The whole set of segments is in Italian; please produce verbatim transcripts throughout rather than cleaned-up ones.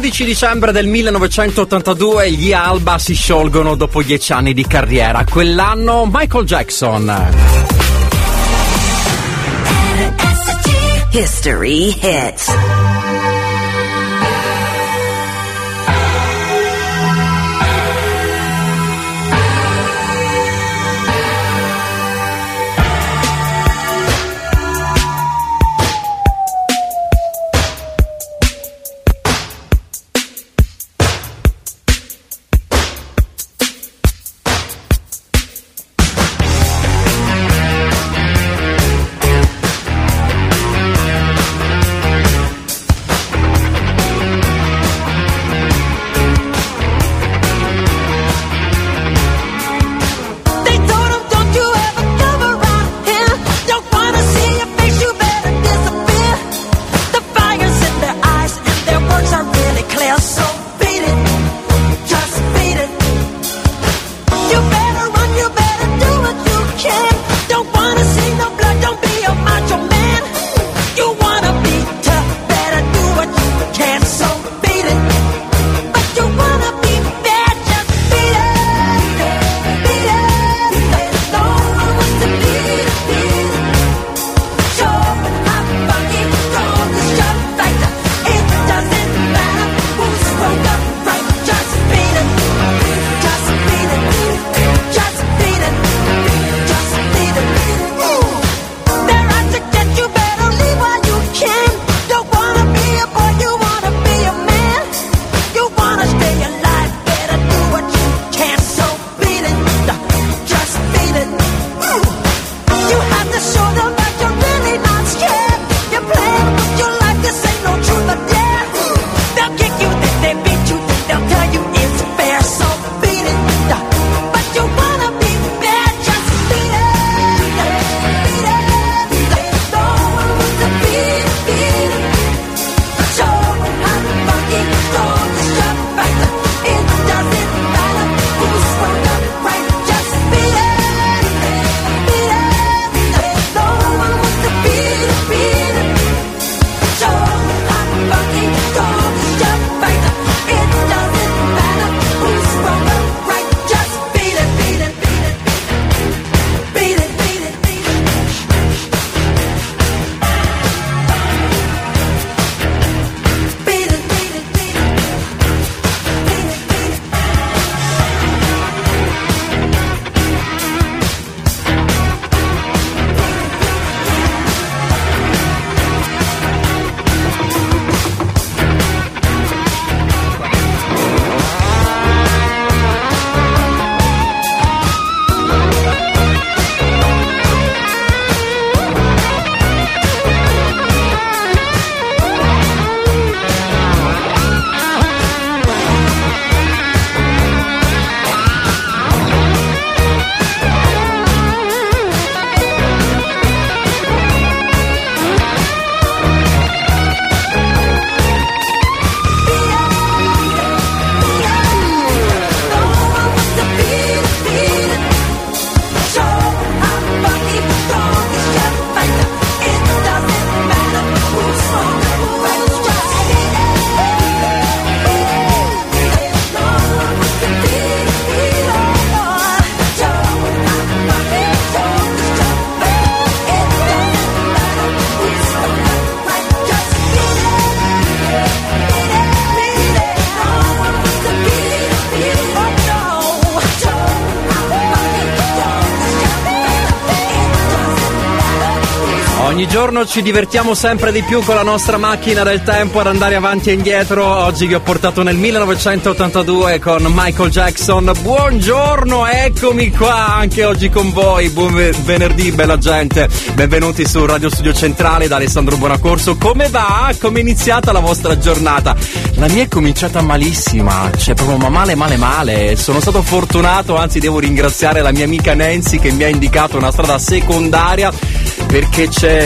undici dicembre del millenovecentottantadue gli Alba si sciolgono dopo dieci anni di carriera. Quell'anno Michael Jackson. History Hits. Ogni giorno ci divertiamo sempre di più con la nostra macchina del tempo ad andare avanti e indietro. Oggi vi ho portato nel millenovecentottantadue con Michael Jackson. Buongiorno, eccomi qua anche oggi con voi. Buon venerdì, bella gente. Benvenuti su Radio Studio Centrale da Alessandro Buonacorso. Come va? Come è iniziata la vostra giornata? La mia è cominciata malissima, cioè proprio ma male male male. Sono stato fortunato, anzi devo ringraziare la mia amica Nancy che mi ha indicato una strada secondaria, perché c'è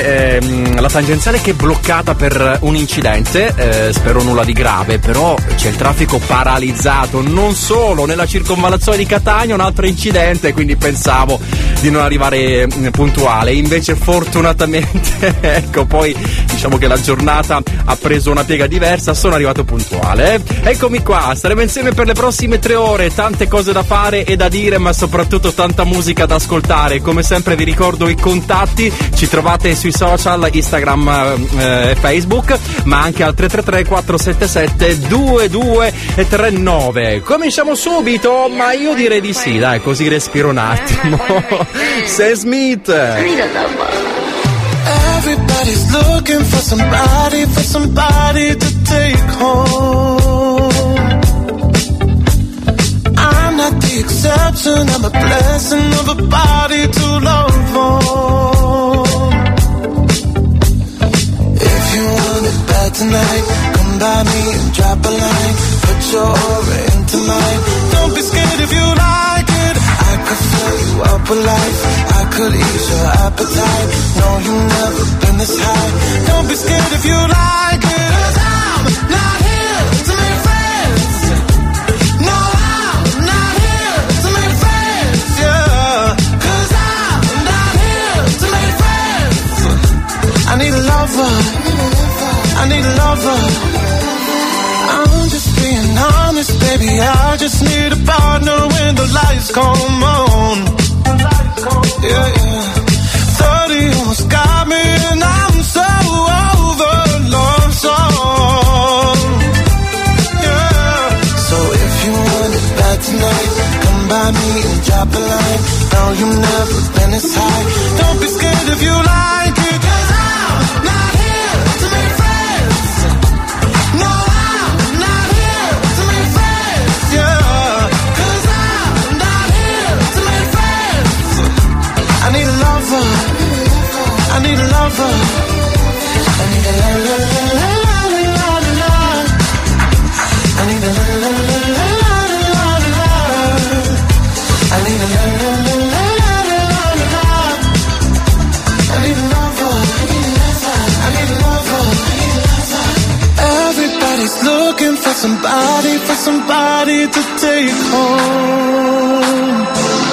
c'è ehm, la tangenziale che è bloccata per un incidente, eh, spero nulla di grave, però c'è il traffico paralizzato, non solo nella circonvallazione di Catania, un altro incidente, quindi pensavo di non arrivare puntuale, invece fortunatamente ecco, poi diciamo che la giornata ha preso una piega diversa, sono arrivato puntuale. Eccomi qua, staremo insieme per le prossime tre ore, tante cose da fare e da dire, ma soprattutto tanta musica da ascoltare. Come sempre vi ricordo i contatti, ci trovate sui social, Instagram e eh, Facebook, ma anche al tre tre tre quattro sette sette due due tre nove. Cominciamo subito, ma io direi di sì, dai, così respiro un attimo. Sam Smith. Everybody's looking for somebody, for somebody to take home. I'm not the exception, I'm a blessing of a body to love on. If you want it bad tonight, come by me and drop a line. Put your aura into mine. Don't be scared if you like it. I could fill you up with life. I could ease your appetite. No, you've never been this high. Don't be scared if you like it. 'Cause I'm not here to make friends. No, I'm not here to make friends, yeah. 'Cause I'm not here to make friends. I need a lover. I need a lover. I'm just being honest, baby. I just need a partner when the lights come on. Yeah, yeah. thirty almost got me and I'm so over love song. Yeah. So if you want it bad tonight, come by me and drop a line. No, you've never been this high. Don't be scared if you like it. 'Cause I'm not here to make friends. No, I'm not here to make friends. Yeah. 'Cause I'm not here to make friends. I need a lover. I need a lover. I need a la la la la la la la. I need a la la la la la la la. I need a la la la la la la la. I need a lover. I need a lover. Everybody's looking for somebody, for somebody to take home.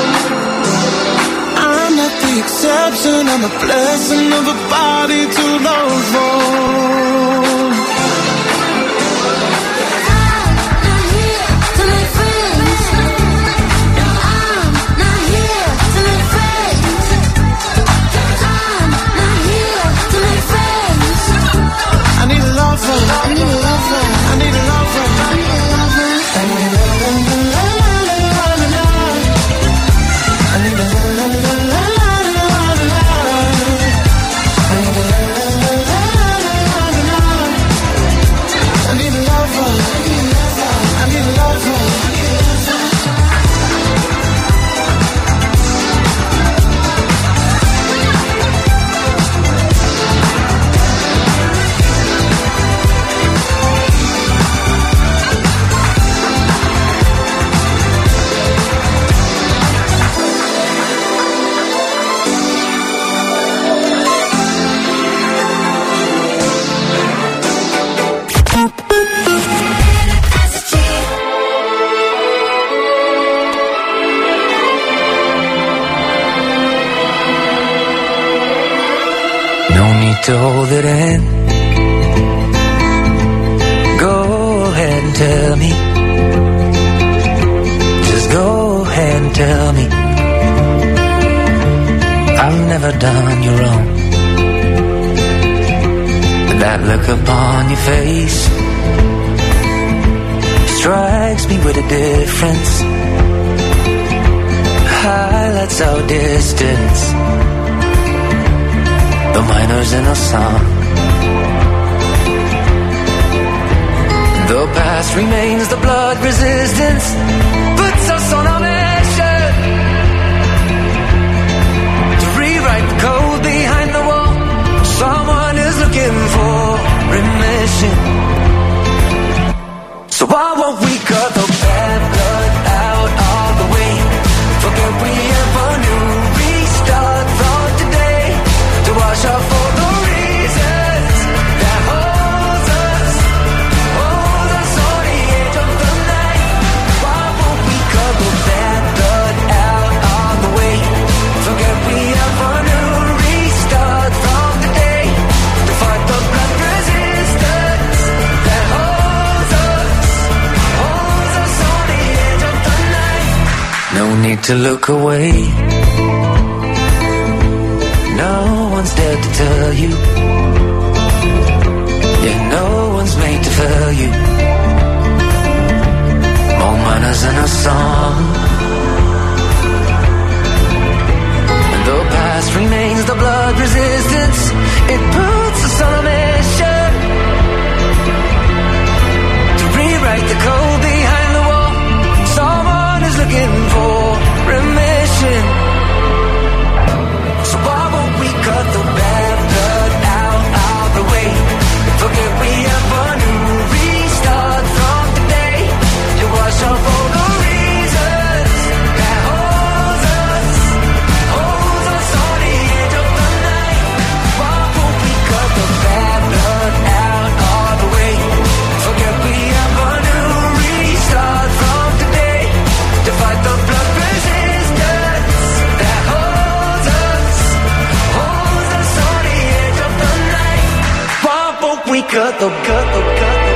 I'm not the exception, I'm a blessing of a body to love on. I need a lover. I need a lover. I need a lover. I need a lover. I need a lover. I need a lover. To hold it in, go ahead and tell me, just go ahead and tell me, I've never done you wrong, but that look upon your face strikes me with a difference, highlights our distance. The miners in a song. The past remains, the blood resistance puts us on a mission to rewrite the code behind the wall. Someone is looking for remission. So why won't we cut the bad blood out all the way? Forget we ever knew. Restart from today to wash out for the need to look away. No one's there to tell you. Yeah, no one's made to fail you. More manners in a song. And the past remains the blood resistance. It puts us on a mission to rewrite the code behind the wall. Someone is looking for remission. So why won't we cut the bad blood out of the way? Forget we have a new restart from today. You wash off all the reasons that holds us, holds us on the edge of the night. Why won't we cut the bad blood out of the way? Forget we have a new restart from today. To fight the blood resistance that holds us, holds us on the edge of the night. Why won't we cut the, cut the, cut the, cut the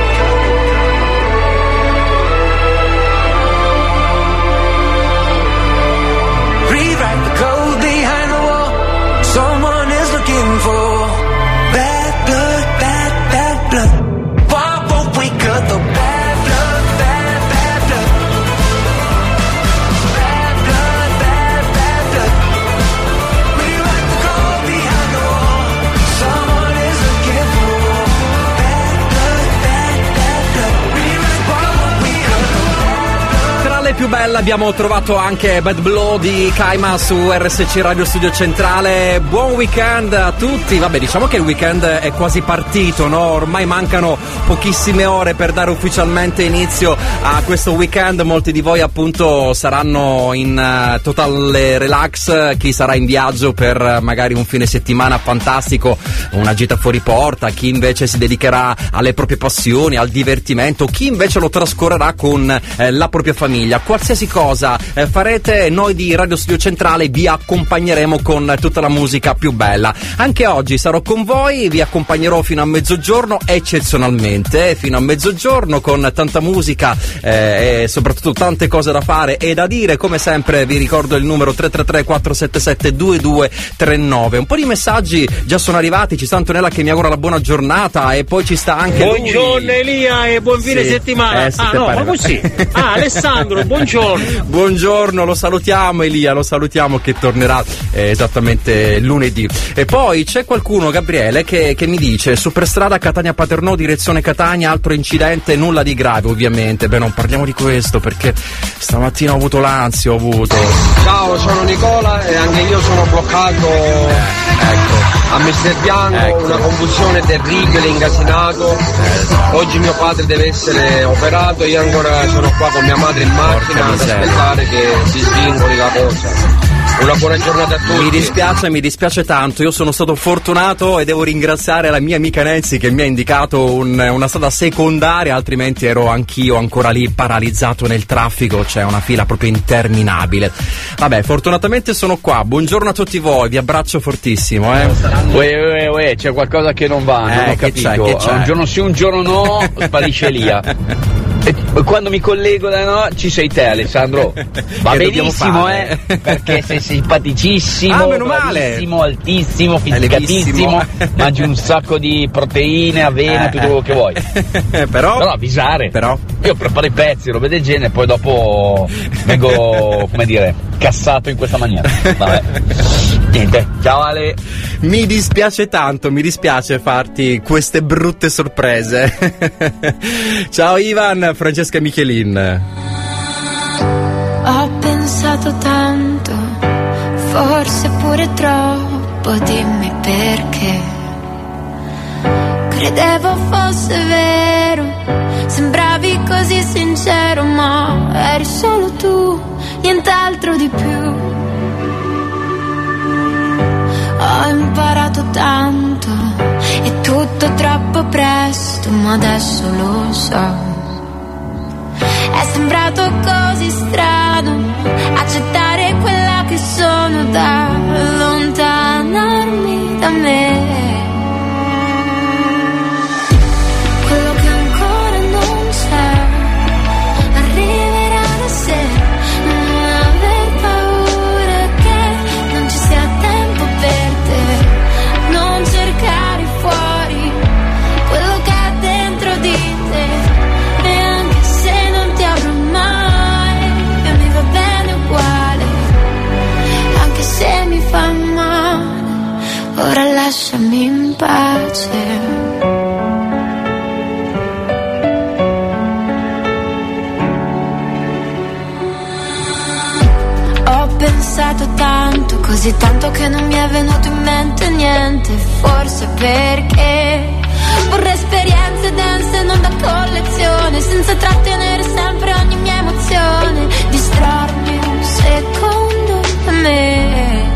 rewrite the code behind the wall. Someone is looking for bad blood, bad, bad blood. Why won't we cut the bad blood, bad, bad blood? Bad blood, bad, bad blood. Rewrite the code behind the wall. Someone is looking for bad blood, bad, bad blood. Rewrite, why won't we cut the bad blood? Tra le più belle abbiamo trovato anche Bad Blood di Kaima su R S C Radio Studio Centrale. Buon weekend a tutti. Vabbè, diciamo che il weekend è quasi partito, no? Ormai mancano pochissime ore per dare ufficialmente inizio a questo weekend. Molti di voi appunto saranno in uh, totale relax, chi sarà in viaggio per uh, magari un fine settimana fantastico, una gita fuori porta, chi invece si dedicherà alle proprie passioni, al divertimento, chi invece lo trascorrerà con eh, la propria famiglia. Qualsiasi cosa eh, farete, noi di Radio Studio Centrale vi accompagneremo con tutta la musica più bella. Anche oggi sarò con voi, vi accompagnerò fino a mezzogiorno, eccezionalmente fino a mezzogiorno, con tanta musica eh, e soprattutto tante cose da fare e da dire. Come sempre vi ricordo il numero tre tre tre quattro sette sette due due tre nove. Un po' di messaggi già sono arrivati, ci sta Antonella che mi augura la buona giornata e poi ci sta anche buongiorno lui. Elia e buon fine Sì. settimana. Eh, sì, ah te no, pare. ma così. Ah, Alessandro, buongiorno. Buongiorno, lo salutiamo Elia, lo salutiamo che tornerà eh, esattamente lunedì. E poi c'è qualcuno, Gabriele, che, che mi dice: superstrada Catania-Paternò, direzione Catania, altro incidente, nulla di grave ovviamente. Beh, non parliamo di questo perché stamattina ho avuto l'ansia, ho avuto. Ciao, sono Nicola e anche io sono bloccato Ecco. a Mister Bianco, Ecco. una convulsione terribile, incasinato. Oggi mio padre deve essere operato, io ancora sono qua con mia madre in macchina ad miseria. aspettare che si svincoli la cosa. Una buona giornata a tutti. Mi dispiace, mi dispiace tanto. Io sono stato fortunato e devo ringraziare la mia amica Nancy che mi ha indicato un, una strada secondaria, altrimenti ero anch'io ancora lì paralizzato nel traffico. C'è una fila proprio interminabile. Vabbè, fortunatamente sono qua. Buongiorno a tutti voi, vi abbraccio fortissimo, eh. Uè, uè, uè, c'è qualcosa che non va, non Eh, ho che capito. c'è, che c'è? Un giorno sì, un giorno no, sparisce Elia. E quando mi collego da no, ci sei te, Alessandro. Va Che dobbiamo benissimo, fare? eh, perché sei simpaticissimo, Ah, meno male. bravissimo, altissimo, levissimo. fizzicatissimo, mangi un sacco di proteine, avena, Eh, tutto quello che vuoi. Eh, però, Però avvisare. però Io preparo i pezzi, robe del genere, e poi dopo vengo, come dire, cassato in questa maniera. Vabbè. Niente, ciao Ale. mi dispiace tanto, mi dispiace farti queste brutte sorprese. Ciao Ivan, Francesca Michelin. Ho pensato tanto, forse pure troppo, dimmi perché. Credevo fosse vero, sembravi così sincero, ma eri solo tu, nient'altro di più. Ho imparato tanto, è tutto troppo presto, ma adesso lo so. È sembrato così strano accettare quella che sono, da allontanarmi da me. Quello che ancora non c'è arriverà da sé, non aver pensato tanto, così tanto che non mi è venuto in mente niente. Forse perché vorrei esperienze dense, non da collezione, senza trattenere sempre ogni mia emozione. Distrarmi un secondo da me.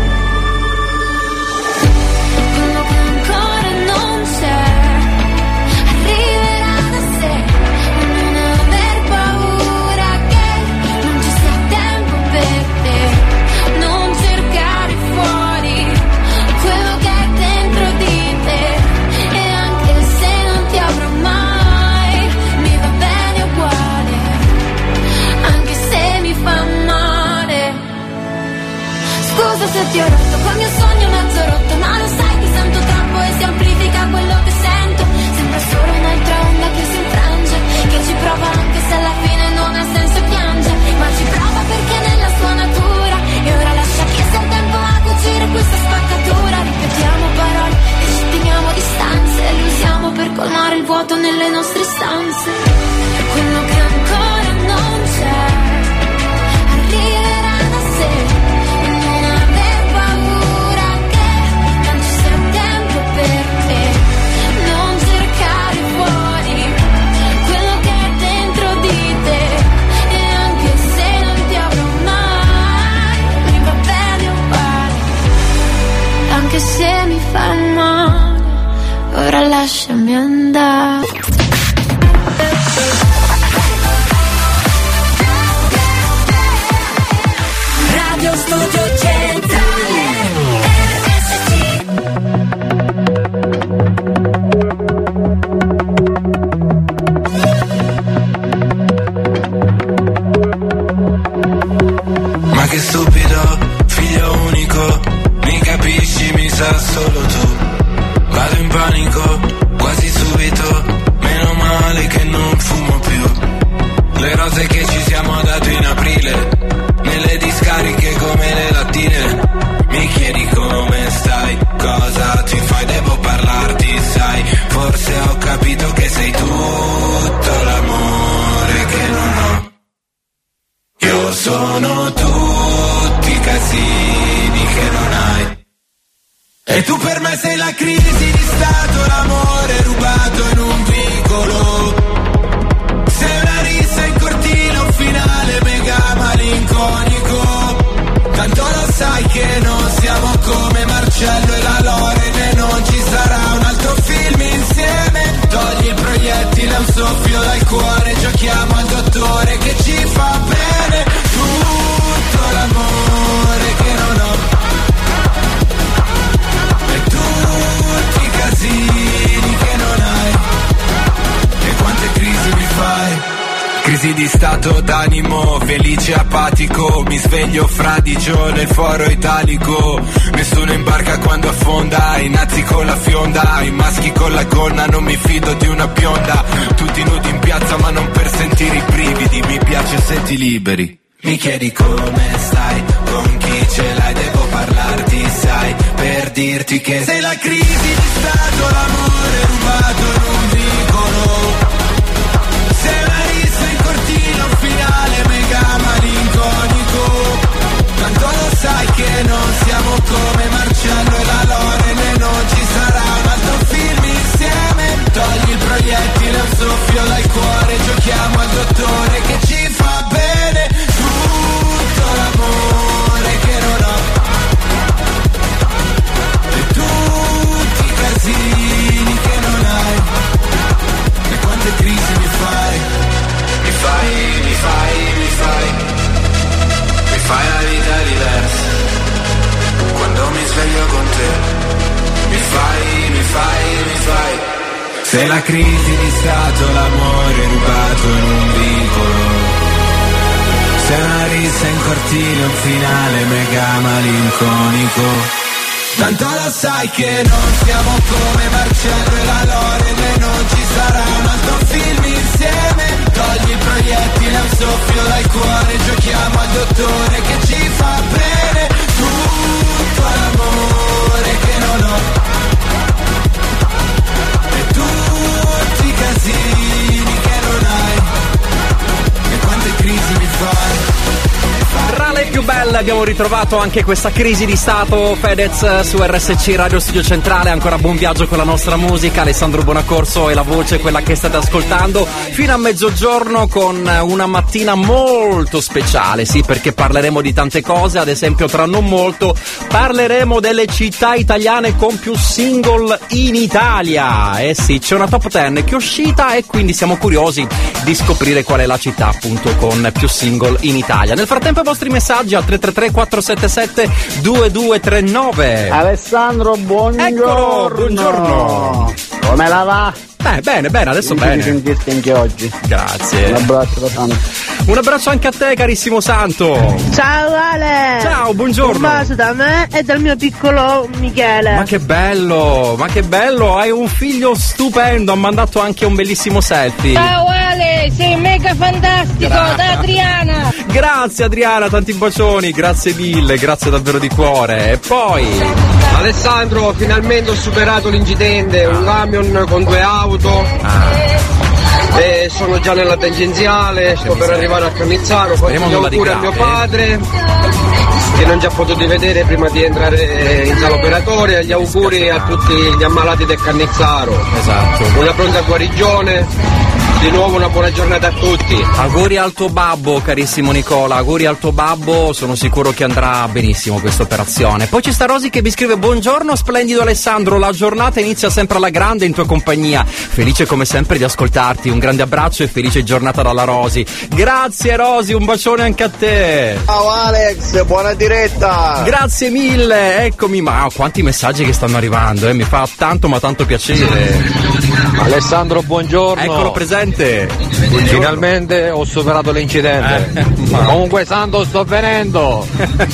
Quello che ancora non c'è arriverà da sé. Non aver paura che non ci sia tempo per te. Non cercare fuori quello che è dentro di te. E anche se non ti avrò mai, mi va bene uguale, anche se mi fa male. Scusa se ti ho rotto col mio sogno mezzo rotto, ma lo sai che sento troppo e si amplifica quello che sento. Sembra solo un'altra onda che si infrange, che ci prova anche se alla fine non ha senso e piange, ma ci prova perché è nella sua natura. E ora lascia che sia il tempo a cucire questa spaccatura. Ripetiamo parole e ci teniamo distanze, e le usiamo per colmare il vuoto nelle nostre stanze. Quello che ancora non c'è arriverà da sé. E non aver paura che non ci sia tempo per te. Non cercare fuori quello che è dentro di te. E anche se non ti avrò mai, mi va bene uguale, anche se mi fa male. Ora lasciami andare. Radio Studio Centrale R S C. Ma che stupido, figlio unico, mi capisci, mi sa solo tu. Vado in panico, quasi subito, meno male che non fumo più. Le rose che ci siamo date in aprile, nelle discariche come le lattine. Mi chiedi come stai, cosa ti fai, devo parlarti, sai. Forse ho capito che sei tutto l'amore che non ho. Io sono tutti i casini che non hai. E tu per me sei la crisi di stato, l'amore rubato in un vicolo. Sei una rissa in cortile, un finale mega malinconico. Tanto lo sai che non siamo come Marcello e la Loren, e non ci sarà un altro film insieme. Togli il proiettile, un soffio dal cuore, giochiamo al dottore che ci fa bene. Tutto l'amore che non ho. Tutti i casini che non hai. E quante crisi mi fai. Crisi di stato d'animo, felice apatico. Mi sveglio fradicio nel foro italico. Nessuno imbarca quando affonda. I nazi con la fionda, i maschi con la gonna. Non mi fido di una bionda. Tutti nudi in piazza ma non per sentire i brividi. Mi piace se ti liberi. Mi chiedi come stai, con chi ce l'hai, devo parlarti, sai, per dirti che sei la crisi di stato, l'amore rubato in un vicolo. Sei una rissa in cortile, un finale mega malinconico. Tanto lo sai che non siamo come Marcello e la Loren, e non ci sarà un altro film insieme. Togli il proiettile, un soffio dal cuore, giochiamo al dottore che ci fa bene. Tutto l'amore che non ho. E tutti i casini che non hai. E quante crisi mi fai. Mi fai, mi fai, mi fai. Mi fai la vita diversa quando mi sveglio con te. Mi fai, mi fai, mi fai. Sei la crisi di stato, l'amore rubato in un vicolo. Sei una rissa in cortile, un finale mega malinconico. Tanto lo sai che non siamo come Marcello e la Loren, e non ci sarà un altro film insieme. Togli il proiettile, un soffio dal cuore, giochiamo al dottore che ci fa bene. Tutto l'amore che non ho. E tutti i casini che non hai. E quante crisi mi fai. Tra le più belle abbiamo ritrovato anche questa crisi di stato. Fedez su R S C Radio Studio Centrale, ancora buon viaggio con la nostra musica. Alessandro Buonacorso e la voce, quella che state ascoltando, fino a mezzogiorno con una mattina molto speciale, sì, perché parleremo di tante cose. Ad esempio, tra non molto parleremo delle città italiane con più single in Italia. Eh sì, c'è una top dieci che è uscita e quindi siamo curiosi di scoprire qual è la città appunto con più single in Italia. Nel frattempo i vostri messaggi al tre tre tre quattro sette sette due due tre nove. Alessandro, buongiorno. Eccolo, buongiorno. Come la va? Eh, bene, bene, adesso Mi bene. sentirti anche oggi. Grazie. Un abbraccio da tanto. Un abbraccio anche a te, carissimo Santo. Ciao Ale. Ciao, buongiorno. Un bacio da me e dal mio piccolo Michele. Ma che bello, ma che bello, hai un figlio stupendo, ha mandato anche un bellissimo selfie. Ciao Ale, sei mega fantastico. Grazie. Da Adriana. Grazie Adriana, tanti bacioni, grazie mille, grazie davvero di cuore. E poi Alessandro, finalmente ho superato l'incidente, un camion con due auto. ah, E sono già nella tangenziale, sto per arrivare a Cannizzaro. Speriamo Faccio gli nulla di auguri a mio grave. padre che non ci ha potuto vedere prima di entrare in sala operatoria, e gli auguri a tutti gli ammalati del Cannizzaro. esatto. Una pronta guarigione. Di nuovo una buona giornata a tutti. Auguri al tuo babbo, carissimo Nicola, auguri al tuo babbo, sono sicuro che andrà benissimo questa operazione. Poi c'è sta Rosi che vi scrive: buongiorno splendido Alessandro, la giornata inizia sempre alla grande in tua compagnia, felice come sempre di ascoltarti, un grande abbraccio e felice giornata dalla Rosi. Grazie Rosi, un bacione anche a te. Ciao Alex, buona diretta. Grazie mille, eccomi, ma quanti messaggi che stanno arrivando, eh? Mi fa tanto ma tanto piacere. Alessandro, buongiorno. Eccolo presente. Finalmente ho superato l'incidente. Eh, ma- Comunque Santo, sto venendo.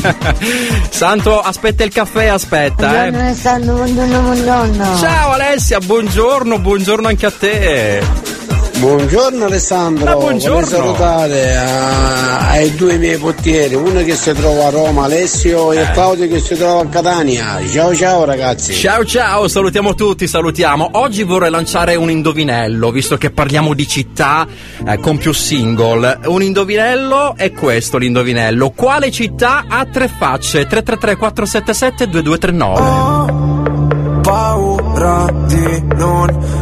Santo, aspetta il caffè, aspetta, eh. Alessandro, buongiorno, buongiorno. Ciao Alessia, buongiorno, buongiorno anche a te. Buongiorno Alessandro. Ma buongiorno. Vorrei salutare a- ai due miei portieri, uno che si trova a Roma, Alessio, e Claudio che si trova a Catania. Ciao ciao ragazzi. Ciao ciao, salutiamo tutti, salutiamo. Oggi vorrei lanciare un indovinello, visto che parliamo di città eh, con più single. Un indovinello è questo l'indovinello. Quale città ha tre facce? tre tre tre quattro sette sette due due tre nove. Ho paura di non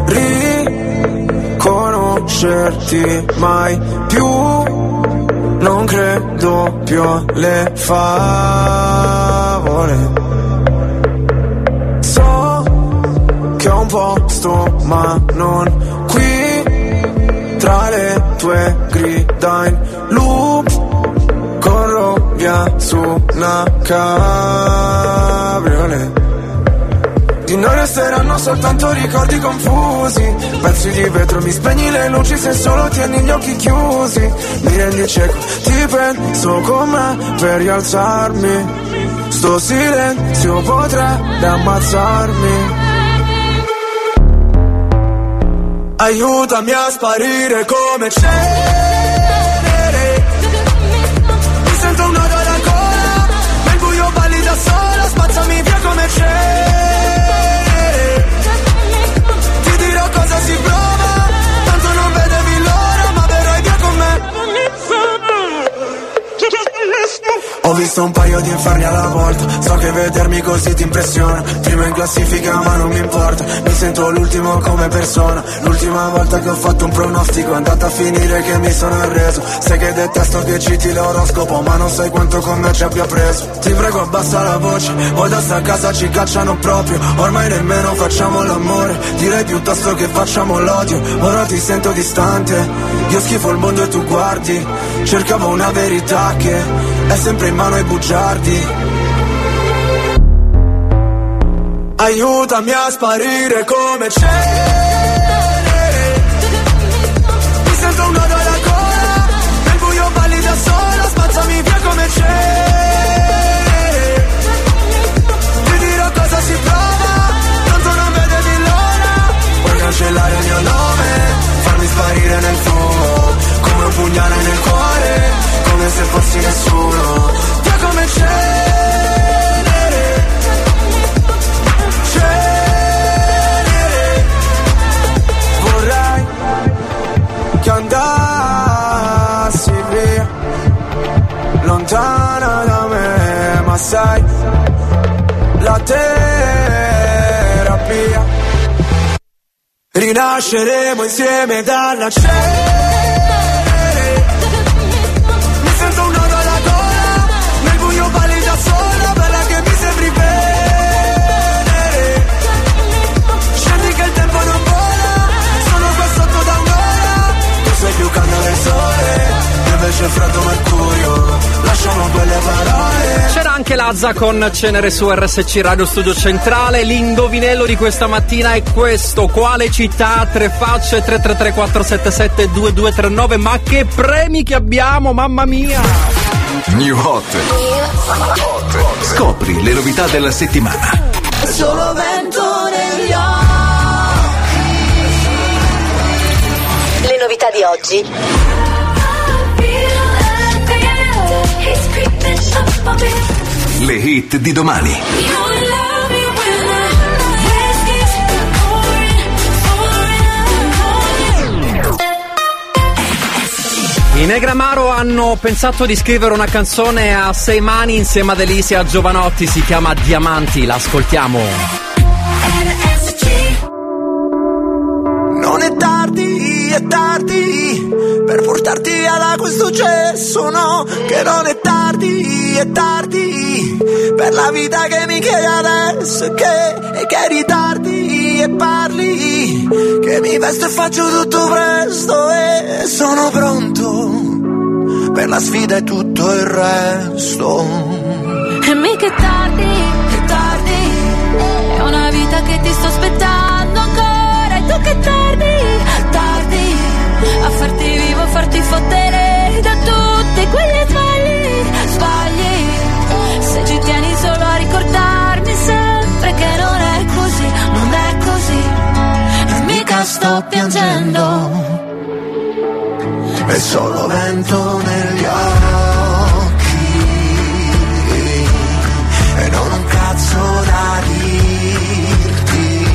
riconoscerti mai più. Non credo più alle favole. So che ho un posto ma non qui, tra le tue grida in loop, corro via su una cabriolet. Di noi resteranno soltanto ricordi confusi, pezzi di vetro, mi spegni le luci se solo tieni gli occhi chiusi. Mi rendi cieco, ti penso con me per rialzarmi. Sto silenzio potrebbe ammazzarmi. Aiutami a sparire come cenere. Mi sento un nodo alla gola, nel buio balli da sola, spazzami via come cenere. Ti dirò cosa si prova, tanto non vedevi l'ora, ma verrai via con me. Ho visto un paio di inferni alla volta, so che vedermi così ti impressiona. Prima in classifica ma non mi importa, mi sento l'ultimo come persona. L'ultima volta che ho fatto un pronostico è andata a finire che mi sono arreso. Sai che detesto che citi l'oroscopo, ma non sai quanto con me ci abbia preso. Ti prego abbassa la voce, poi da sta casa ci cacciano proprio. Ormai nemmeno facciamo l'amore, direi piuttosto che facciamo l'odio. Ora ti sento distante, io schifo il mondo e tu guardi. Cercavo una verità che è sempre in mano ai bugiardi. Aiutami a sparire come cenere. Mi sento un nodo alla gola, nel buio balli da sola, spazzami via come cenere. Ti dirò cosa si prova, tanto non vedevi l'ora. Puoi cancellare il mio nome, farmi sparire nel fumo, come un pugnale nel cuore, come se fossi nessuno. Via come cenere. Cenere. ma sai, la terapia. Rinasceremo insieme dalla cenere. Mi sento un nodo alla gola, nel buio balli da sola, bella che mi sembri venere. Scendi che il tempo non vola, sono qua sotto da un'ora. Tu sei più calda del sole, io invece freddo mercurio. Lasciamo quelle parole. C'era anche Lazza con Cenere su R S C Radio Studio Centrale. L'indovinello di questa mattina è questo: quale città? Tre facce, tre tre tre quattro sette sette due due tre nove. Ma che premi che abbiamo, mamma mia! New Hot. Scopri le novità della settimana. Solo vento negli occhi. Le novità di oggi. Le hit di domani. I Negramaro hanno pensato di scrivere una canzone a sei mani insieme ad Elisia Giovanotti, si chiama Diamanti, l'ascoltiamo. Non è tardi, è tardi per portarti via da questo cesso, no, che non è tardi, è tardi per la vita che mi chiedi adesso, e che, e che ritardi e parli, che mi vesto e faccio tutto presto e sono pronto per la sfida e tutto il resto. E mica è tardi, è tardi, è una vita che ti sto aspettando ancora, e tu che tardi, tardi a farti vivo, a farti fottere da tutti quegli sbagli, sbagli. Se ci tieni solo a ricordarmi sempre che non è così, non è così, e mica sto piangendo, è solo vento negli occhi e non un cazzo da dirti,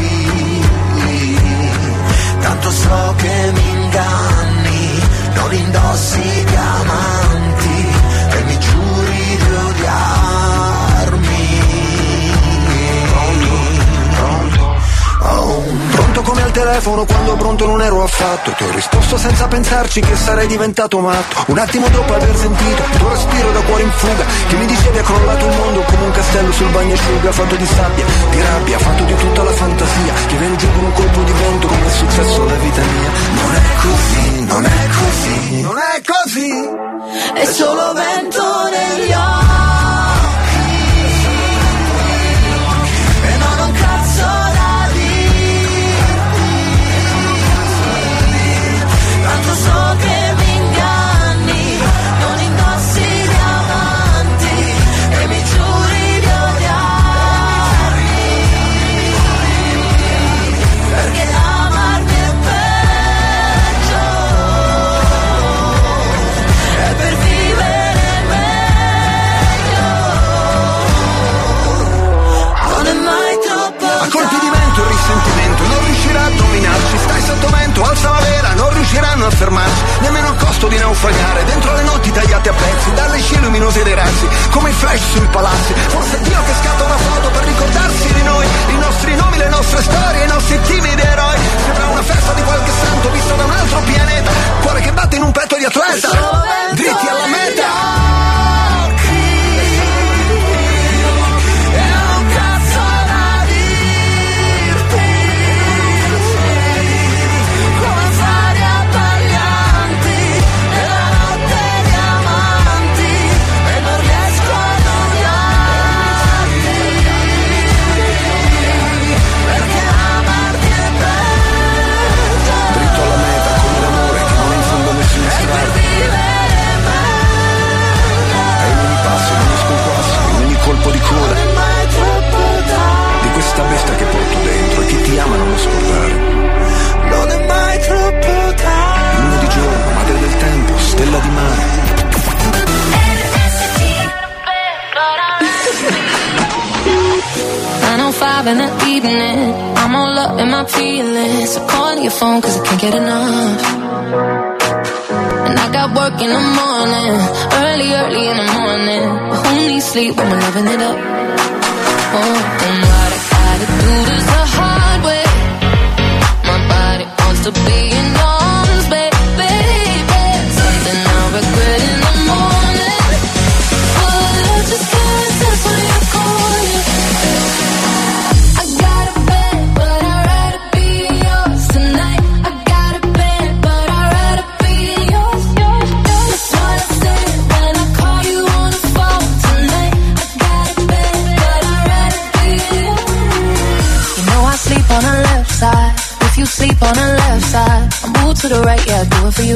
tanto so che mi inganni, non indossi diamanti e mi giuri di odiarmi. Pronto, oh. Pronto come al telefono quando pronto non ero affatto, ti ho risposto senza pensarci che sarei diventato matto. Un attimo dopo aver sentito il tuo respiro da cuore in fuga, che mi dicevi è crollato il mondo come un castello sul bagnasciuga, fatto di sabbia, di rabbia, fatto di tutta la fantasia, che viene giù con un colpo di vento come è successo alla vita mia. Non è così, non è così, non è così, è solo vento negli occhi e non un cazzo da tanto so che mi inganni, non indossi diamanti e mi giuri di odiarmi, perché amarmi è peggio, è per vivere meglio, non è mai troppo a colpi di vento il risentimento non riuscirà a dominarci, stai sotto vento, alza la vera, non riusciranno a fermarci, nemmeno a costo di naufragare, dentro le notti tagliate a pezzi, dalle scie luminose dei razzi, come i flash sui palazzi, forse è Dio che scatta una foto per ricordarsi di noi, i nostri nomi, le nostre storie, i nostri timidi eroi, sembra una festa di qualche santo visto da un altro pianeta, cuore che batte in un petto di atleta, dritti alla meta. Colpo di coda di questa bestia che porto dentro e chi ti ama non lo scordare. Non è mai troppo tardi. Luna di giorno, madre del tempo, stella di mare. nine oh five in the evening, I'm all up in my feelings, so call your phone cause I can't get enough. And I got work in the morning, early, early in the morning. Who Who needs sleep when we're loving it up? Oh, and what I gotta do this the hard way. My body wants to be in arms, baby, baby. Something I'll regret in the morning. But I just can't sense when you call you. I got a bed, but I'd rather be yours tonight. I got a bed, but I'd rather be yours, yours, yours. That's what I said when I call you on the phone tonight. I got a bed, but I'd rather be yours. You know I sleep on the left side. If you sleep on the left side, I move to the right, yeah, I do it for you.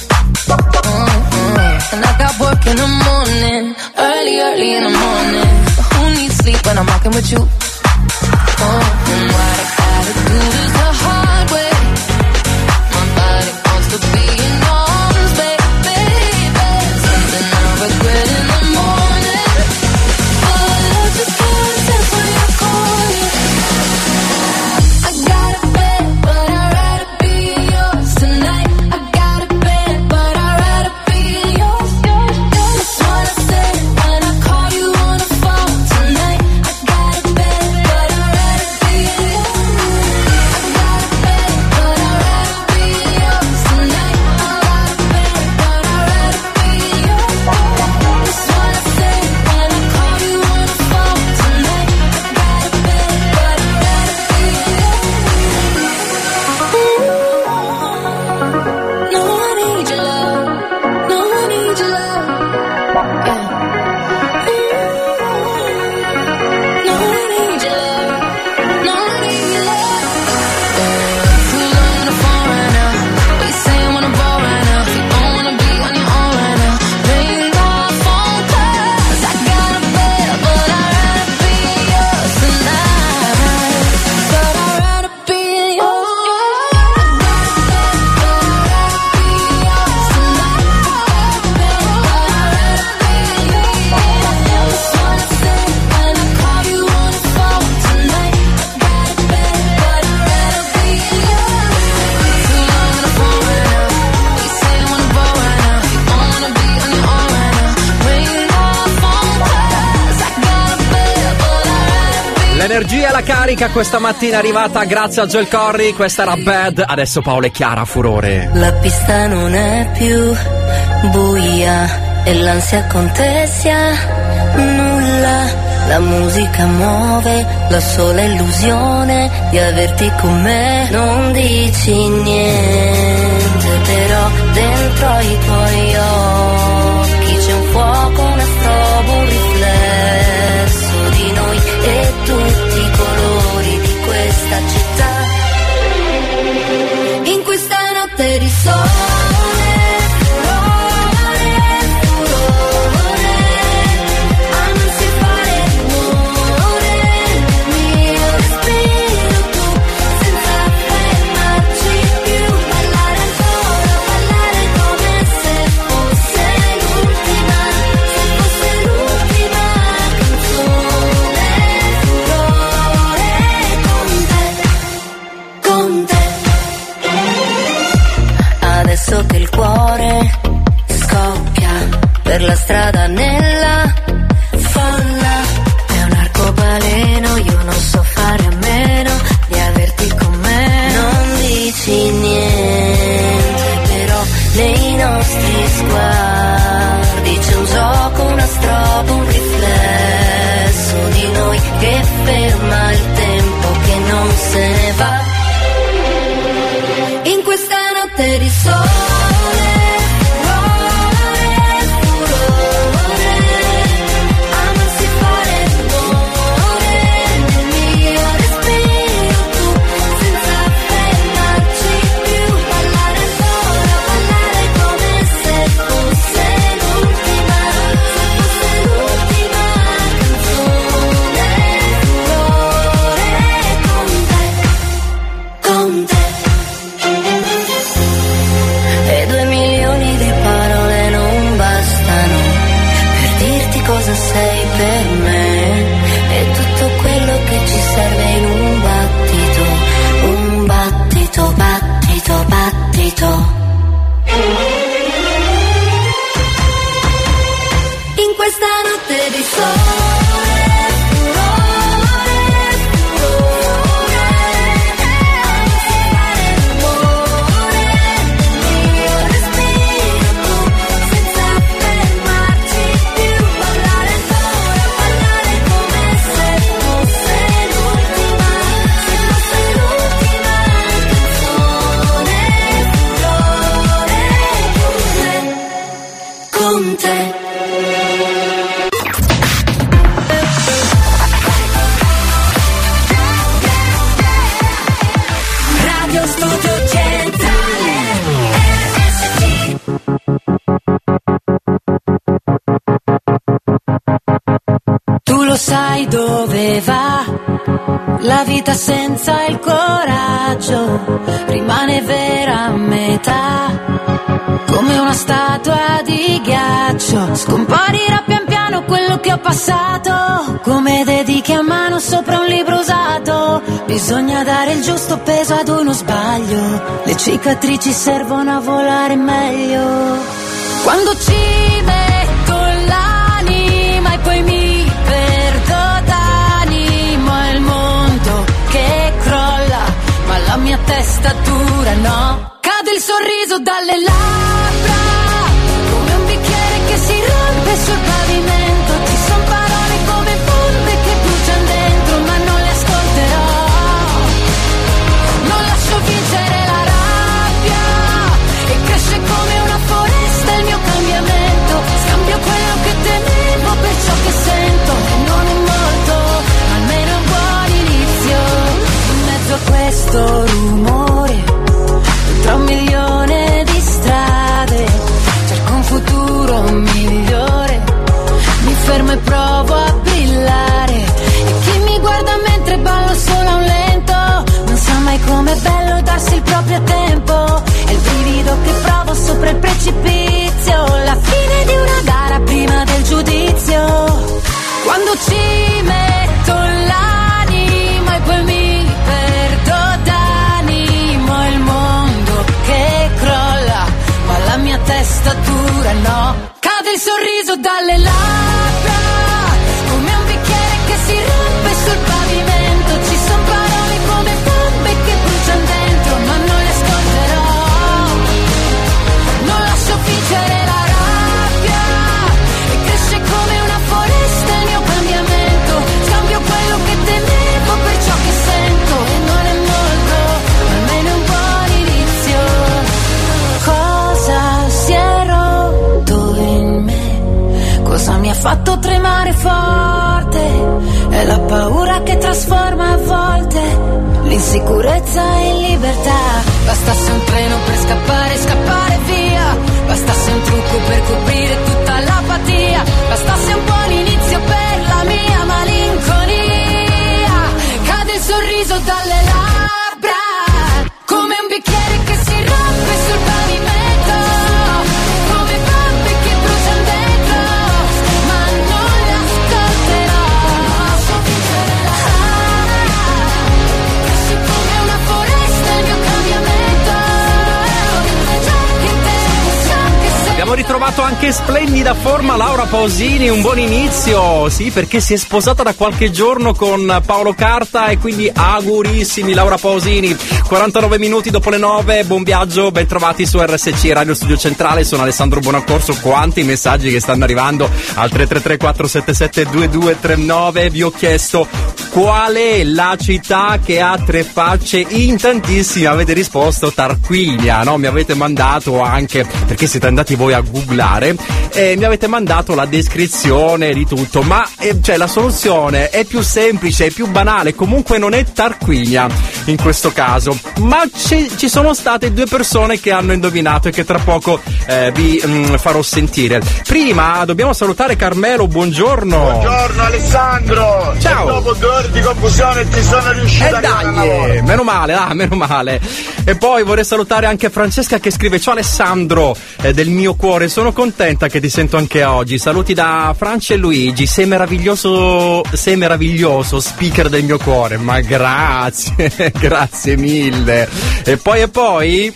Mm-hmm. And I got work in the morning, early, early in the morning. But who needs sleep when I'm rocking with you? Oh, and what I gotta do is the hard way. My body wants to be in arms, baby, baby. Something I regret in the morning. But I just can't sense when you call you. I got a bed, but I'd rather be yours tonight. I got a bed, but I'd rather be yours, yours, yours. That's what I said when I call you on the phone tonight. I got a bed, but I'd rather be yours. I got a bed, but I'd rather be yours tonight. I got a bed, but I'd rather be yours. That's what I said when I call you on the phone tonight. I got a bed, but I'd rather be yours. No, I need your love. No, I need your love. Yeah. No, I need your love. No, I need your love. Too long on the phone right now. What you saying when I'm bored right now? You don't wanna be on your own right now. Ring my phone 'cause I got a bed, but I'd rather be yours tonight. But I'd rather be yours. L'energia e la carica questa mattina è arrivata grazie a Joel Corry. Questa era Bad, adesso Paola e Chiara, furore. La pista non è più buia e l'ansia contessa nulla. La musica muove la sola illusione di averti con me. Non dici niente, però dentro i tuoi occhi c'è un fuoco, una strobo, un riflesso di noi e tutti i colori di questa città. In questa notte di sole, furore, furore, a non si fare rumore nel mio respiro, tu senza fermarci più, ballare ancora, ballare come se fosse l'ultima, se fosse l'ultima canzone, furore con te, con te. Adesso che il cuore scoppia per la strada nella folla, è un arcobaleno, io non so fare a meno di averti con me. Non dici niente, però nei nostri sguardi c'è un gioco, una strobo, un riflesso di noi che ferma il tempo, che non se ne va. In questa notte di sole, furore, furore, a non si fare rumore nel mio respiro, tu senza fermarci più, ballare ancora, ballare come se fosse l'ultima, se fosse l'ultima canzone, furore. notte di sole, furore, furore, non si fare rumore, io respiro tu, senza fermarci più, parlare ancora, parlare come se fosse l'ultima, se fosse l'ultima canzone, furore, con te. Radio Studio Centrale R S C. Tu lo sai dove va la vita senza il coraggio, rimane vera a metà, come una statua di ghiaccio. Scomparirà pian piano quello che ho passato, come dediche a mano sopra un libro usato. Bisogna dare il giusto peso ad uno sbaglio, le cicatrici servono a volare meglio. Quando ci metto l'anima e poi mi perdo d'animo, è il mondo che crolla, ma la mia testa dura no. Cade il sorriso dalle labbra, come un bicchiere che si rompe sul pavimento. Ci son parole come bombe che bruciano dentro, ma non le ascolterò. Non lascio vincere la rabbia, e cresce come una foresta il mio cambiamento. Scambio quello che temevo per ciò che sento, e non è molto, almeno è un buon inizio. In mezzo a questo rumore, tra un milione di strade, cerco un futuro migliore, mi fermo e provo a brillare. E chi mi guarda mentre ballo solo a un lento, non sa mai com'è bello darsi il proprio tempo. È il brivido che provo sopra il precipizio, la fine di una gara prima del giudizio. Quando ci metto l'anima e poi mi perdo d'animo, è il mondo che crolla, ma la mia testa dura no. Cade il sorriso dalle labbra, come un bicchiere che si rompe sul pavimento. Ci son parole come bombe che bruciano dentro, ma non le ascolterò. Non lascio vincere la rabbia, e cresce come una foresta il mio cambiamento. Scambio quello che temevo per ciò che sento, e non è molto, almeno è un buon inizio. Cosa si è rotto in me? Cosa mi ha fatto tremare forte? È la paura che trasforma a volte l'insicurezza in libertà. Bastasse un treno per scappare, scappare via. Bastasse un trucco per coprire tutta l'apatia. Bastasse un buon inizio per la mia malinconia. Cade il sorriso dalle labbra, come un bicchiere che si rompe sul pavimento, come bombe che bruciano dentro, ma non le ascolterò. So vincere la cresce come una foresta il mio cambiamento. Ciò che temo, ciò che sei. Abbiamo ritrovato anche splendida forma Laura Pausini, un buon inizio, sì, perché si è sposata da qualche giorno con Paolo Carta, e quindi augurissimi Laura Pausini. quarantanove minuti dopo le nove, buon viaggio, ben trovati su R S C Radio Studio Centrale, sono Alessandro Buonaccorso. Quanti messaggi che stanno arrivando al tre tre tre quattro sette sette due due tre nove. Vi ho chiesto qual è la città che ha tre facce, in tantissimi avete risposto Tarquinia, no? Mi avete mandato anche, perché siete andati voi a googlare, e mi avete mandato la descrizione di tutto, ma eh, cioè, la soluzione è più semplice, è più banale, comunque non è Tarquinia in questo caso, ma ci, ci sono state due persone che hanno indovinato e che tra poco eh, vi mh, farò sentire. Prima dobbiamo salutare Carmelo, buongiorno. Buongiorno Alessandro. Ciao. E dopo due ore di confusione ti sono riuscito eh a dai, meno male, ah, meno male. E poi vorrei salutare anche Francesca che scrive: ciao Alessandro, eh, del mio cuore, sono contenta che ti sento anche oggi. Saluti da Francia e Luigi, sei meraviglioso, sei meraviglioso, speaker del mio cuore. Ma grazie, grazie mille. E poi e poi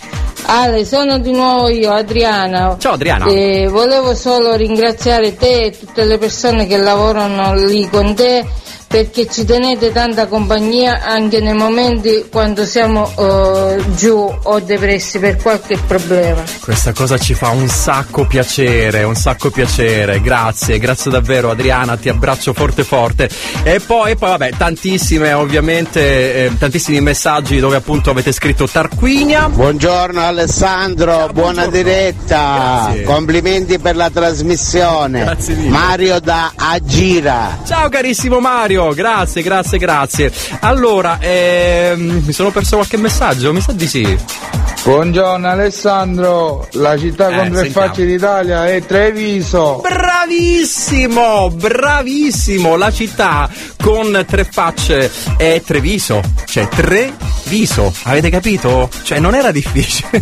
Ale, sono di nuovo io, Adriana. Ciao Adriana. Eh, volevo solo ringraziare te e tutte le persone che lavorano lì con te, perché ci tenete tanta compagnia anche nei momenti quando siamo uh, giù o depressi per qualche problema. Questa cosa ci fa un sacco piacere, un sacco piacere, grazie, grazie davvero Adriana, ti abbraccio forte forte. E poi, poi vabbè, tantissime ovviamente, eh, tantissimi messaggi dove appunto avete scritto Tarquinia. Buongiorno Alessandro, Ciao, buona buongiorno. diretta. Grazie. Complimenti per la trasmissione. Grazie mille. Mario da Agira. Ciao carissimo Mario, grazie, grazie, grazie. Allora, ehm, mi sono perso qualche messaggio? Mi sa di sì. Buongiorno Alessandro, la città Eh, con tre sentiamo. facce d'Italia è Treviso. Bravissimo, bravissimo. La città con tre facce è Treviso. Cioè Treviso, avete capito? Cioè non era difficile.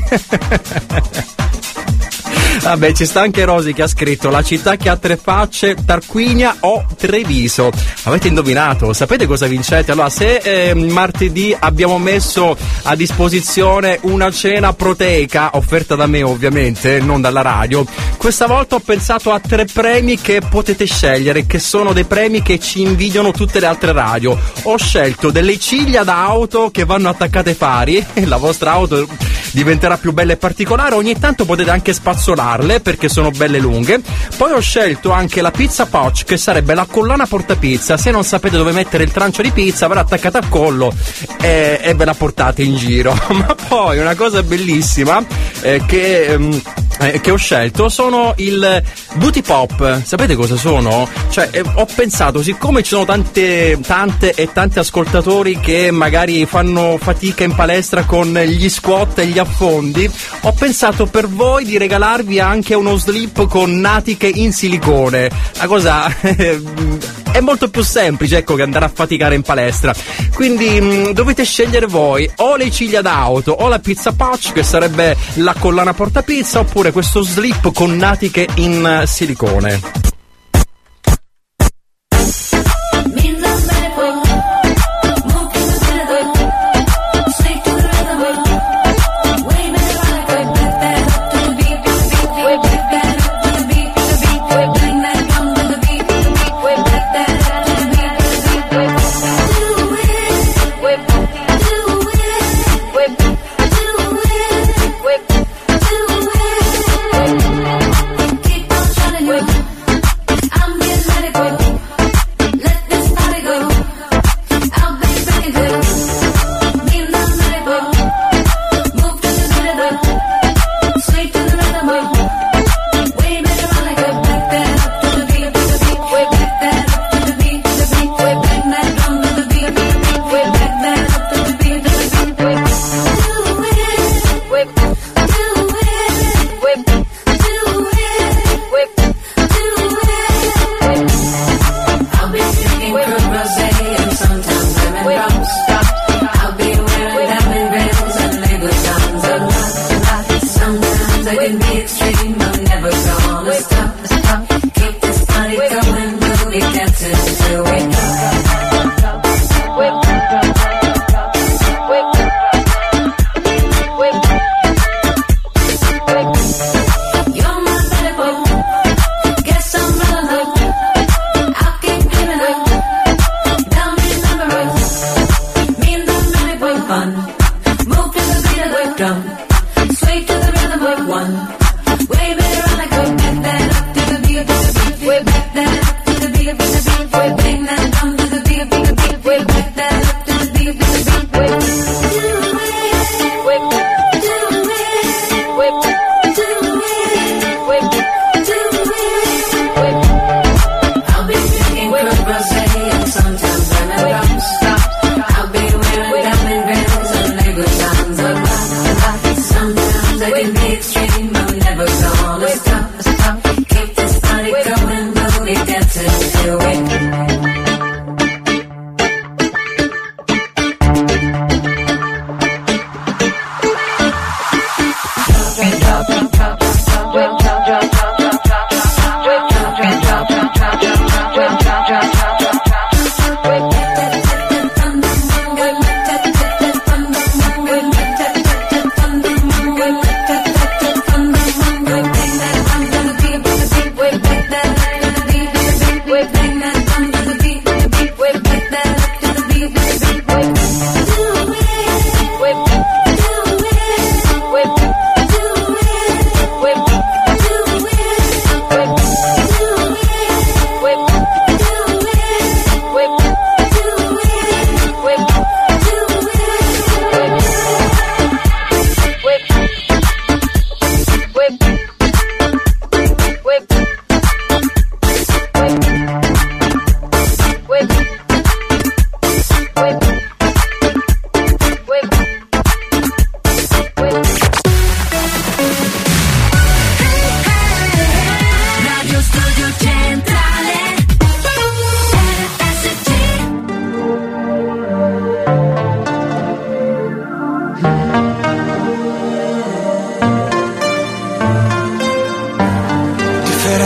Vabbè, ci sta anche Rosy che ha scritto la città che ha tre facce, Tarquinia o Treviso. Avete indovinato? Sapete cosa vincete? Allora, se eh, martedì abbiamo messo a disposizione una cena proteica, offerta da me ovviamente, non dalla radio, questa volta ho pensato a tre premi che potete scegliere, che sono dei premi che ci invidiano tutte le altre radio. Ho scelto delle ciglia da auto che vanno attaccate ai fari, la vostra auto diventerà più bella e particolare, ogni tanto potete anche spazzolarle perché sono belle lunghe. Poi ho scelto anche la pizza pouch, che sarebbe la collana portapizza. Se non sapete dove mettere il trancio di pizza, ve la attaccate al collo e, e ve la portate in giro. Ma poi una cosa bellissima eh, che, ehm, eh, che ho scelto sono il booty pop. Sapete cosa sono? Cioè eh, ho pensato, siccome ci sono tante, tante e tanti ascoltatori che magari fanno fatica in palestra con gli squat e gli affondi, ho pensato per voi di regalarvi anche uno slip con natiche in silicone. La cosa è molto più semplice, ecco, che andare a faticare in palestra. Quindi mh, dovete scegliere voi o le ciglia d'auto o la pizza pouch, che sarebbe la collana portapizza, oppure questo slip con natiche in uh, silicone. Keep on shining you.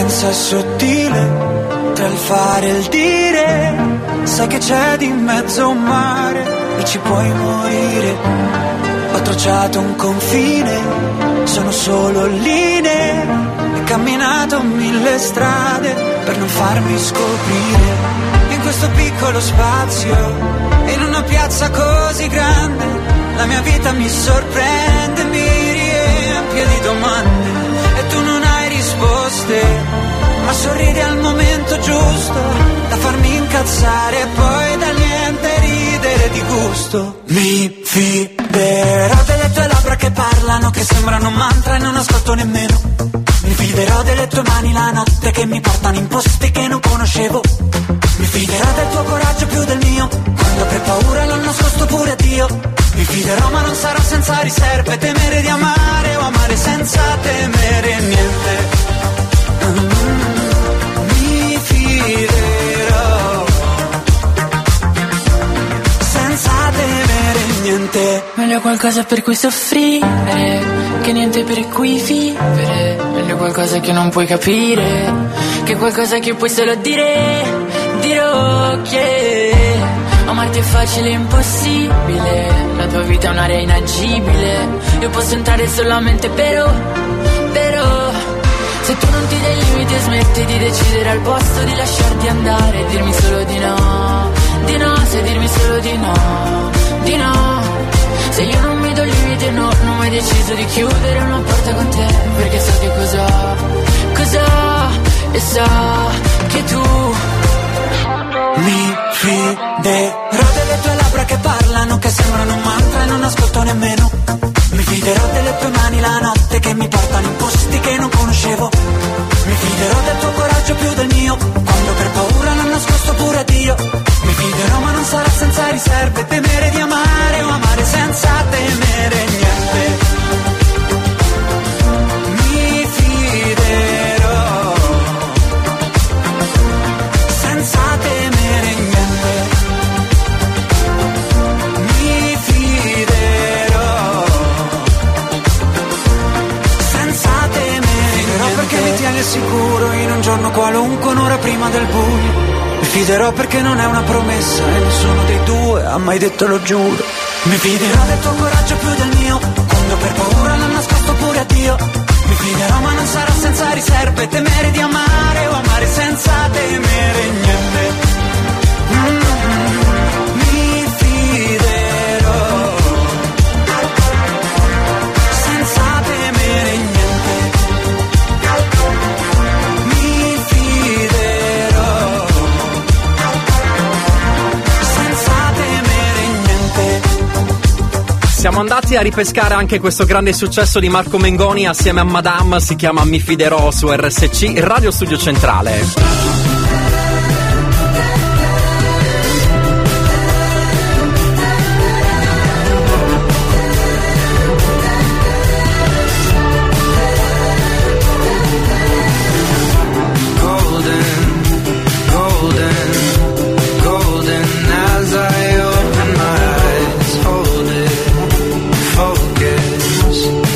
differenza è sottile tra il fare e il dire. Sai che c'è di mezzo un mare e ci puoi morire. Ho tracciato un confine, sono solo linee. Ho camminato mille strade per non farmi scoprire. In questo piccolo spazio, in una piazza così grande, la mia vita mi sorprende, mi riempie di domande e tu non hai risposte, ma sorridi al momento giusto da farmi incazzare e poi da niente ridere di gusto. Mi fiderò delle tue labbra che parlano, che sembrano un mantra e non ascolto nemmeno. Mi fiderò delle tue mani la notte che mi portano in posti che non conoscevo. Mi fiderò del tuo coraggio più del mio, quando per paura l'ho nascosto pure a Dio. Mi fiderò ma non sarò senza riserve, temere di amare o amare senza temere niente. Mm, mi fiderò senza temere niente. Meglio qualcosa per cui soffrire che niente per cui vivere. Meglio qualcosa che non puoi capire che qualcosa che puoi solo dire. Dirò che amarti è facile e impossibile, la tua vita è un'area inagibile. Io posso entrare solamente però, però se tu non ti dai limiti e smetti di decidere al posto di lasciarti andare, dirmi solo di no, di no, sai dirmi solo di no, di no. Se io non mi do limiti no, non ho mai deciso di chiudere una porta con te, perché so che cosa, cosa, e so che tu mi fiderò delle tue labbra che parlano, che sembrano un mantra e non ascolto nemmeno. Mi fiderò delle tue mani la notte che mi portano in posti che non conoscevo. Mi fiderò del tuo coraggio più del mio, quando per paura l'ho nascosto pure a Dio. Mi fiderò ma non sarà senza riserve, temere di amare o amare senza temere niente. Mi fiderò senza temere niente. Mi fiderò senza temere niente. Perché mi tiene sicuro in un giorno qualunque, un'ora prima del buio. Mi fiderò perché non è una promessa e nessuno dei due ha mai detto lo giuro. Mi fiderò del tuo coraggio più del mio, quando per paura l'ho nascosto pure a Dio. Mi fiderò ma non sarà senza riserve, temere di amare o amare senza temere niente. Mm-hmm. Mi fiderò senza temere niente. Mi fiderò senza temere niente. Siamo andati a ripescare anche questo grande successo di Marco Mengoni assieme a Madame, si chiama Mi fiderò su R S C, Radio Studio Centrale.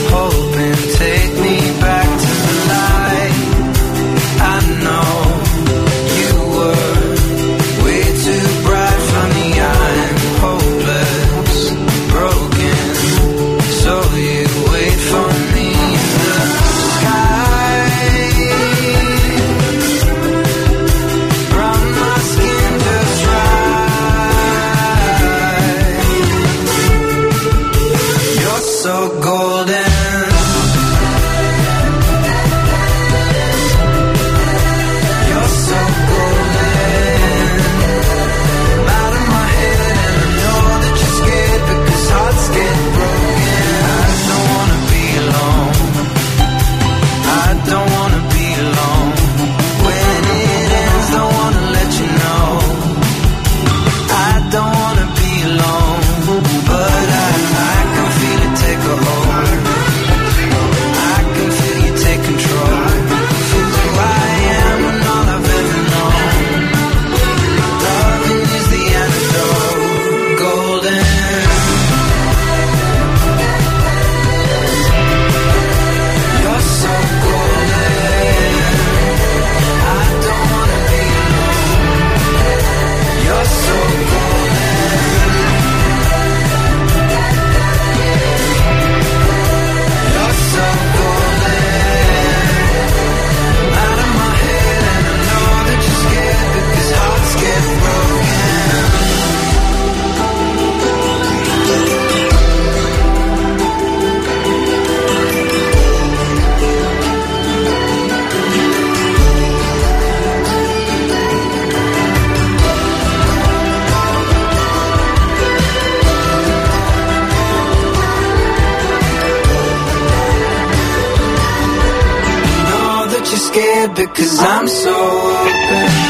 Hoping take me back to the light. I know you're scared because I'm so open.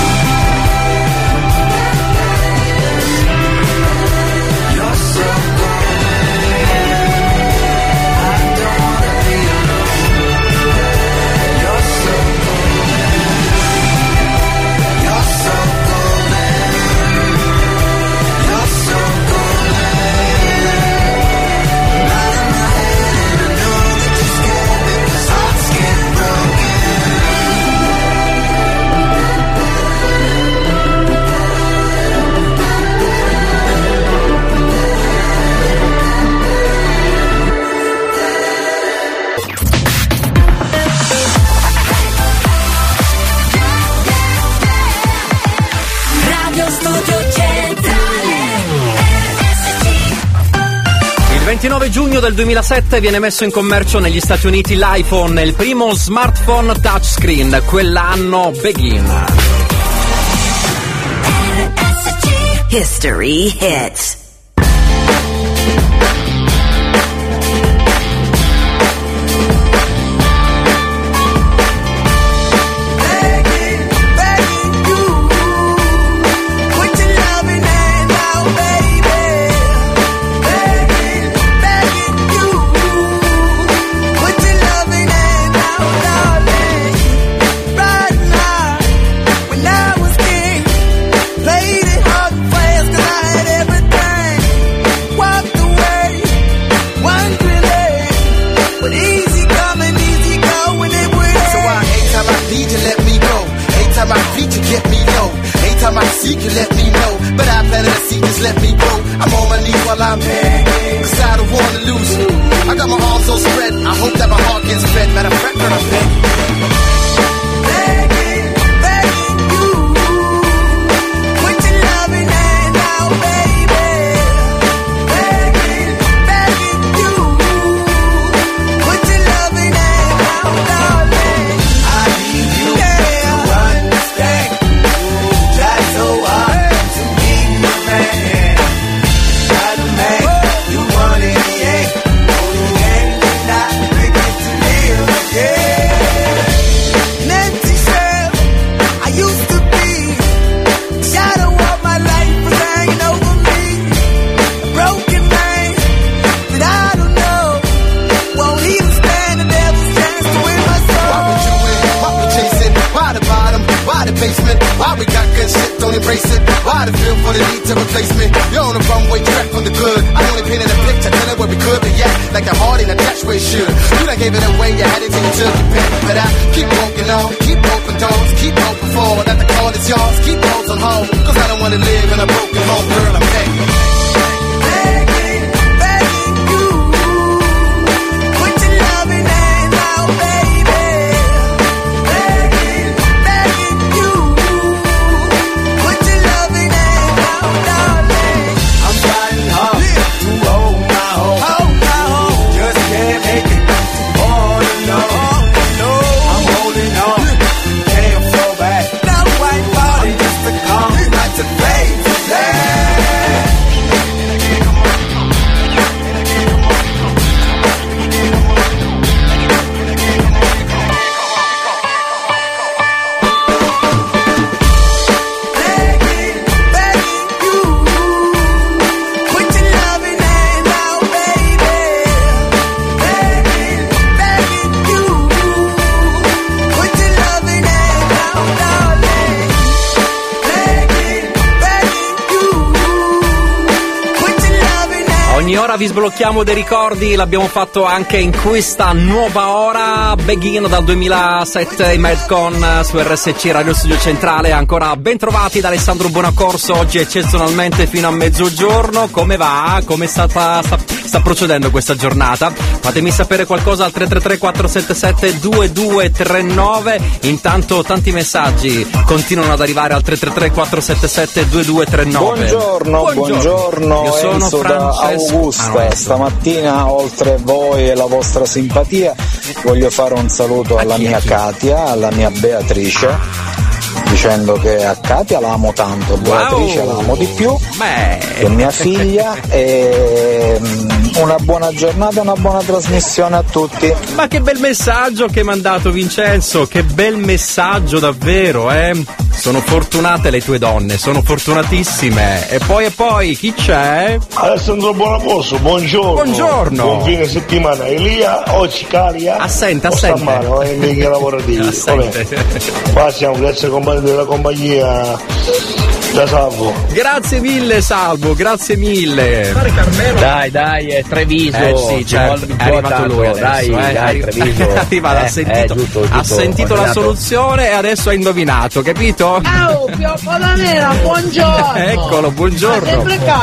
Il ventinove giugno del duemilasette viene messo in commercio negli Stati Uniti l'iPhone, il primo smartphone touchscreen, quell'anno Begin. History hits. Anytime I seek you, let me know. But I better see, just let me go. I'm on my knees while I'm begging, cause I don't wanna lose you. I got my arms so spread, I hope that my heart gets fed. Matter of fact, girl, I'm begging. Begging, begging you. Put your loving hand out, baby. Begging, begging you. Put your loving hand out, darling. I need you to understand. So hard to be your man. Not a man, you want it, yeah. Only man can not make it to live, yeah. An empty shell, I used to be. Shadow of my life was hanging over me. A broken man that I don't know. Won't even stand the devil's chance to win my soul. Why would you win? Why we chasing? Why the bottom? Why the basement? Why we got good shit? Don't embrace it. Why the feel for the need to replace me? You're on the runway track from the good. I only painted a picture, tell it where we could be at. Like the heart in a touch where it should. You done gave it away, you had it till you took your pick. But I keep walking on, keep open doors, keep open forward. That the call is yours, keep those on hold. Cause I don't wanna live in a broken home, girl, I'm begging. Begging, begging you. Put your loving hand out, baby. Begging, begging you. Put your loving hand out, darling. I'm fighting hard to hold my home. Hold my home. Just can't make it all alone. I'm holding on. Can't fall back. Not white body, just a calm. Like to fade to black. Begging, begging you. Put your loving hand out, baby. Begging, begging you. Put your loving hand out, darling. Begging, begging you. Put your loving hand. Ogni ora vi sblocchiamo dei ricordi, l'abbiamo fatto anche in questa nuova ora. Begin dal duemilasette in Medcon su R S C Radio Studio Centrale. Ancora ben trovati da Alessandro Buonacorso, oggi eccezionalmente fino a mezzogiorno. Come va? Come sta, sta, sta procedendo questa giornata? Fatemi sapere qualcosa al tre tre tre quattro sette sette due due tre nove. Intanto tanti messaggi continuano ad arrivare al tre tre tre quattro sette sette due due tre nove. Buongiorno, buongiorno, Io sono Enzo da Francesco. Augusta. Ah, no, Enzo. Stamattina, oltre voi e la vostra simpatia, voglio fare un saluto alla mia Katia, alla mia Beatrice, dicendo che a Katia la amo tanto, Beatrice Wow. la amo di più, Beh. che è mia figlia, e mm, una buona giornata e una buona trasmissione a tutti. Ma che bel messaggio che hai mandato, Vincenzo, che bel messaggio davvero, eh. Sono fortunate le tue donne, sono fortunatissime. E poi e poi chi c'è? Alessandro Buonaposto, buongiorno. Buongiorno. Buon fine settimana. Elia o Cicaria? Assente, o assente. Stammano, è mica lavorativi. Assente. Qua siamo, grazie ai compagni della compagnia da Salvo. Grazie mille Salvo, grazie mille. Dai, dai, è Treviso. Eh sì, certo, è arrivato lui adesso, dai, eh. dai, Arri- Treviso. Arriva, l'ha Eh, sentito, eh, giusto, giusto, ha sentito ho la indovinato. soluzione e adesso ha indovinato, capito? Ciao, Pioppola Nera, buongiorno. Eccolo, buongiorno. Ma sempre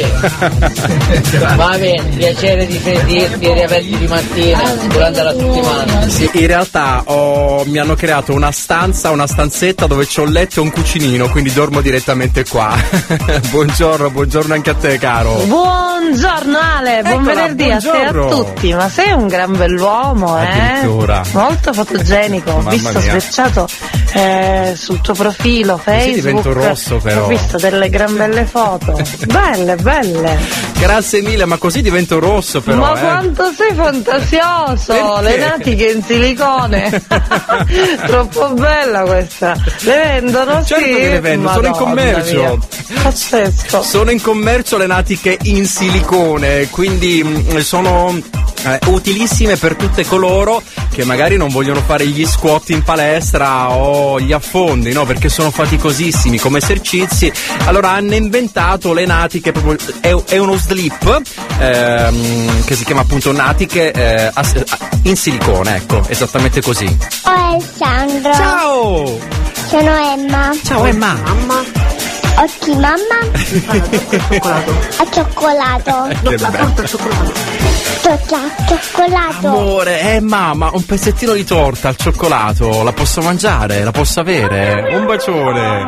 casi. Va bene, piacere di sentirti e riaverti di mattina durante la settimana. Sì, in realtà ho- mi hanno creato una stanza, una stanzetta dove c'ho un letto e un cucinino, quindi dormo direttamente qua. Buongiorno, buongiorno anche a te, caro. Buongiorno Ale, buon Eccola, venerdì a te e a buongiorno. tutti, ma sei un gran bell'uomo, eh? Addirittura. Molto fotogenico, ho Mamma visto mia. sbirciato eh, sul tuo profilo Facebook. divento rosso, però. Ho visto delle gran belle foto. Belle, belle. Grazie mille, ma così divento rosso però, ma eh. quanto sei fantasioso, Perché? le natiche in silicone. Troppo bella questa. Le vendono? Certo sì. che le vendo, sono in Madonna commercio. mia. Pazzesco. Sono in commercio le natiche in silicone, quindi mh, sono eh, utilissime per tutte coloro che magari non vogliono fare gli squat in palestra o gli affondi, no? Perché sono faticosissimi come esercizi. Allora hanno inventato le natiche, proprio, è, è uno slip ehm, che si chiama appunto natiche eh, as- in silicone, ecco, esattamente così. Ciao Alessandro. Ciao. Sono Emma. Ciao Emma. Mamma. Ok mamma. A cioccolato. Che bello. Torta, cioccolato. Amore, eh mamma, un pezzettino di torta al cioccolato, la posso mangiare? La posso avere? Un bacione.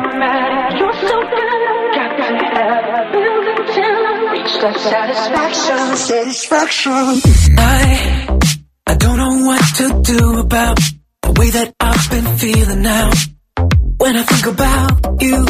I, I don't know what to do about the way that I've been feeling now. When I think about you,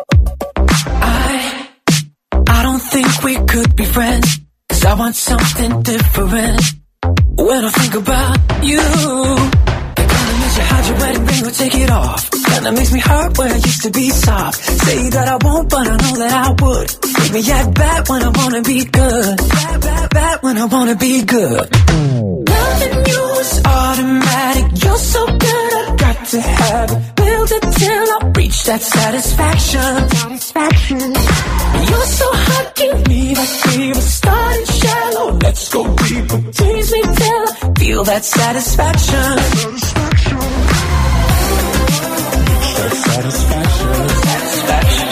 I, I don't think we could be friends, 'cause I want something different. When I think about you, the kind of miss you hide your wedding ring or take it off. Kinda makes me hurt where I used to be soft. Say that I won't, but I know that I would. Make me act bad when I wanna be good. Bad, bad, bad when I wanna be good. Loving you is automatic. You're so good, I got to have it. Build it till I reach that satisfaction. Satisfaction. You're so hot, give me that fever. Starting shallow, let's go deeper. Tease me till I feel that satisfaction. Satisfaction. That satisfaction. Satisfaction.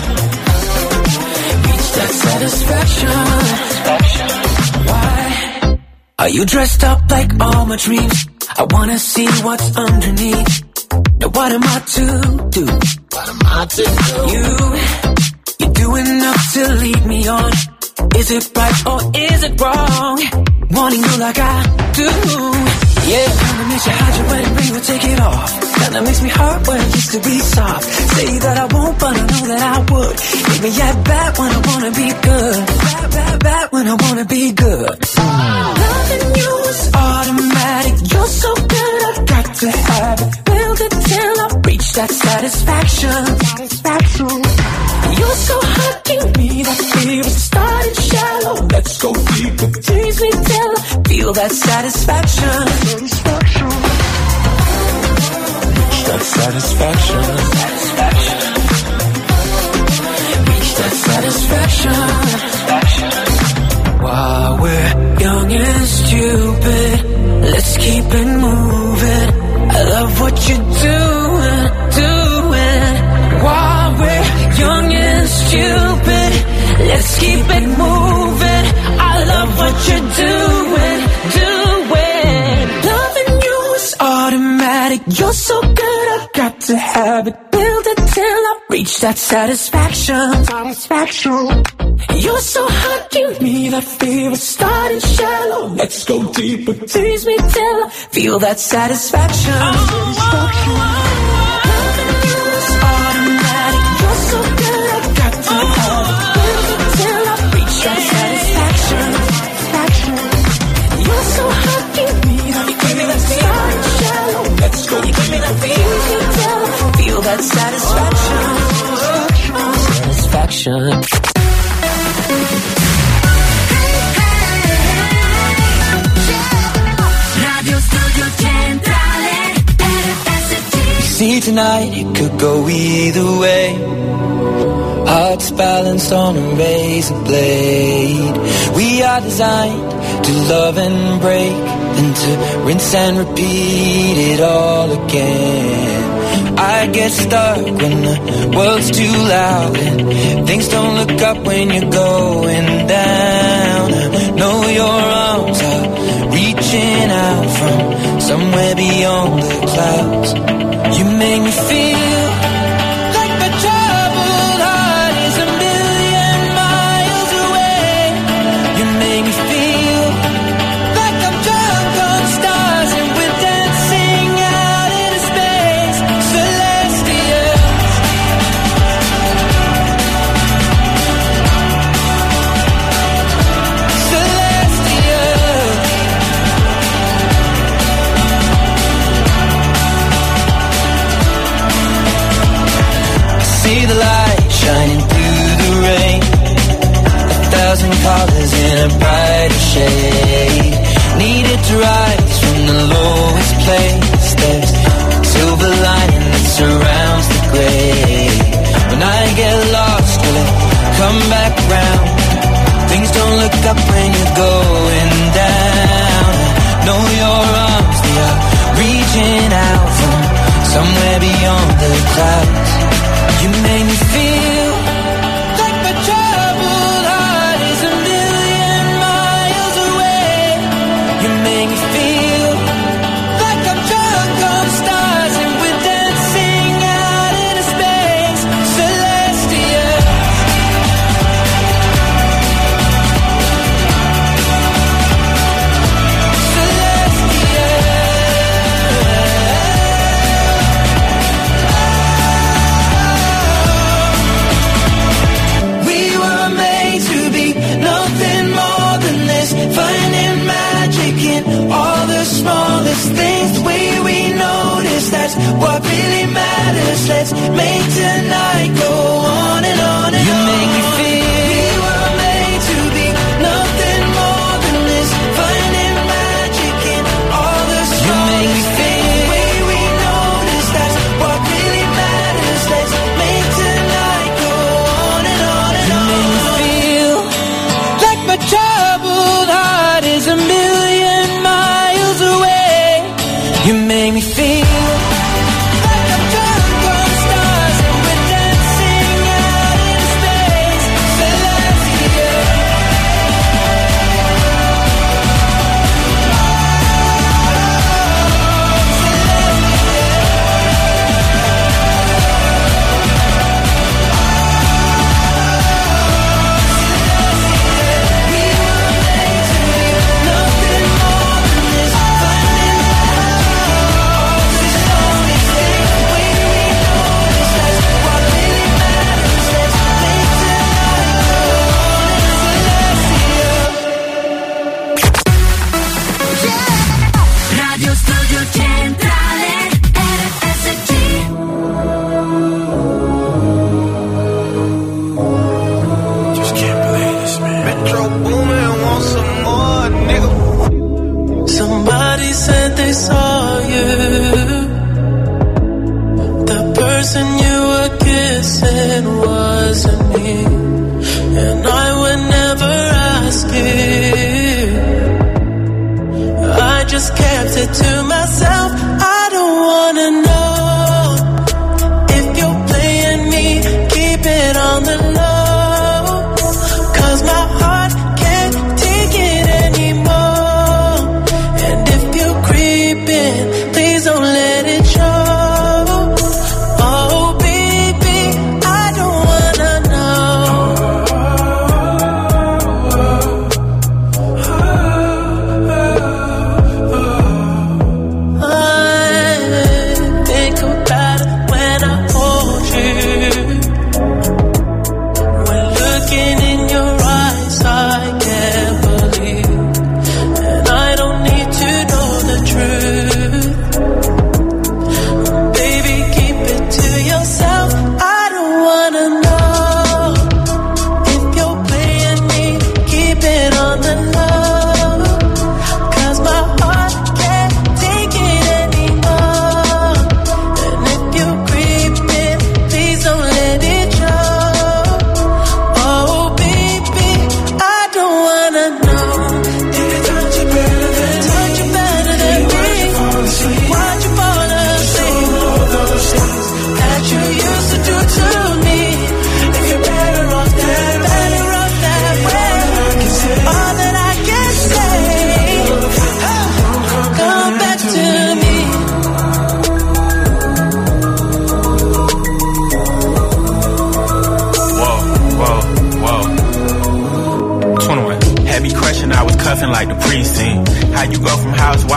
Reach that satisfaction. Satisfaction. Why are you dressed up like all my dreams? I wanna see what's underneath. Now what am I to do? What am I to do? You, you do enough to lead me on. Is it right or is it wrong? Wanting you like I do. Yeah, kinda makes you hide your wedding ring or take it off. Kinda makes me hurt where it used to be soft. Say that I won't, but I know that I would. Make me act bad when I wanna be good. Bad, bad, bad when I wanna be good. Loving you is automatic. You're so good, I've got to have it. Build it till I reach that satisfaction. Satisfaction. You're so hot, give me that fever. Starting shallow, let's go deeper. Tease me till I feel that satisfaction. Satisfaction. Reach that satisfaction. Satisfaction. Reach that satisfaction. Satisfaction. While we're young and stupid, let's keep it moving. I love what you're doing, doing. While we're young and stupid, let's keep it moving. I love what you're doing, doing. Loving you is automatic. You're so good, I've got to have it. Build it till I reach that satisfaction. Satisfaction. You're so hot, give me that fever. Starting shallow, let's go deeper. Tease me till I feel that satisfaction. Satisfaction. Loving you is automatic. You're so good, I've got to have it. Build it till I reach that satisfaction. That's satisfaction. Satisfaction. Radio Studio Centrale R S C. See tonight it could go either way. Hearts balanced on a razor blade. We are designed to love and break, and to rinse and repeat it all again. I get stuck when the world's too loud and things don't look up when you're going down. I know your arms are reaching out from somewhere beyond the clouds. You make me feel like my troubled heart is a million miles away. You make me feel like I'm drunk on stars and we're dancing out into space. Celestial. Celestial. See the light shining through the rain. A thousand colors in a brighter shade. Needed to rise from the lowest place. There's a silver lining that surrounds the gray. When I get lost, will it come back round? Things don't look up when you're going down. Know your arms, they are reaching out from somewhere beyond the clouds. You make me feel like my troubled heart is a million miles away. You make me feel like I'm drunk on stars and we're dancing out into space. Celestial. We were made to be nothing more than this. Finding magic in all the smallest things. The way we notice, that's what really matters. Let's make tonight go on and on and on. You make me feel we were made to be nothing more than this. Finding magic in all the smallest things. The way we notice, that's what really matters. Let's make tonight go on and on and on. You make me feel like my troubled heart is a million miles away. You make me feel like I'm drunk on stars and we're dancing out in space. Celestial. Radio Studio Centrale R S C. Just can't believe this, man. Metro Boomin want some more, nigga. Somebody said they saw you. The person you were kissing wasn't me. And I would never ask you. I just kept it to myself. I don't wanna know if you're playing me. Keep it on the low. 'Cause my heart can't take it anymore. And if you're creeping, please don't let it show. Oh baby, I don't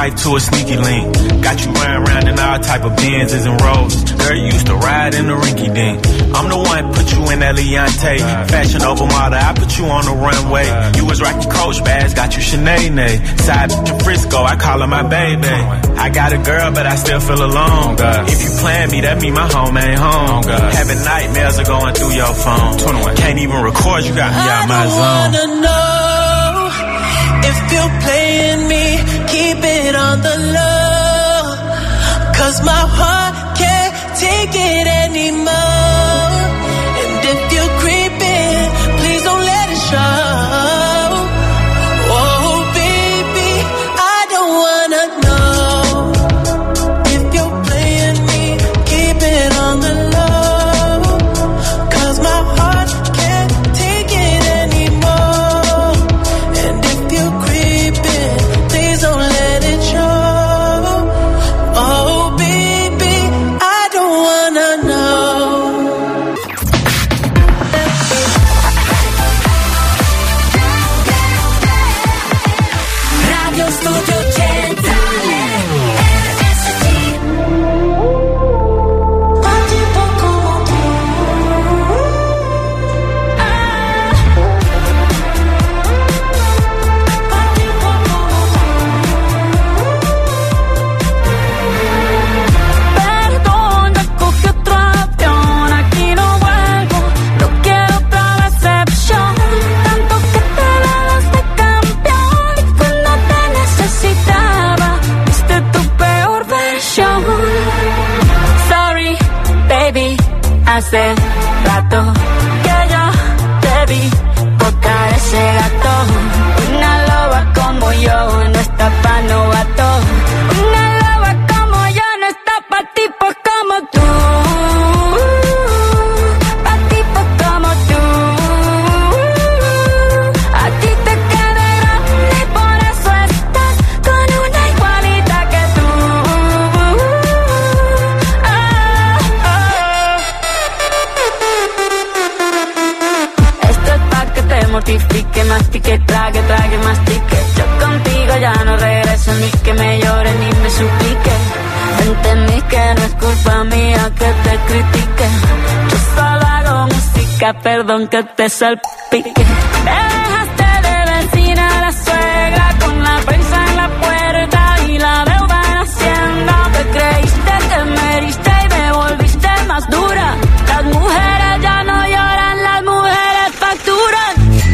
wife to a sneaky link. Got you riding around in all type of Benzes and Rolls. Girl, you used to ride in the rinky dink. I'm the one put you in that Leontay. Fashion over model, I put you on the runway. You was rocking Coach bags, got you Sinead. Side in Frisco, I call her my baby. I got a girl, but I still feel alone. If you plan me, that mean my home ain't home. Having nightmares are going through your phone. Can't even record, you got me out my zone. I wanna know if you're playing me, keep it on the low. Cause my heart can't take it anymore. And if you're creeping, please don't let it show. Oh baby, I don't wanna know if you're playing me, keep it on the low. Cause my heart can't take it anymore. And if you're creeping, please don't let it show. Oh baby, I don't wanna know. Radio Studio Centrale R S C. Tipo como tú. Perdón, ya cogí otro avión, aquí no vuelvo, no quiero otra decepción. Tanto que te dabas de campeón y cuando te necesitaba, viste tu peor versión. Sorry, baby, hace rato que yo te vi tocar ese gato. Una loba como yo no está pa' novato. Una loba como yo no está pa' tipos como tú. Pa' tipos como tú. A ti te queda grande y por eso estás con una igualita que tú. Esto es pa' que te mortifique, mastique, trague, trague, mastique. Yo contigo ya no regreso ni que me llore ni me suplique. Entendí que no es culpa mía que te critique. Yo solo hago música, perdón que te salpique. Me dejaste de vecina a la suegra con la prensa en la puerta y la deuda en Hacienda. Te creíste que me heriste y me volviste más dura. Las mujeres ya no lloran, las mujeres facturan.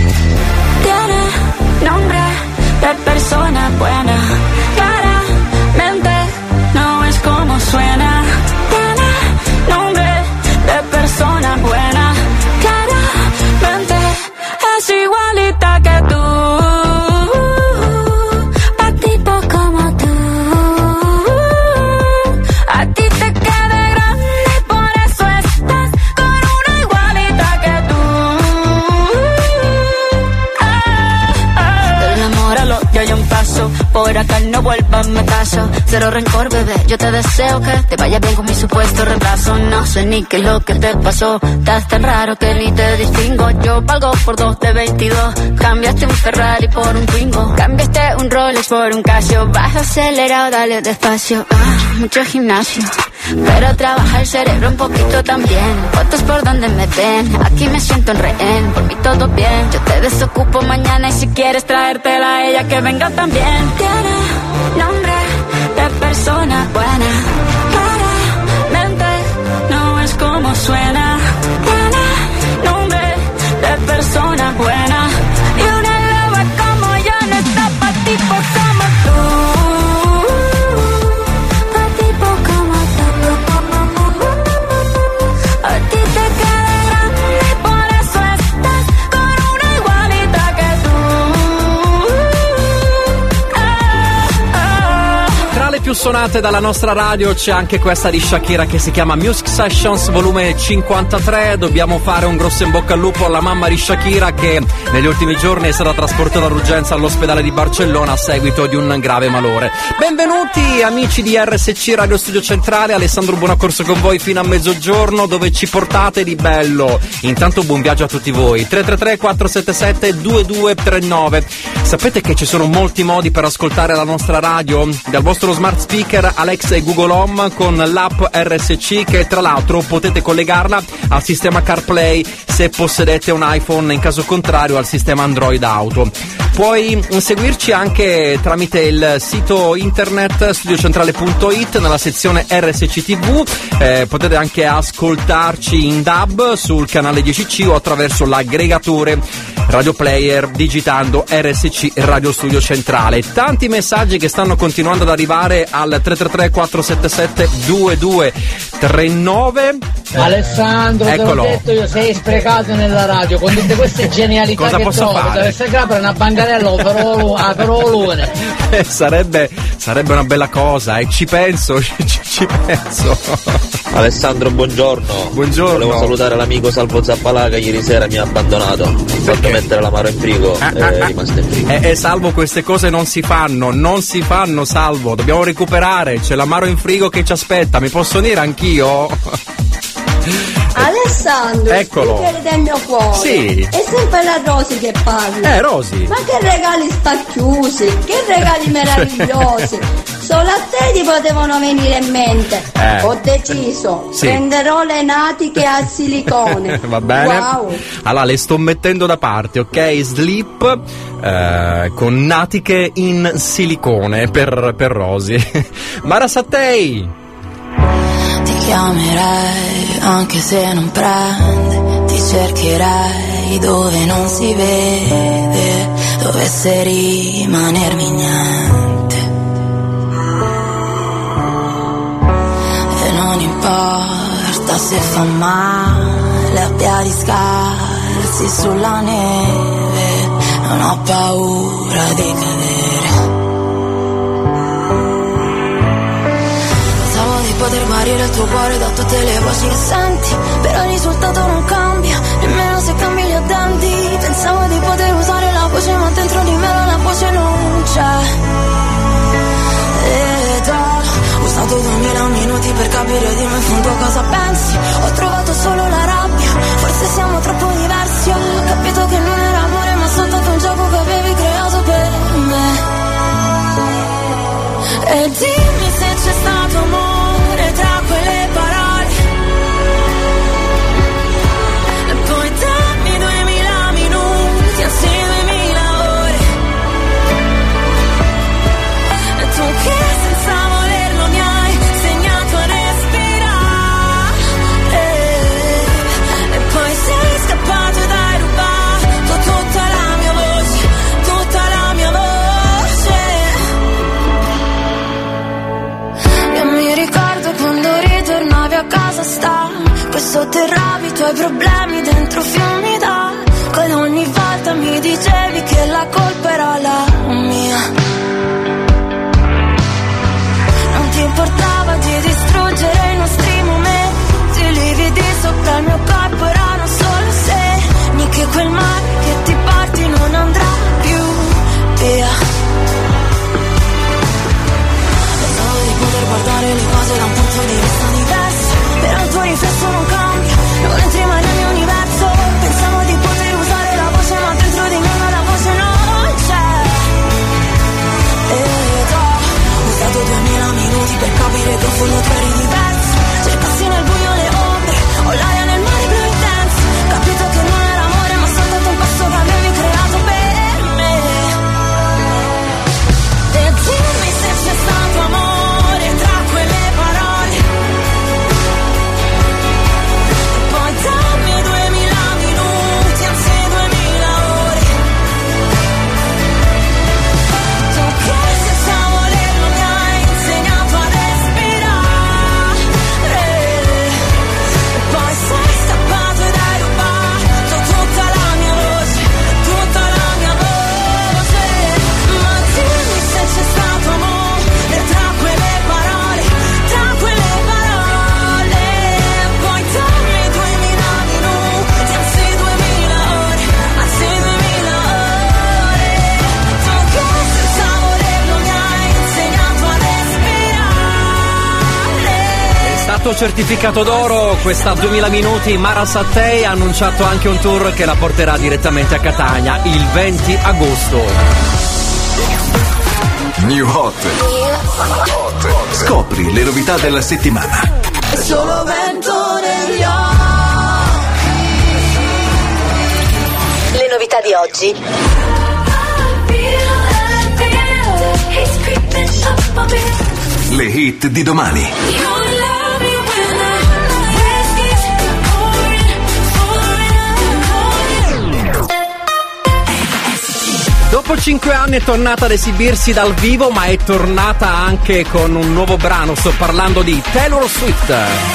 Tiene nombre de persona buena, claramente no es como suena. Tiene nombre de persona buena, claramente es igualita que tú. Pa' tipo como tú. A ti te queda grande y por eso estás con una igualita que tú. Del amor al odio hay un paso, por acá no vuelvas me caso. Cero rencor, bebé, yo te deseo que te vaya bien con mi supuesto reemplazo. No sé ni qué es lo que te pasó, estás tan raro que ni te distingo. Yo valgo por dos de veintidós, cambiaste un Ferrari por un Twingo. Cambiaste un Rolex por un Casio, vas acelerado, dale despacio. Ah, mucho gimnasio, pero trabaja el cerebro un poquito también. Fotos por donde me ven, aquí me siento en rehén. Por mí todo bien, yo te desocupo mañana y si quieres traértela a ella que venga también. Tiene nombre de persona buena, claramente no es como suena. Tiene nombre de persona buena y una loba como yo no está pa' tipos como tú. Pa' tipos como tú. A ti te queda grande y por eso estás con una igualita que tú. Tra le più suonate dalla nostra radio c'è anche questa di Shakira che si chiama Music Sessions volume cinquantatré. Dobbiamo fare un grosso in bocca al lupo alla mamma di Shakira che negli ultimi giorni è stata trasportata d'urgenza all'ospedale di Barcellona a seguito di un grave malore. Benvenuti amici di R S C Radio Studio Centrale, Alessandro Buonaccorso con voi fino a mezzogiorno. Dove ci portate di bello? Intanto buon viaggio a tutti voi. Tre tre tre quattro sette sette due due tre nove. Sapete che ci sono molti modi per ascoltare la nostra radio? Dal vostro smart speaker Alexa e Google Home con l'app R S C, che tra l'altro potete collegarla al sistema CarPlay se possedete un iPhone, in caso contrario al sistema Android Auto. Puoi seguirci anche tramite il sito internet studiocentrale punto it nella sezione R S C T V, eh, potete anche ascoltarci in D A B sul canale dieci C o attraverso l'aggregatore Radio Player digitando R S C Radio Studio Centrale. Tanti messaggi che stanno continuando ad arrivare al tre tre tre quattro sette sette due due tre nove. Alessandro, Eccolo. te l'ho detto io, sei sprecato nella radio con tutte queste genialità. Cosa che posso trovi, fare? dovresti grapare una bancarella a Perolone. Eh, sarebbe, sarebbe una bella cosa e ci penso, ci, ci penso. Alessandro, buongiorno. Buongiorno. Volevo salutare l'amico Salvo Zappalà che ieri sera mi ha abbandonato. Ho fatto mettere l'amaro in frigo Ah, e ah, è ah. rimasto in frigo. Eh, eh, Salvo, queste cose non si fanno, non si fanno, Salvo. Dobbiamo recuperare, c'è l'amaro in frigo che ci aspetta. Mi posso unire anch'io? Alessandro, Eccolo. speaker del mio cuore. Sì. È sempre la Rosy che parla. Eh, Rosy. Ma che regali spacchiusi, che regali meravigliosi. Solo a te ti potevano venire in mente. Eh. Ho deciso, Sì. prenderò le natiche al silicone. Va bene. Wow. Allora, le sto mettendo da parte, ok? Sleep eh, con natiche in silicone per, per Rosy. Mara Sattei. Ti chiamerei anche se non prende, ti cercherei dove non si vede, dovesse rimanermi niente. E non importa se fa male a piedi scalzi sulla neve, non ho paura di cadere. Poter guarire il tuo cuore da tutte le voci che senti, però il risultato non cambia, nemmeno se cambi gli addenti. Pensavo di poter usare la voce, ma dentro di me la voce non c'è. Ed ho usato duemila minuti per capire di me in fondo cosa pensi. Ho trovato solo la rabbia, forse siamo troppo diversi. Ho capito che non era amore, ma soltanto un gioco che avevi creato per me. E dimmi se c'è stato amore tra quelle parole, e poi dammi duemila minuti, anzi duemila ore, e tu che senza volerlo mi hai insegnato a respirare, e poi sei scappato ed hai rubato tutta la mia voce, tutta la mia voce. Io mi ricordo quando ritornavi a casa stanco e sotterravi i tuoi problemi dentro fiumi d'acqua, ed ogni volta mi dicevi che la colpa era la mia. Non ti importava di distruggere i nostri momenti, i lividi sopra il mio corpo erano solo segni che quel mare che ti porti non andrà più via. Poter guardare le cose da un punto di vista diverso, però il tuo riflesso non cambia, non entri mai nel mio universo. Pensavo di poter usare la voce, ma dentro di me la voce non c'è. Ed ho usato duemila minuti per capire che in fondo tu eri diverso. doppiato certificato d'oro questa duemila minuti. Mara Sattei ha annunciato anche un tour che la porterà direttamente a Catania il venti agosto. New Hot. Scopri le novità della settimana. Solo vento negli occhi. Le novità di oggi. Le hit di domani. Dopo cinque anni è tornata ad esibirsi dal vivo, ma è tornata anche con un nuovo brano. Sto parlando di Taylor Swift.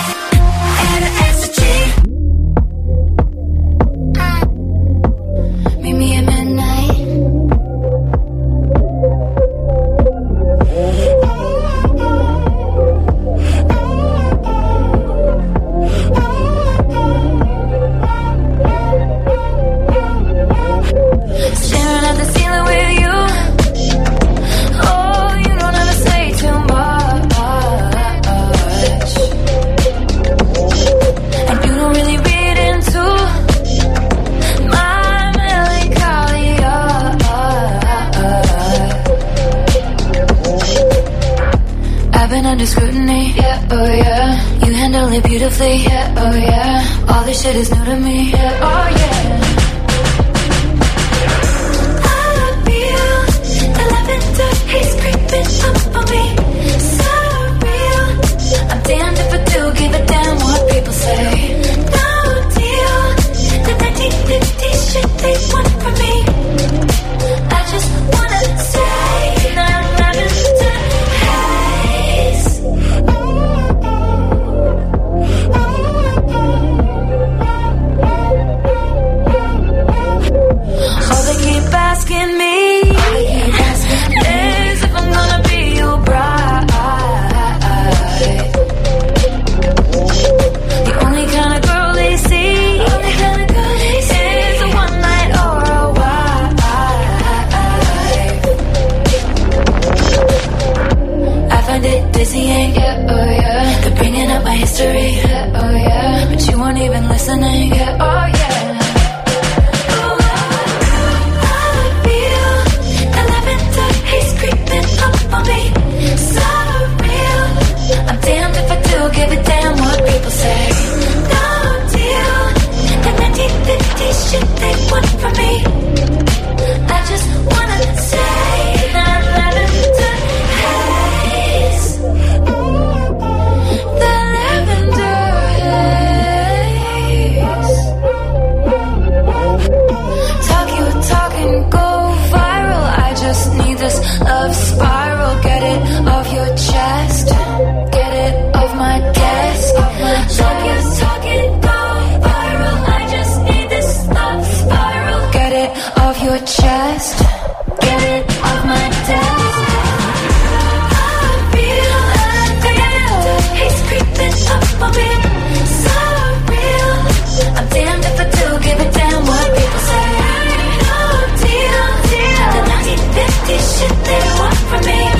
Under scrutiny, yeah, oh yeah. You handle it beautifully, yeah, oh yeah. All this shit is new to me, yeah, oh yeah. I feel the lavender haze creeping up on me. So real. I'm damned if I do give a damn what people say. No deal. The nineteen fifties shit they want from me. I just wanna say that lavender. All they keep asking me is if I'm gonna be your bride. The only kind of girl they see is a one night or a wife. I find it dizzying, yeah, oh yeah. They're bringing up my history, yeah, oh yeah. But you weren't even listening, yeah, oh yeah. So real. I'm damned if I do give a damn what people say. No deal. The nineteen fifties shit they want from me. I just wanna say that lavender haze. The lavender haze. Talk you talk and go viral. I just need this love spiral. Get it off your chest. Get it off my desk. Talk you talk and go viral. I just need this love spiral. Get it off your chest. Get it off my desk. I feel, I feel he's creeping up on me. So real. I'm damned if I do give a damn what people say. No deal, deal. The nineteen fifties shit they want from me.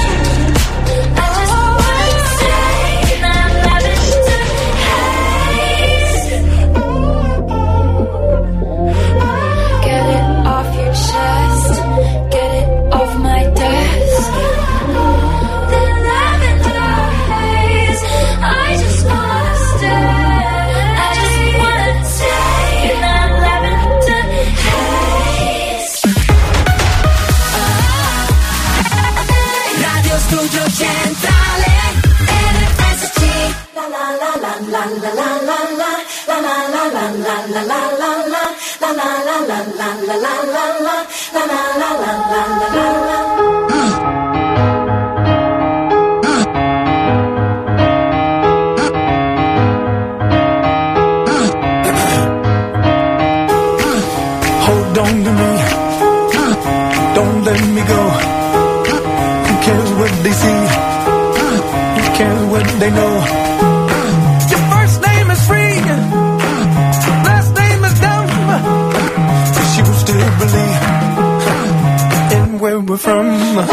Hold on to me, don't let me go. Who cares what they see? Who cares what they know? Your first name is free, last name is dumb. But you still believe in where we're from.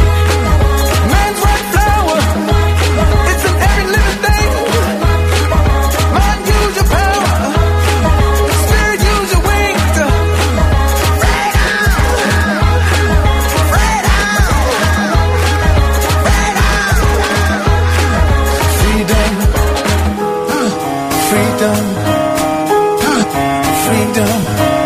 Man's right flower, it's in every living thing. freedom, freedom.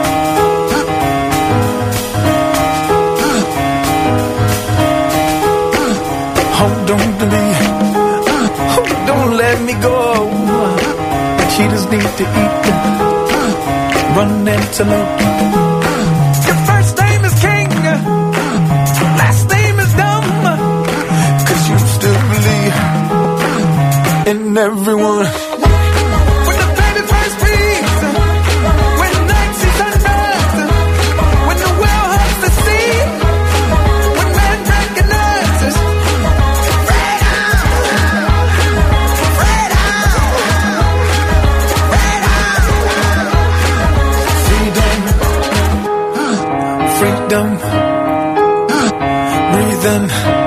Hold on to me, don't let me go. Cheetahs need to eat, run antelope. Your first name is King, last name is Dumb, 'cause you still believe in everyone. When the baby first beats, when night sees sunrise, when the whale hugs the sea, when man recognizes freedom, breathe in.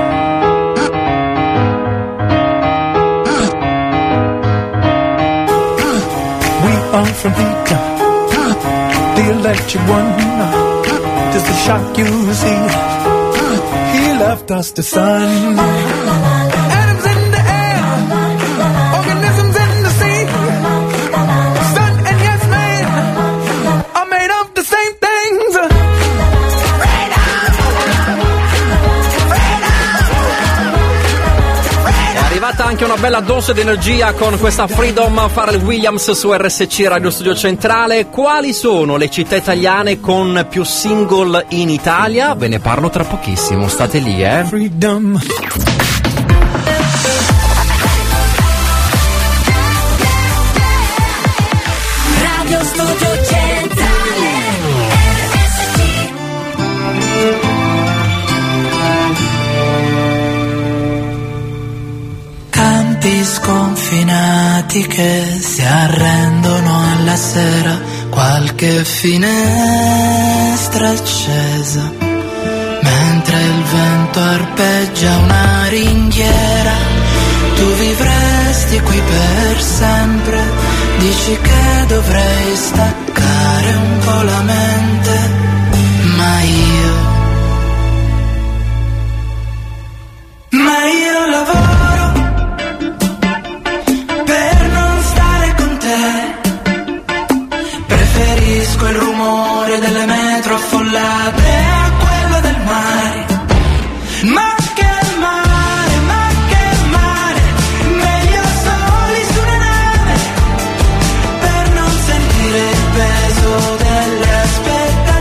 We are from heat, the electric one. Just the shock you see. He left us the sun. Atoms in the air, organisms in the sea. Sun and yes man are made of the same things. È arrivata anche una bella dose di energia con questa Freedom, Pharrell Williams su R S C Radio Studio Centrale. Quali sono le città italiane con più single in Italia? Ve ne parlo tra pochissimo, state lì, eh. Freedom. Radio Studio Centrale R S C. Campi sconfinati che si arrendono alla sera, qualche finestra accesa, mentre il vento arpeggia una ringhiera. Tu vivresti qui per sempre, dici che dovrei staccare un po' la mente, ma io, ma io lavoro per non stare con te. Preferisco il rumore delle metro affollate a quello del mare. Ma che mare, ma che mare, meglio soli su una nave, per non sentire il peso delle aspettative.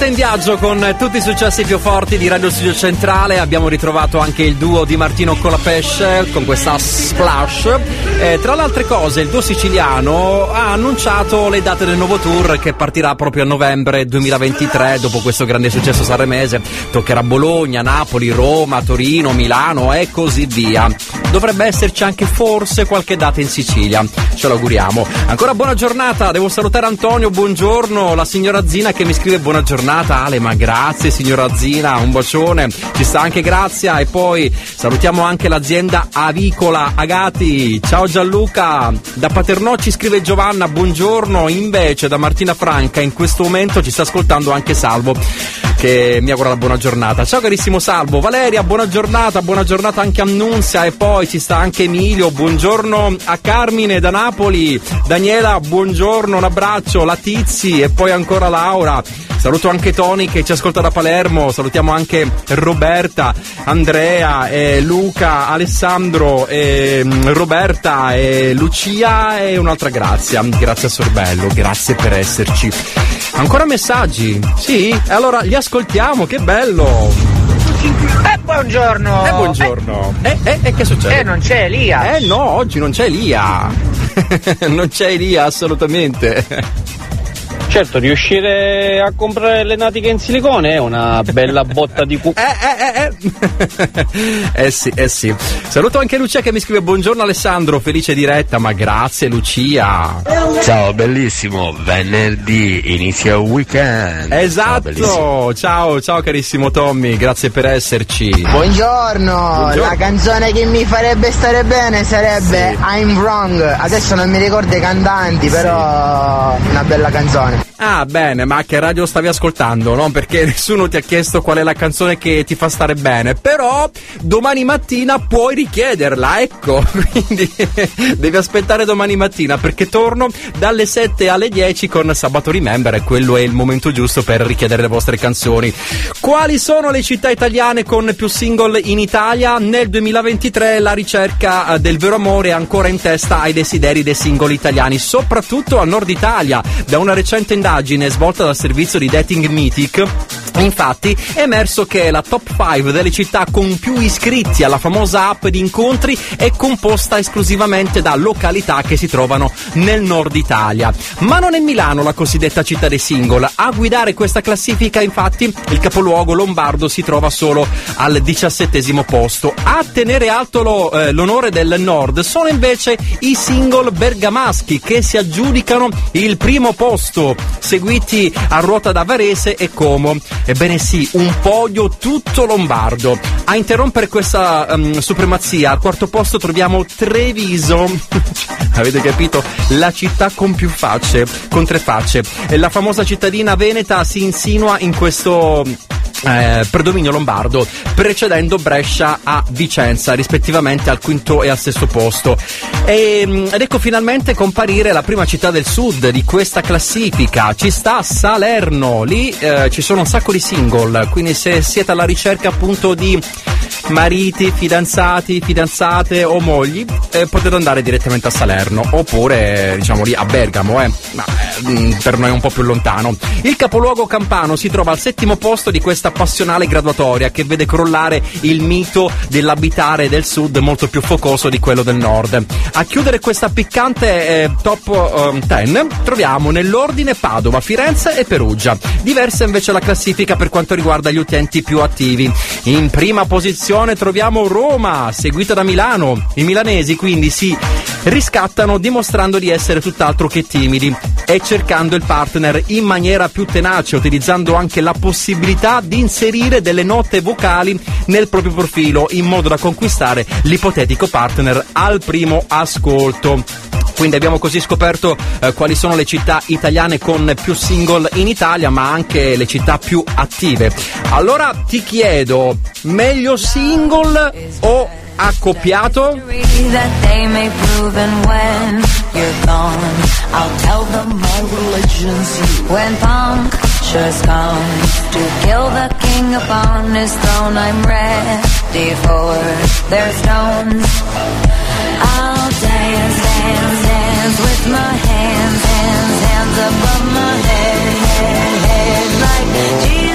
in viaggio con tutti i successi più forti di Radio Studio Centrale. Abbiamo ritrovato anche il duo di Martino Colapesce con questa Splash. Eh, tra le altre cose, il duo siciliano ha annunciato le date del nuovo tour che partirà proprio a novembre duemilaventitré. Dopo questo grande successo sanremese toccherà Bologna, Napoli, Roma, Torino, Milano e così via. Dovrebbe esserci anche forse qualche data in Sicilia, ce lo auguriamo. Ancora buona giornata, devo salutare Antonio, buongiorno, la signora Zina che mi scrive buona giornata. Ale, ma grazie signora Zina, un bacione, ci sta anche Grazia. E poi salutiamo anche l'azienda avicola Agati. Ciao Gianluca. Da Paternò ci scrive Giovanna, buongiorno. Invece da Martina Franca in questo momento ci sta ascoltando anche Salvo, che mi augura la buona giornata. Ciao carissimo Salvo. Valeria, buona giornata, buona giornata anche a Nunzia. E poi ci sta anche Emilio, buongiorno a Carmine da Napoli. Daniela, buongiorno, un abbraccio. La Tizi e poi ancora Laura. Saluto anche Tony che ci ascolta da Palermo. Salutiamo anche Roberta, Andrea, e Luca, Alessandro, e Roberta, e Lucia e un'altra Grazia. Grazie a Sorbello, grazie per esserci. Ancora messaggi? Sì? Allora li ascoltiamo, che bello! Eh, buongiorno! Eh, buongiorno! Eh, eh, eh, che succede? Eh, non c'è Elia! Eh, no, oggi non c'è Elia! Non c'è Elia, assolutamente! Certo, riuscire a comprare le natiche in silicone è una bella botta di cu... Eh, eh, eh, eh. eh sì, eh sì. Saluto anche Lucia che mi scrive buongiorno Alessandro, felice diretta, ma grazie Lucia. Ciao, bellissimo, venerdì inizia il weekend. Esatto, ciao, ciao, ciao carissimo Tommy, grazie per esserci. Buongiorno, Buongiorno. La canzone che mi farebbe stare bene sarebbe sì. I'm Wrong, adesso non mi ricordo i cantanti, però sì. Una bella canzone. Ah, bene, ma che radio stavi ascoltando, no? Perché nessuno ti ha chiesto qual è la canzone che ti fa stare bene, però domani mattina puoi richiederla, ecco, quindi devi aspettare domani mattina perché torno dalle sette alle dieci con Sabato Remember e quello è il momento giusto per richiedere le vostre canzoni. Quali sono le città italiane con più single in Italia? Nel duemilaventitré la ricerca del vero amore è ancora in testa ai desideri dei singoli italiani, soprattutto al nord Italia. Da una recente indagine svolta dal servizio di dating Mythic, infatti è emerso che la top cinque delle città con più iscritti alla famosa app di incontri è composta esclusivamente da località che si trovano nel nord Italia. Ma non è Milano la cosiddetta città dei single. A guidare questa classifica, infatti, il capoluogo lombardo si trova solo al diciassettesimo posto. A tenere alto lo, eh, l'onore del nord sono invece i single bergamaschi che si aggiudicano il primo posto, seguiti a ruota da Varese e Como. Ebbene sì, un podio tutto lombardo. A interrompere questa um, supremazia, al quarto posto troviamo Treviso. Avete capito? La città con più facce, con tre facce. La famosa cittadina veneta si insinua in questo Eh, predominio lombardo, precedendo Brescia a Vicenza, rispettivamente al quinto e al sesto posto. E, ed ecco finalmente comparire la prima città del sud di questa classifica. Ci sta Salerno, lì eh, ci sono un sacco di single, quindi se siete alla ricerca appunto di mariti, fidanzati, fidanzate o mogli, eh, potete andare direttamente a Salerno, oppure diciamo lì a Bergamo, eh. Ma eh, per noi è un po' più lontano. Il capoluogo campano si trova al settimo posto di questa passionale graduatoria che vede crollare il mito dell'abitare del sud molto più focoso di quello del nord. A chiudere questa piccante eh, top dieci troviamo nell'ordine Padova, Firenze e Perugia. Diversa invece la classifica per quanto riguarda gli utenti più attivi. In prima posizione troviamo Roma, seguita da Milano. I milanesi quindi si riscattano dimostrando di essere tutt'altro che timidi e cercando il partner in maniera più tenace, utilizzando anche la possibilità di inserire delle note vocali nel proprio profilo in modo da conquistare l'ipotetico partner al primo ascolto. Quindi abbiamo così scoperto eh, quali sono le città italiane con più single in Italia, ma anche le città più attive. Allora ti chiedo, meglio single o accoppiato? That they may prove and when you're gone, I'll tell them my religion's you. When punctures come to kill the king upon his throne, I'm ready for their stones. I'll dance, dance, dance with my hands, hands, hands above my head, head, head, like Jesus.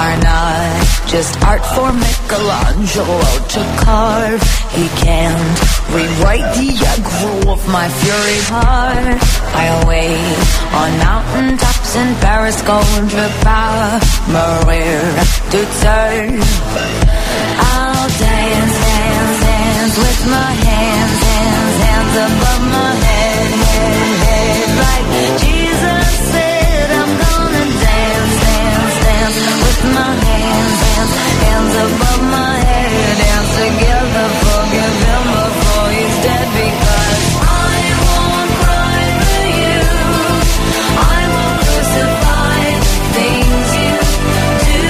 are not just art for Michelangelo to carve. He can't rewrite the aggro of my fury heart. I await on mountain tops in Paris, going to power, Maria to turn. I'll dance, dance, dance with my hands, hands, hands above my head, head, head. Like Jesus said, I'm gonna dance, dance, dance with my hands, hands, hands above my head. Dance together, forgive him before he's dead, because I won't cry for you. I won't crucify the things you do.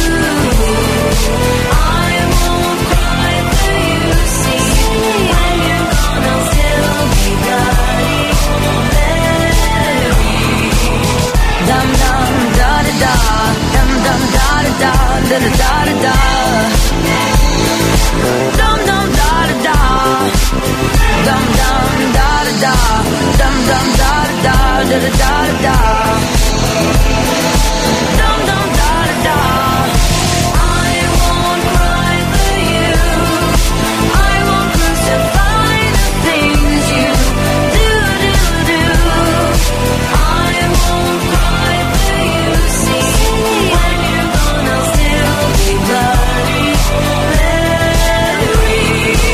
I won't cry for you, see, when you're gone I'll still be bloody Mary. Dum dum da da da, dum dum da da da, da da da da da. Dum dum da da da, dum dum da da da, dum dum da da da, da da da da. Dum dum da da da. I won't cry for you. I won't crucify the things you do, do, do. I won't cry for you. See, when you're gone, I'll still be bloody Mary.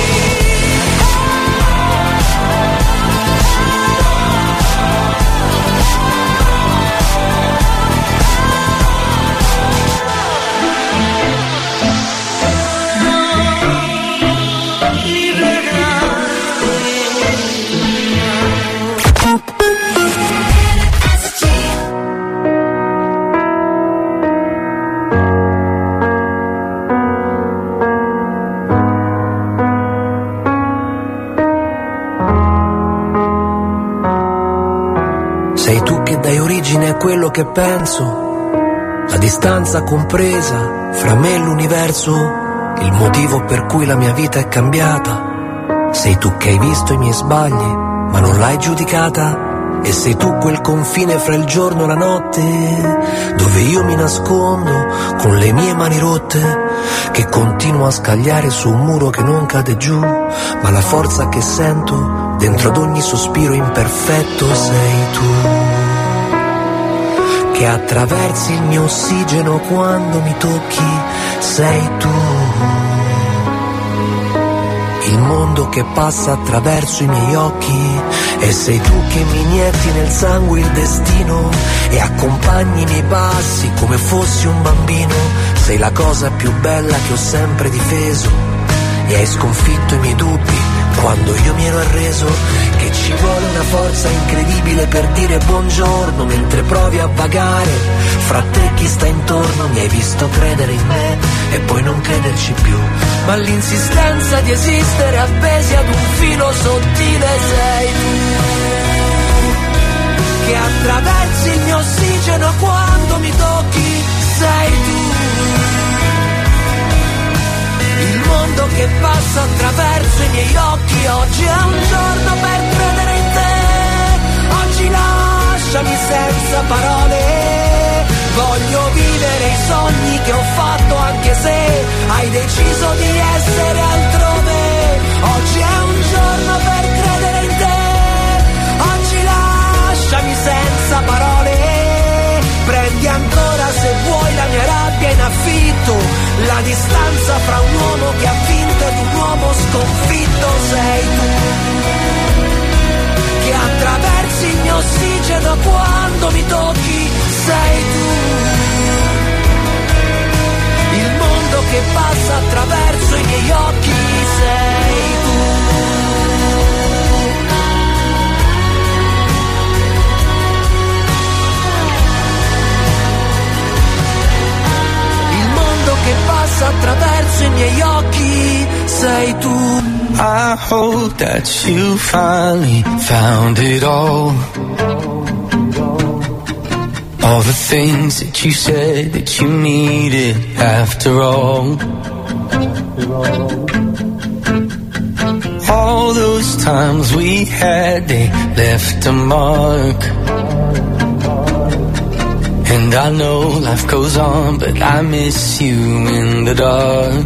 Sei tu che dai origine a quello che penso, la distanza compresa fra me e l'universo, il motivo per cui la mia vita è cambiata. Sei tu che hai visto i miei sbagli, ma non l'hai giudicata. E sei tu quel confine fra il giorno e la notte, dove io mi nascondo con le mie mani rotte, che continuo a scagliare su un muro che non cade giù, ma la forza che sento dentro ad ogni sospiro imperfetto sei tu, che attraversi il mio ossigeno quando mi tocchi, sei tu, il mondo che passa attraverso i miei occhi, e sei tu che mi inietti nel sangue il destino e accompagni i miei passi come fossi un bambino. Sei la cosa più bella che ho sempre difeso e hai sconfitto i miei dubbi quando io mi ero arreso, che ci vuole una forza incredibile per dire buongiorno mentre provi a vagare fra te chi sta intorno. Mi hai visto credere in me e poi non crederci più, ma l'insistenza di esistere appesi ad un filo sottile sei tu, che attraversi il mio ossigeno quando mi tocchi, sei tu, il mondo che passa attraverso i miei occhi. Oggi è un giorno per credere in te, oggi lasciami senza parole, voglio vivere i sogni che ho fatto anche se hai deciso di essere altrove. Oggi è un giorno per credere in te, oggi lasciami senza parole, prendi ancora se vuoi la mia rabbia in affitto, la distanza fra un uomo che ha vinto ed un uomo sconfitto sei tu, che attraversi il mio ossigeno quando mi tocchi, sei tu, il mondo che passa attraverso i miei occhi, sei tu. Il mondo che passa attraverso i miei occhi, sei tu. I hope that you finally found it all. All the things that you said that you needed after all. All those times we had, they left a mark. And And I know life goes on, but I miss you in the dark.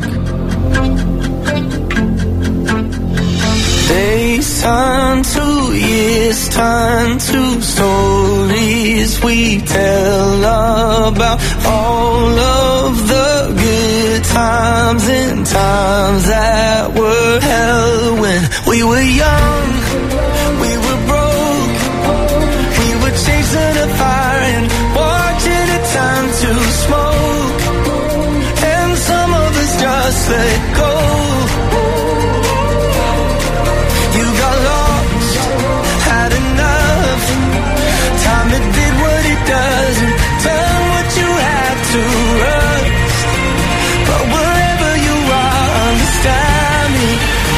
Days turn to years, turn to stories we tell about all of the good times and times that were hell when we were young, we were broke, we were chasing a fire and watching it turn to smoke, and some of us just let go. You got lost, had enough. Time it did what it does and done what you had to rust. But wherever you are, understand me.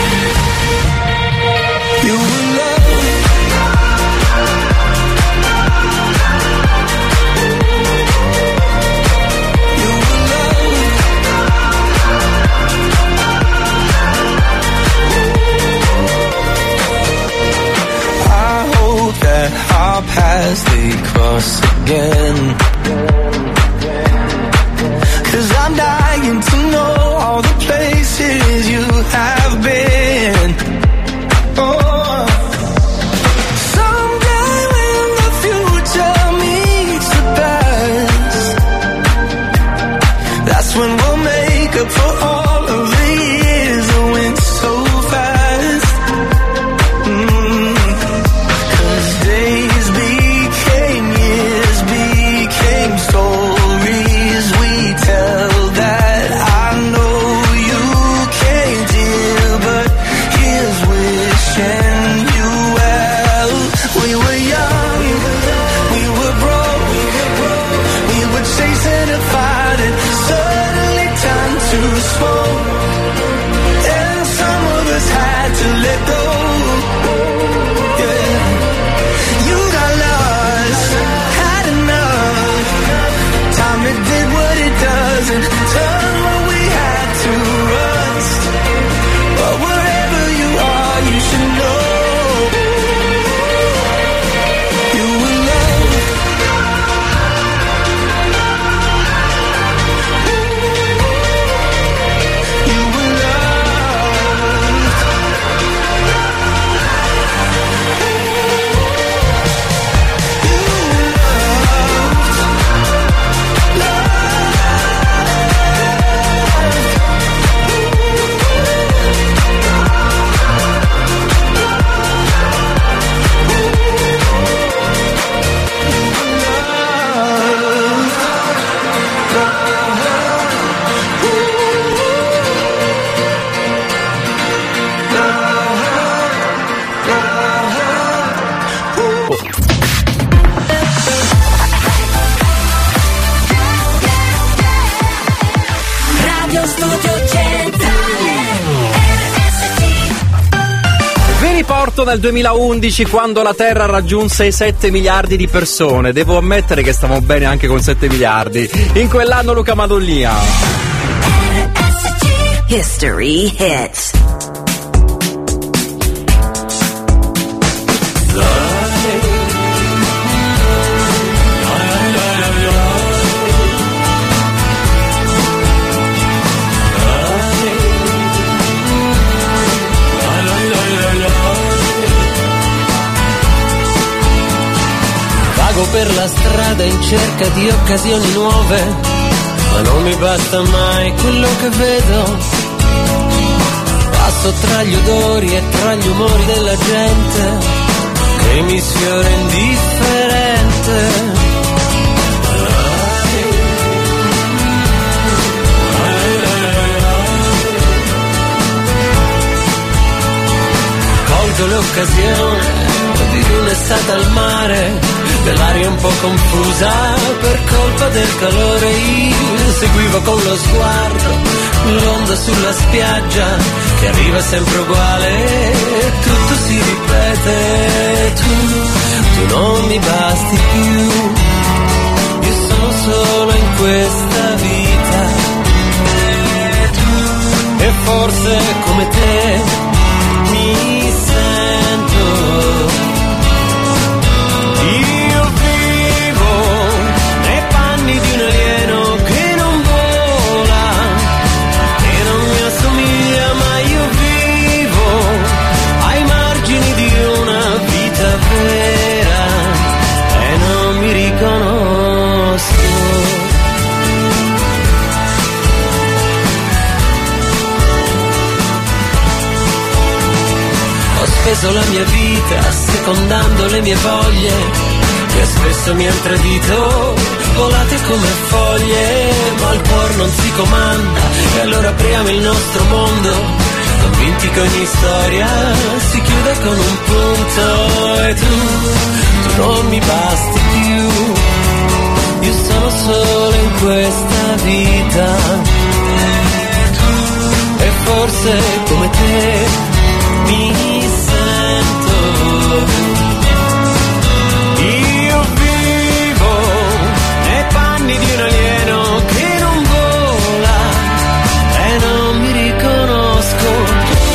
You will love. You will love. I hope that our paths they cross again. 'Cause I'm dying to know all the places you have been. Oh, someday when the future meets the past, that's when we'll make up for all of the years that went so fast. Mm. 'Cause days became years, became stories we tell that I know you can't hear, but here's wishing you well. We were young, we were broke, we were chasing a fire that suddenly turned to smoke, and some of us had to let go. Yeah. You got lost, had enough. Time it did what it does and turned what we had to rust. But wherever you are, you should know you will love. You will love. Radio Studio Centrale R S C. Vi riporto nel duemilaundici, quando la Terra raggiunse i sette miliardi di persone. Devo ammettere che stavamo bene anche con sette miliardi. In quell'anno Luca Madollia. History hits. Vago per la strada in cerca di occasioni nuove, ma non mi basta mai quello che vedo. Passo tra gli odori e tra gli umori della gente che mi sfiora indifferente. Colgo l'occasione di un'estate al mare, dell'aria un po' confusa per colpa del calore. Io seguivo con lo sguardo l'onda sulla spiaggia che arriva sempre uguale, tutto si ripete. Tu, tu non mi basti più, io sono solo in questa vita, e forse come te mi sento. Io vivo nei panni reso la mia vita, secondando le mie voglie, che spesso mi han tradito, volate come foglie, ma il cuore non si comanda, e allora apriamo il nostro mondo, convinti che ogni storia si chiude con un punto, e tu, tu non mi basti più, io sono solo in questa vita, e forse come te mi sento. Io vivo nei panni di un alieno che non vola e non mi riconosco.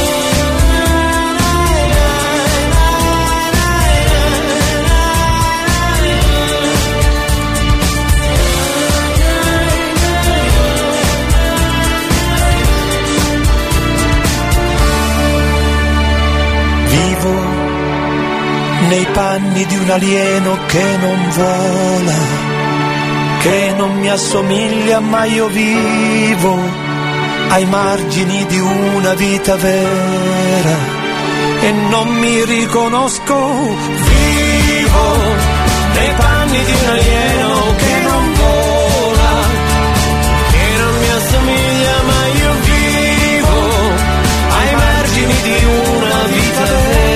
Vivo nei panni di un alieno che non vola, che non mi assomiglia, ma io vivo ai margini di una vita vera e non mi riconosco. Vivo nei panni di un alieno che non vola, che non mi assomiglia, ma io vivo ai margini di una vita vera.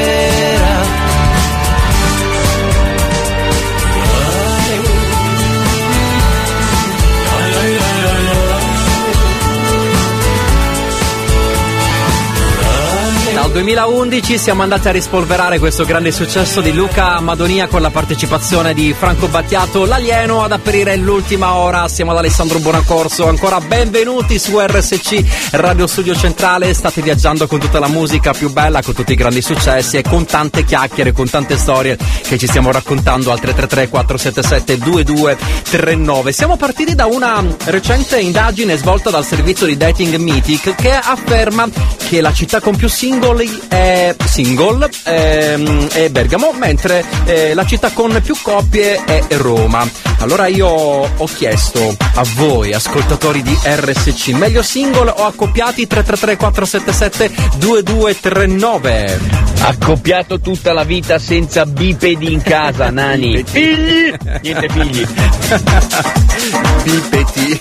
Dal duemilaundici siamo andati a rispolverare questo grande successo di Luca Madonia con la partecipazione di Franco Battiato, l'alieno. Ad aprire l'ultima ora siamo ad Alessandro Buonaccorso. Ancora benvenuti su R S C Radio Studio Centrale. State viaggiando con tutta la musica più bella, con tutti i grandi successi e con tante chiacchiere, con tante storie che ci stiamo raccontando al tre tre tre quattro sette sette due due tre nove. Siamo partiti da una recente indagine svolta dal servizio di dating Mythic, che afferma che la città con più single è single ehm, è Bergamo, mentre eh, la città con più coppie è Roma. Allora io ho chiesto a voi ascoltatori di R S C, meglio single o accoppiati? Tre tre tre quattro sette sette due due tre nove. Accoppiato tutta la vita senza bipedi in casa, nani. Figli? Niente figli. Bipedi.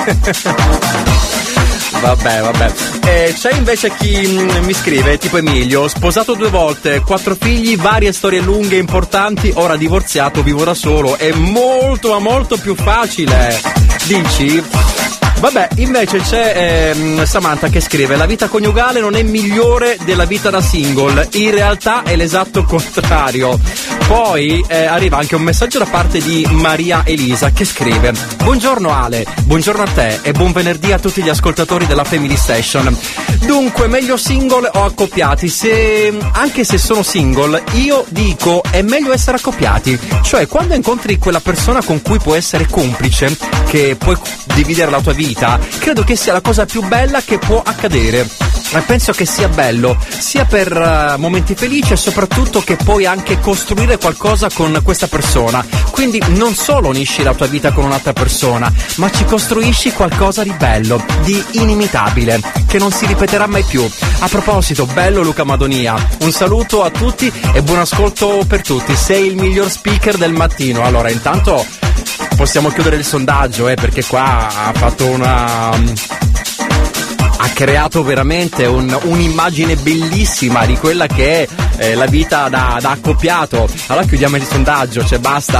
Vabbè, vabbè. Eh, c'è invece chi mh, mi scrive, tipo Emilio: sposato due volte, quattro figli, varie storie lunghe e importanti, ora divorziato, vivo da solo, è molto ma molto più facile. Dici? Vabbè, invece c'è ehm, Samantha che scrive: la vita coniugale non è migliore della vita da single, in realtà è l'esatto contrario. Poi eh, arriva anche un messaggio da parte di Maria Elisa che scrive: buongiorno Ale, buongiorno a te e buon venerdì a tutti gli ascoltatori della Family Station. Dunque, meglio single o accoppiati? Se anche se sono single, io dico è meglio essere accoppiati. Cioè, quando incontri quella persona con cui puoi essere complice, che puoi dividere la tua vita, credo che sia la cosa più bella che può accadere. Ma penso che sia bello sia per uh, momenti felici e soprattutto che puoi anche costruire qualcosa con questa persona. Quindi non solo unisci la tua vita con un'altra persona, ma ci costruisci qualcosa di bello, di inimitabile, che non si ripeterà mai più. A proposito, bello Luca Madonia, un saluto a tutti e buon ascolto per tutti. Sei il miglior speaker del mattino. Allora, intanto possiamo chiudere il sondaggio, eh, perché qua ha fatto una... ha creato veramente un, un'immagine bellissima di quella che è eh, la vita da, da accoppiato. Allora chiudiamo il sondaggio, cioè basta.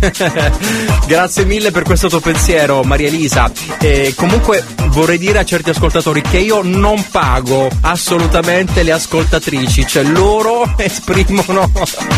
Grazie mille per questo tuo pensiero, Maria Elisa. E comunque vorrei dire a certi ascoltatori che io non pago assolutamente le ascoltatrici, cioè loro esprimono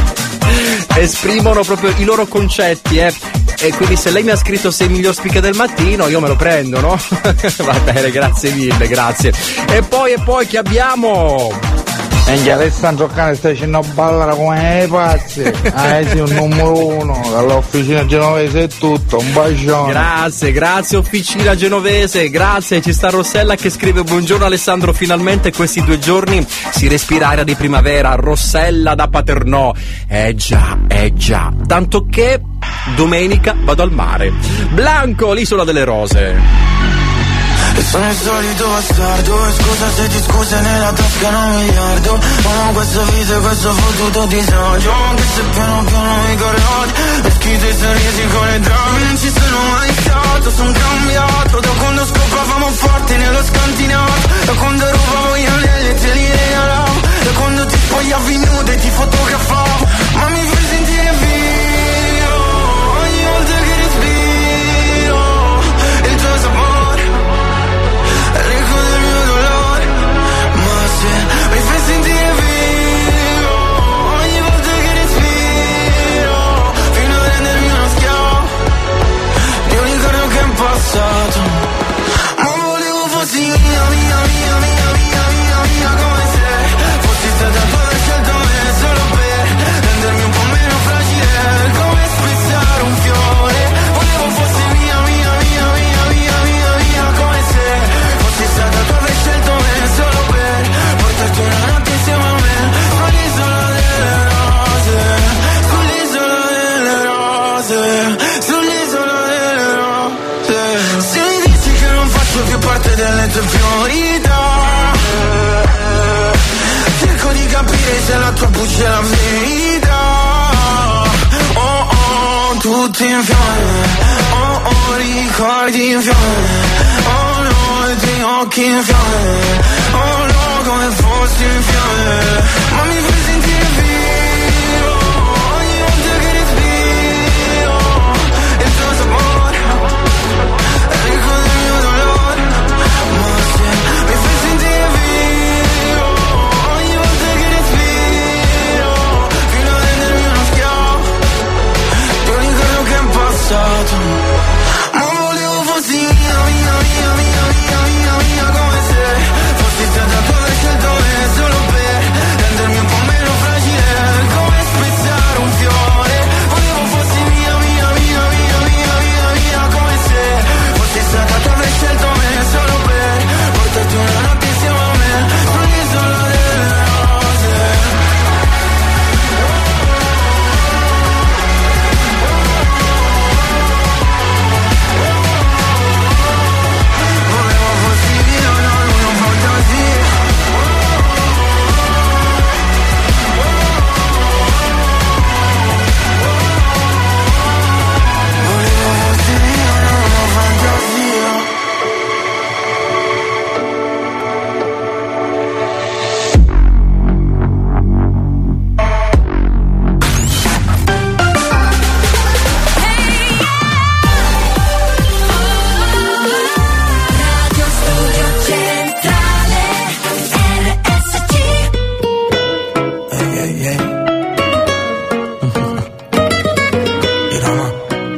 esprimono proprio i loro concetti, eh. E quindi se lei mi ha scritto sei il miglior speaker del mattino, io me lo prendo, no? Va bene, grazie mille, grazie. E poi, e poi che abbiamo? E Alessandro Cane sta facendo ballare come i pazzi. Ah, sì, un numero uno dall'officina genovese è tutto, un bacione. Grazie, grazie officina genovese, grazie. Ci sta Rossella che scrive: buongiorno Alessandro, finalmente questi due giorni si respira aria di primavera. Rossella da Paternò. Eh già, eh già. Tanto che domenica vado al mare. Blanco, l'isola delle rose. E sono il solito bastardo, e scusa se ti scuse nella tasca un miliardo. Amo questa vita e questo fottuto disagio, anche se piano piano mi corrodi. E schifo i sorrisi con le drame, non ci sono mai stato, sono cambiato. Da quando scopavamo forti nello scantinato, da quando rubavo io le te li regalavo, da quando ti spogliavi nude e ti fotografavo. Ma mi fai sentire vivo ogni volta che respiro il tuo sapore, l'eco del mio dolore. Ma se mi fai sentire vivo ogni volta che respiro, fino a rendermi uno schiavo di un ricordo che è passato. Ma volevo fossi mia, mia, mia, mia, mia, mia, mia, come se fossi stata tu aver scelto me solo per rendermi un po' meno fragile, come spezzare un fiore. Volevo fossi mia, mia, mia, mia, mia, mia, mia, come se fossi stata tu aver scelto me solo per portarti una notte insieme a me sull'isola delle rose, sull'isola delle rose, sull'isola delle rose. Se mi dici che non faccio più parte delle tue priorità, cerco di capire se la tua buccia è la verità. Oh oh, tutti in fiamme, oh oh, ricordi in fiamme, oh no, i tuoi occhi in fiamme, oh no, come fossi in fiamme. Ma mi fai sentire vivo ogni volta che respiro il tuo sapore, l'eco del mio dolore. Ma se mi fai sentire vivo ogni volta che respiro, fino a rendermi uno schiavo di un ricordo che è passato. Ma volevo fossi mia, mia, mia, mia, mia, mia, mia, come se fossi stata tu aver scelto me solo per rendermi un po' meno fragile, come spezzare un fiore. Volevo fossi mia, mia, mia, mia, mia, mia, mia, come se fossi stata tu aver scelto me solo per portarti una notte insieme a me sull'isola delle rose. Volevo fossi mia, no, una fantasia. Volevo fossi mia, no, una fantasia. Radio Studio Centrale R S C. Ehi, ehi, ehi. Irama.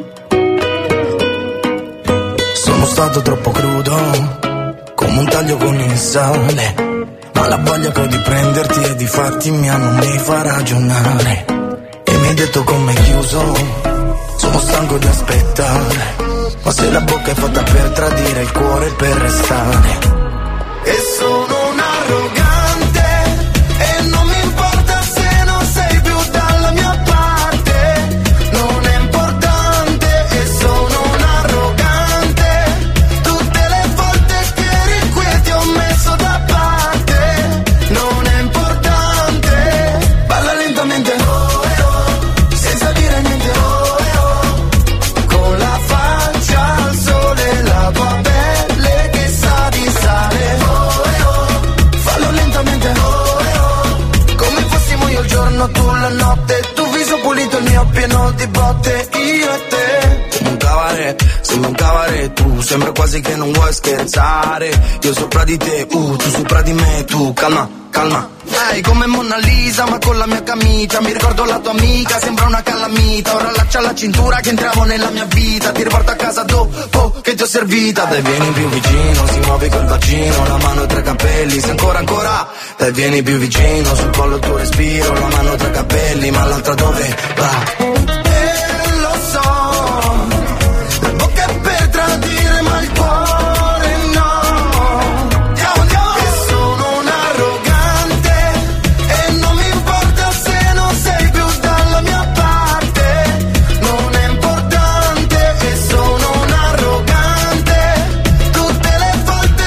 Sono stato troppo crudo, come un taglio con il sale, ma la voglia che ho di prenderti e di farti mia non mi fa ragionare. E mi hai detto come chiuso, sono stanco di aspettare, ma se la bocca è fatta per tradire, il cuore per restare. E sono un arrogante e non mi importa se non sei più dalla mia parte, non è importante. E sono un arrogante, tutte le volte che eri qui ti ho messo da parte, non è importante. Balla lentamente, oh, eh, oh, senza dire niente, oh, eh, oh, con la faccia al sole, la tua pelle che sa di sale, oh, eh, oh, fallo lentamente, oh, eh, oh, come fossimo io il giorno, tu la notte, tu viso pulito, il mio pieno di botte, io e te. Come un cabaret, sembra un cabaret, tu sembra quasi che non vuoi scherzare. Io sopra di te, uh, tu sopra di me, tu calma, calma. Lei come Mona Lisa ma con la mia camicia, mi ricordo la tua amica, sembra una calamita. Ora allaccia la cintura che entravo nella mia vita, ti riporto a casa dopo che ti ho servita. Dai vieni più vicino, si muove col bacino, la mano tra i capelli, se ancora ancora. Dai vieni più vicino, sul collo il tuo respiro, la mano tra i capelli, ma l'altra dove va? E lo so, la bocca è per tradire ma il cuore no. Andiamo, andiamo. E sono un arrogante e non mi importa se non sei più dalla mia parte, non è importante. E sono un arrogante, tutte le volte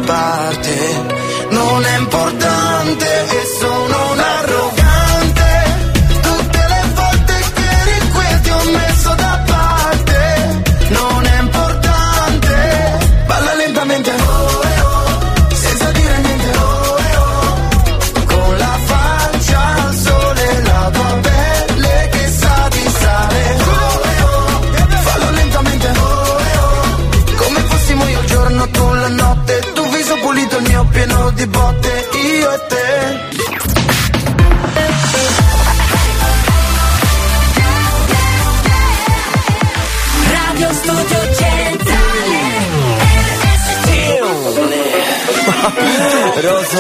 parte. Non è importante e sono un arrogante. Tutte le volte che eri qui ti ho messo da parte. Non è importante. Balla lentamente, oh eh oh, senza dire niente, oh eh oh. Con la faccia al sole, la tua pelle che sa di sale, oh eh oh. Fallo lentamente, oh eh oh. Come fossimo io il giorno, tu la notte. Tu viso pulito, il mio pieno di botte, io e te. Radio Studio Centrale Rosa,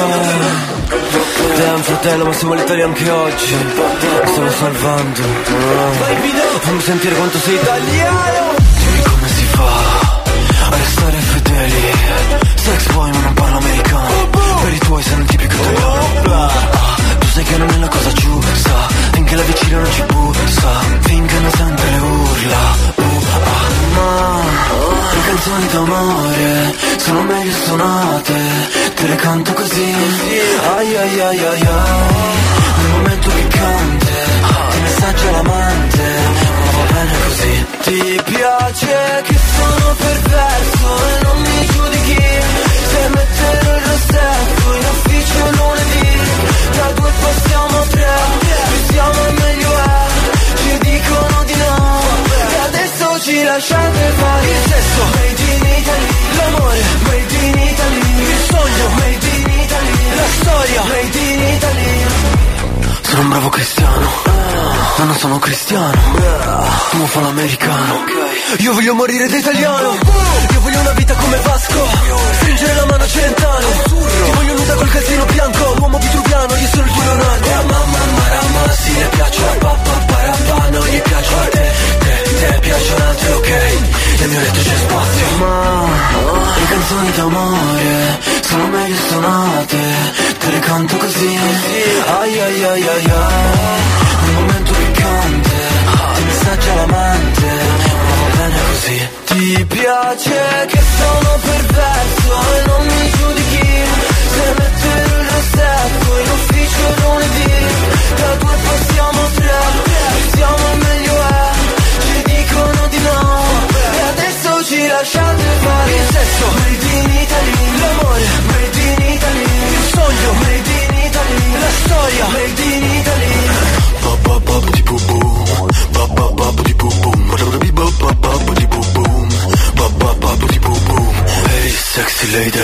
te un fratello ma siamo l'Italia anche oggi. Mi stanno salvando. Fammi sentire quanto sei italiano. Dimmi come si fa a restare fedeli. Sex boy ma non parlo americano. Per i tuoi sei un tipico italiano. Tu sai che non è la cosa giusta. Finché la vicina non ci bussa. Finché sempre le urla. Ma le canzoni d'amore sono meglio suonate. Te le canto così. Ai ai ai ai ai. Nel momento piccante ti messaggio l'amante. Ma va bene così. Ti piace che sono perverso e non mi giudichi. Se metterò il rossetto in ufficio lunedì. Da due passiamo a tre. Più siamo e meglio è. Ci dicono di no e adesso ci lasciate fare il sesso. Made in Italy. L'amore made in Italy. Il sogno made in Italy. La storia made in Italy. Sono un bravo cristiano, ma non sono cristiano. Come fa l'americano. Io voglio morire da italiano. Io voglio una vita come Vasco. Stringere la mano a Celentano. Ti voglio nuda col calzino bianco. L'uomo vitruviano, io sono il tuo Leonardo. Mamma marama, sì le piace la pappa parappa. Non gli piace a te, te, te piacciono altre, ok. Nel mio letto c'è spazio. Ma le canzoni d'amore sono meglio suonate. Te le canto così. Ai ai ai ai ai. Un momento piccante ti messaggio l'amante. Ma va bene così. Ti piace che sono perverso e non mi giudichi. Se metterò il rossetto in ufficio lunedì. Da due passiamo a tre. Siamo e meglio è. Ci dicono di no e adesso ci lasciate fare il sesso. Made in Italy. L'amore made in Italy. Il sogno made in Italy. La storia made in Italy. Ba ba ba di boom boom. Ba ba ba di boom boom. Ba ba ba di boom boom. Ba ba ba di boom boom. Hey sexy lady.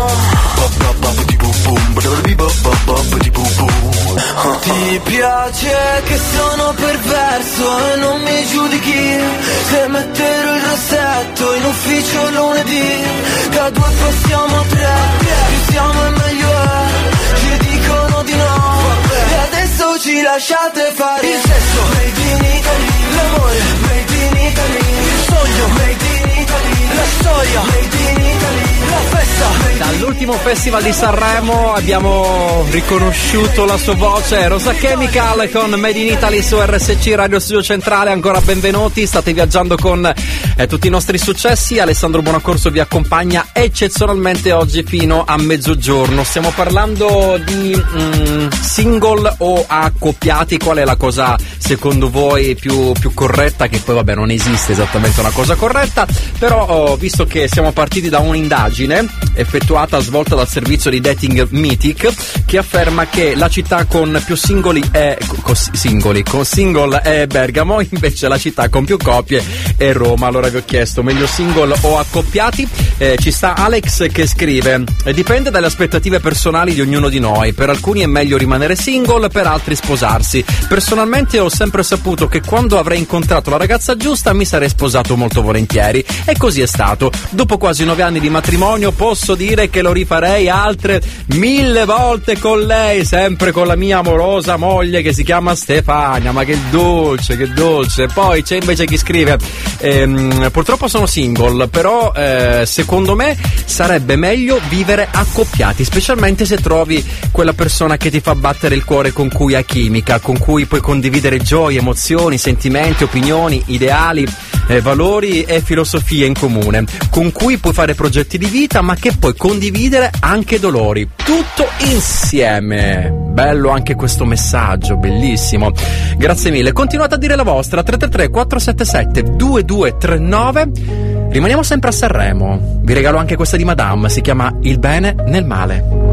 Ba ba ba di boom boom. Ba ba ba di boom boom. Ti piace che sono perverso e non mi giudichi. Se metterò il rossetto in ufficio lunedì. Da due passiamo a tre. Più siamo e meglio è. Ci dicono di no e adesso ci lasciate fare il sesso. Made in Italy. L'amore made in Italy. Il sogno made in Italy. La storia made in Italy. La festa made in Italy. Dall'ultimo festival di Sanremo abbiamo riconosciuto la sua voce. Rosa Chemical con Made in Italy su R S C Radio Studio Centrale. Ancora benvenuti, state viaggiando con eh, tutti i nostri successi. Alessandro Buonaccorso vi accompagna eccezionalmente oggi fino a mezzogiorno. Stiamo parlando di mm, single o accoppiati. Qual è la cosa secondo voi più, più corretta? Che poi vabbè non esiste esattamente una cosa corretta, però oh, visto che siamo partiti da un'indagine effettuata, svolta dal servizio di dating Mythic, che afferma che la città con più singoli è con singoli con single è Bergamo, invece la città con più coppie è Roma. Allora vi ho chiesto, meglio single o accoppiati? Eh, ci sta Alex che scrive: dipende dalle aspettative personali di ognuno di noi, per alcuni è meglio rimanere single, per altri sposarsi. Personalmente ho sempre saputo che quando avrei incontrato la ragazza giusta mi sarei sposato molto volentieri, e così è stato. Dopo quasi nove anni di matrimonio posso dire che lo rifarei altre mille volte con lei, sempre con la mia amorosa moglie che si chiama Stefania. Ma che dolce, che dolce. Poi c'è invece chi scrive ehm, ehm, purtroppo sono single, però eh, secondo me sarebbe meglio vivere accoppiati, specialmente se trovi quella persona che ti fa battere il cuore, con cui hai chimica, con cui puoi condividere gioie, emozioni, sentimenti, opinioni, ideali, eh, valori e filosofie in comune, con cui puoi fare progetti di vita, ma che puoi condividere anche dolori, tutto insieme. Bello anche questo messaggio, bellissimo, grazie mille. Continuate a dire la vostra, tre tre tre quattro sette sette due due tre nove. Rimaniamo sempre a Sanremo, vi regalo anche questa di Madame, si chiama Il bene nel male.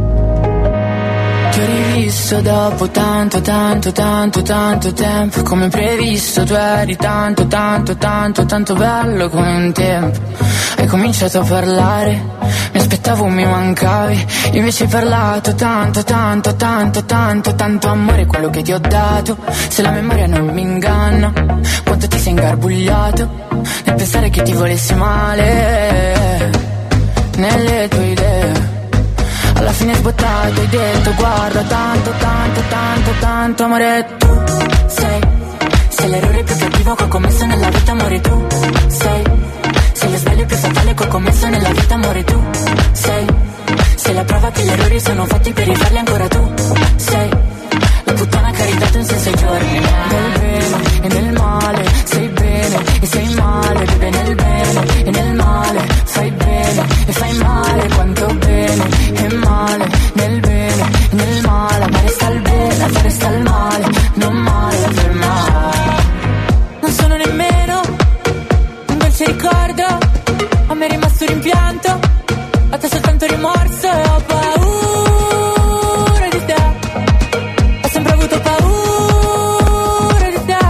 Ti ho rivisto dopo tanto, tanto, tanto, tanto tempo. Come previsto tu eri tanto, tanto, tanto, tanto bello come un tempo. Hai cominciato a parlare, mi aspettavo mi mancavi. Invece hai parlato tanto, tanto, tanto, tanto, tanto amore quello che ti ho dato. Se la memoria non mi inganna, quanto ti sei ingarbugliato nel pensare che ti volessi male nelle tue idee. Alla fine sbottato hai detto guarda tanto, tanto, tanto, tanto amore tu sei. Sei l'errore più cattivo che ho commesso nella vita amore tu sei. Sei lo sbaglio più fatale che ho commesso nella vita amore tu sei. Sei la prova che gli errori sono fatti per rifarli ancora tu sei. La puttana che ha ridato un senso ai giorni. Nel bene e nel male sei bene e sei male. Bebe nel bene e nel male fai bene e fai male. Quanto bene e male nel bene e nel male. Ma resta il bene, ma resta il male. Non male per male. Non sono nemmeno un dolce ricordo. A me è rimasto un rimpianto. A te soltanto rimorso e ho paura di te. Ho sempre avuto paura di te.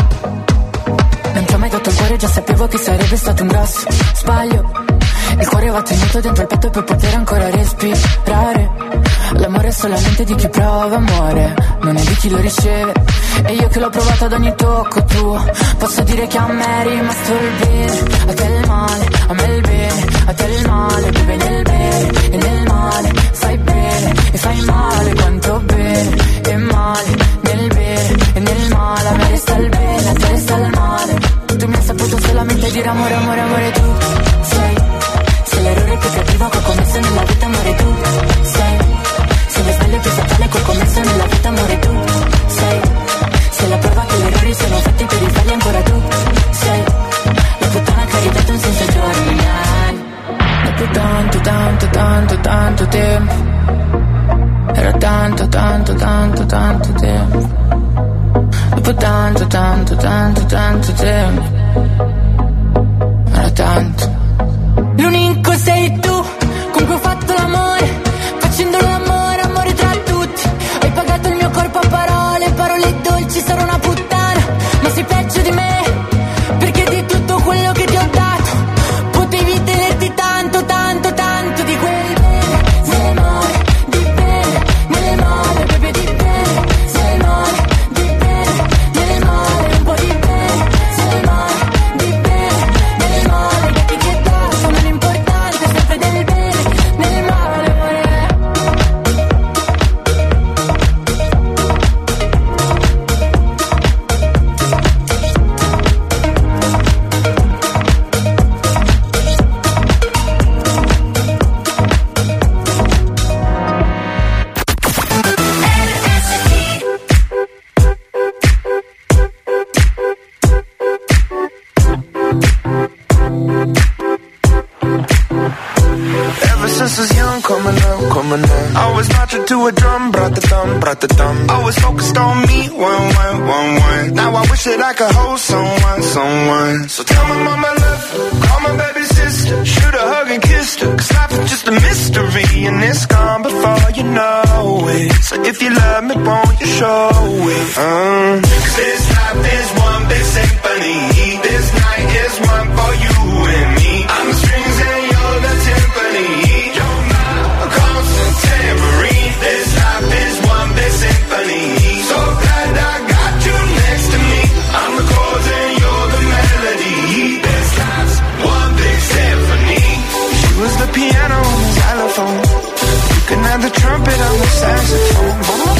Non ti ho mai dato il cuore, già sapevo che sarebbe stato un grosso sbaglio. Il cuore va tenuto dentro il petto per poter ancora respirare. L'amore è solamente di chi prova amore, non è di chi lo riceve. E io che l'ho provato ad ogni tocco tuo, posso dire che a me è rimasto il bene, a te il male, a me il bene, a te il male. Bebe nel bene e nel male fai bene e fai male. Quanto bene e male nel bene e nel male. A me resta il bene, a te resta il male. Tu mi hai saputo solamente dire amore, amore, amore tu sei. Sei l'errore più cattivo che ho commesso nella vita amore tu sei. Sei lo sbaglio più fatale che ho commesso nella vita amore tu sei. Sei la prova che gli errori sono fatti per rifarli ancora tu sei. La puttana che ha ridato un senso ai giorni. Dopo tanto, tanto, tanto, tanto tempo. Era tanto, tanto, tanto, tanto tempo. Dopo tanto, tanto, tanto, tanto tempo. Era tanto. L'unico sei tu con cui ho fatto l'amore, facendo l'amore, amore tra tutti. Hai pagato il mio corpo a parole, parole dolci, sarò una puttana, ma sei peggio di me, perché di tutto quello che ti ho dato potevi tenerti tanto, tanto, tanto di quel bene, nel male, di bene, nel male, bebe di bene, nel male, di bene, nel male, un po' di bene, nel male, di bene, nel male, che ti che dato, non è importante, sempre del bene, nel male, amore. Ever since I was young, coming up, coming up. Always marching to a drum, brought the thumb, brought the thumb. Always focused on me, one, one, one, one. Now I wish that I could hold someone, someone. So tell my mama I love her, call my baby sister, shoot a hug and kiss her. Cause life is just a mystery and it's gone before you know it. So if you love me, won't you show it? Um. Cause this life is one big symphony. This night is one for you and me. I'm the strings and you're the timpani. You're my constant tambourine. This life is one big symphony. So glad I got you next to me. I'm the chords and you're the melody. This life's one big symphony. She was the piano and the xylophone. You can have the trumpet on the saxophone.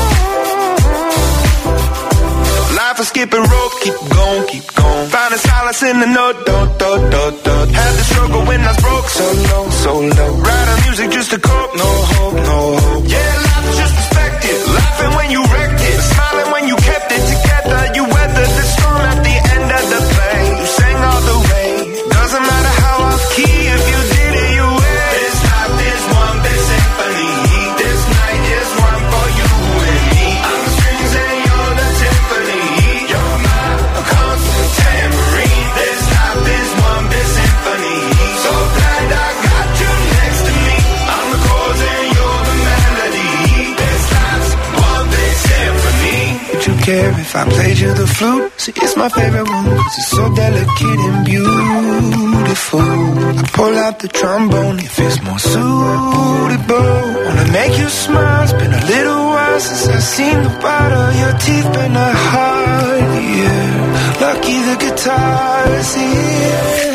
Life is skipping rope, keep going, keep going. Find a solid the note, do, do, do, do. Had the struggle when I was broke, so low, so low. Writing music just to cope, no hope, no hope. Yeah, life is just perspective. Laughing when you wrecked it, smiling when you kept it together. You weathered the storm at the end of the play. You sang all the way. Doesn't matter how off key, if you did it, you win. This life is one big symphony. This night is one for you and me. I'm the strings and you're the symphony. You're my constant tambourine. This life is one big symphony. So glad I got you next to me. I'm the chords and you're the melody. This life's one big symphony. Would you care if I played you the flute? See, it's my favorite one, 'cause it's so delicate and beautiful. I pull out the trombone if it's more suitable. Wanna make you smile, it's been a little while since I've seen the white of your teeth, been a heart, yeah. Lucky the guitar is here.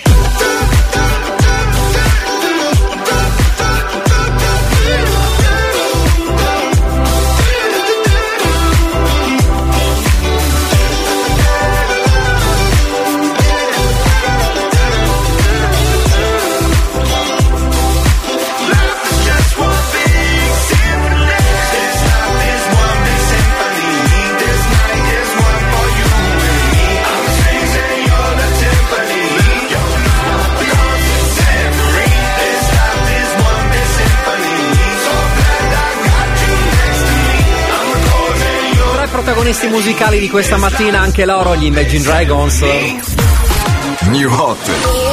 Protagonisti musicali di questa mattina, anche loro, gli Imagine Dragons. New Hot.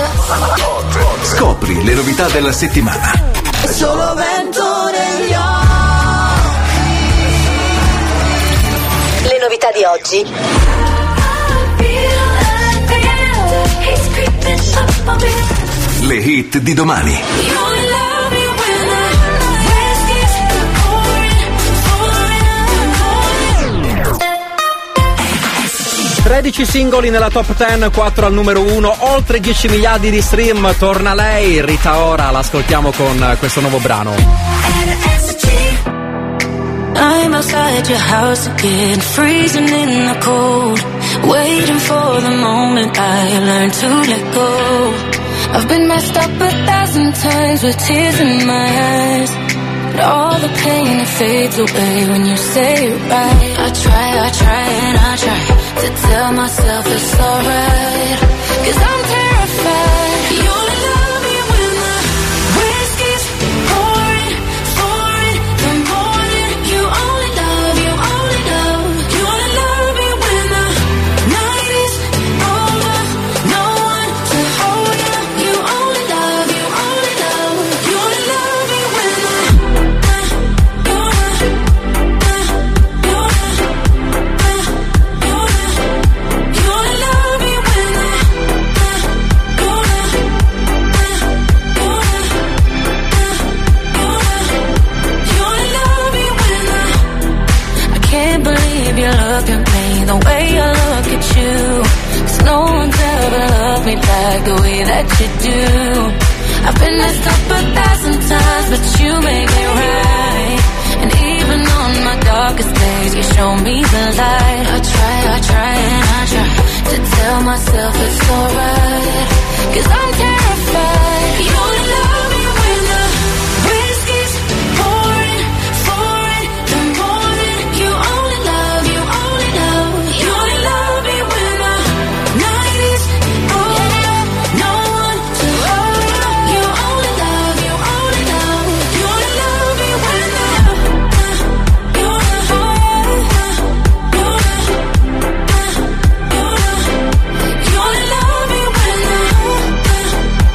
Scopri le novità della settimana. È solo vento negli occhi. Le novità di oggi. Le hit di domani. tredici singoli nella top dieci, quattro al numero uno, oltre dieci miliardi di stream. Torna lei, Rita Ora, l'ascoltiamo con questo nuovo brano. I'm outside your house again, freezing in the cold, waiting for the moment I learn to let go. I've been messed up a thousand times with tears in my eyes, but all the pain, it fades away when you say it right. I try, I try and I try to tell myself it's alright, 'cause I'm terrified. You only love me when the whiskey's pouring, pouring, the morning. You only love, you only love. You only love me when the night is over, no one to hold you. You only love, you only love. You only love me when the look at me the way I look at you, 'cause no one's ever loved me like the way that you do. I've been messed up a thousand times, but you make it right. And even on my darkest days, you show me the light. I try, I try and I try to tell myself it's alright, 'cause I'm terrified. You only love me when the whiskey's pouring, pouring, the morning. You only love, you only love. You only love me when the night is over, no one to hold you. You only love, you only love. You only love me when the you only love me when the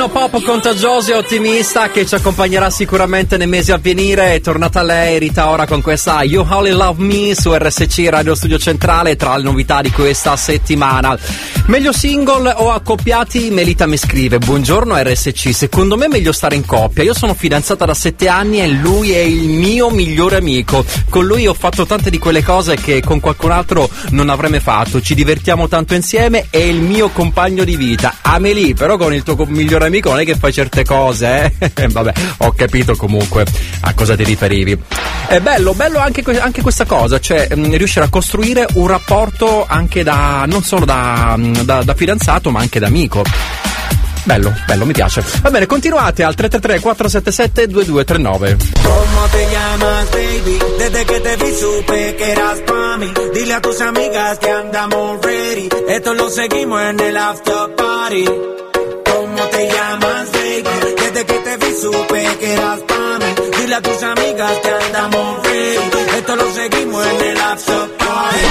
Latino pop contagioso e ottimista che ci accompagnerà sicuramente nei mesi a venire. È tornata lei, Rita Ora, con questa You Only Love Me su R S C Radio Studio Centrale, tra le novità di questa settimana. Meglio single o accoppiati? Melita mi scrive: buongiorno R S C, secondo me è meglio stare in coppia. Io sono fidanzata da sette anni e lui è il mio migliore amico. Con lui ho fatto tante di quelle cose che con qualcun altro non avrei mai fatto. Ci divertiamo tanto insieme, è il mio compagno di vita. Amelie, però con il tuo migliore amico non è che fai certe cose, eh? Vabbè, ho capito comunque a cosa ti riferivi. È bello, bello anche, anche questa cosa, cioè mh, riuscire a costruire un rapporto anche da, non solo da, da, da fidanzato, ma anche da amico. Bello, bello, mi piace. Va bene, continuate al tre tre tre quattro sette sette due due tre nove. ¿Cómo te llamas, baby? Desde que te vi supe que eras pa' mí. Dile a tus amigas que andamos ready. Esto lo seguimos en el after party. ¿Cómo te llamas, baby? Desde que te vi supe que eras pa' mí. Dile a tus amigas que andamos ready. Esto lo seguimos en el after party.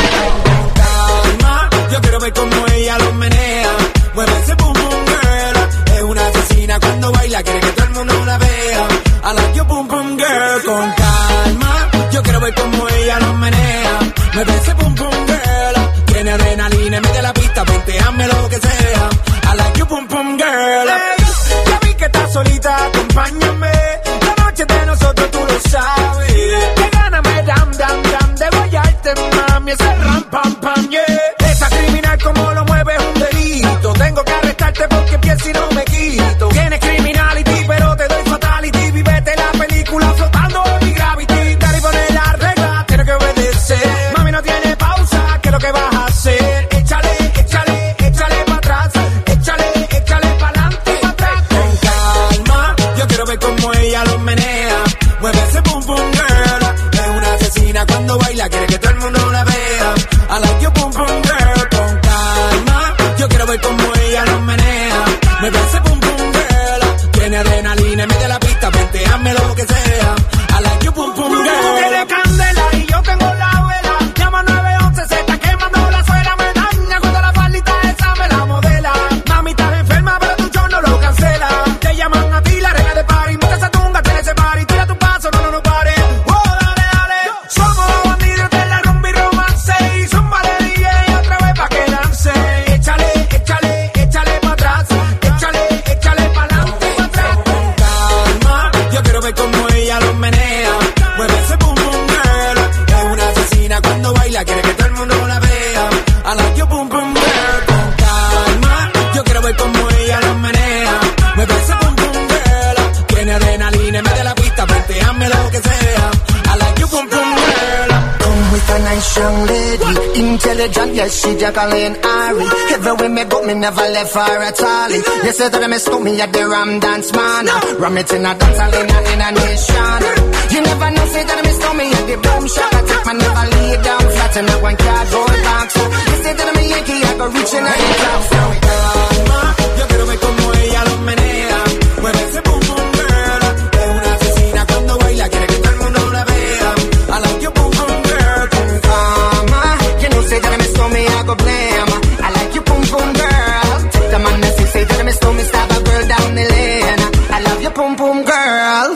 Calma, yo quiero ver cómo ella lo menea. Mueve ese boom boom girl. Es una asesina cuando baila, quiere que todo el mundo la vea. I like your boom boom girl. Con calma, yo quiero ver cómo ella lo menea. Mueve ese boom boom girl. Tiene adrenalina en medio de la pista, venteame lo que sea. I like your boom boom girl. Hey, ya vi que estás solita, acompáñame. La noche de nosotros tú lo sabes. Que gana me dam dam dam de guayarte, mami. Ese ram pam pam, yeah. Esa criminal como lo mueve es un delito. Tengo que arrestarte porque pienso y no me quito. Tienes criminality, pero te doy fatality. Vivete la película flotando en mi gravity. Dale y poner la regla, tienes que obedecer. Mami, no tiene pausa, ¿qué es lo que vas a hacer? Échale, échale, échale para atrás. Échale, échale para adelante, para atrás. Con calma, yo quiero ver cómo ella lo menea. Mueve ese boom boom girl. Es una asesina cuando baila, quiere que todo el mundo la vea. I like your boom boom girl. Con calma, yo quiero ver cómo ella lo menea. Mueve ese boom boom girl. Tiene adrenalina en medio de la pista, venteame lo que sea. I like your boom boom girl. Tú tienes candela y yo tengo la vela. Llama nueve once, se está quemando la suela. Me daña cuando la faldita esa me la modela. Mami, estás enferma, pero tu show no lo cancela. Te llaman a ti la reina de party. Mucha esa tunga, tiene ese party. Tira tu paso, no, no, no pare. Oh, dale, dale. Somos los bandidos de la rumba y romance. Y zúmbale D J otra vez pa' que lance. Échale, échale, échale pa' atrás. Échale, échale pa' adelante, pa' atrás. Con calma, yo quiero ver cómo ella lo menea. Mueve ese boom boom girl. Es una asesina cuando baila, quiere que todo el mundo la vea. I like your boom boom girl. Con calma, yo quiero ver cómo ella lo menea. Mueve ese boom boom girl. Tiene adrenalina en medio de la pista, venteame lo que sea. I like your boom boom girl. Come with a nice young lady, intelligent, yes, she Jacqueline Ari. Everywhere me go, me never left her at all. You say that I miss me at the Ram Dance Man. Ram it in a dance hall in a, in a nation. You never know, say that I miss me at the Boom Shop. I take my never lay down flat in a one cardboard box. You say that I'm a Yankee, I go reaching out the top. So calma, yo quiero ver cómo ella lo menea. Mueve ese boom boom girl. Es una asesina cuando baila, quiere que todo el mundo la vea. I like your boom boom girl. Con calma, you know, say that I miss me, I go blame. I like you, boom boom girl. Take the man that say that I miss me, stab a girl down the lane. I love you, boom boom girl.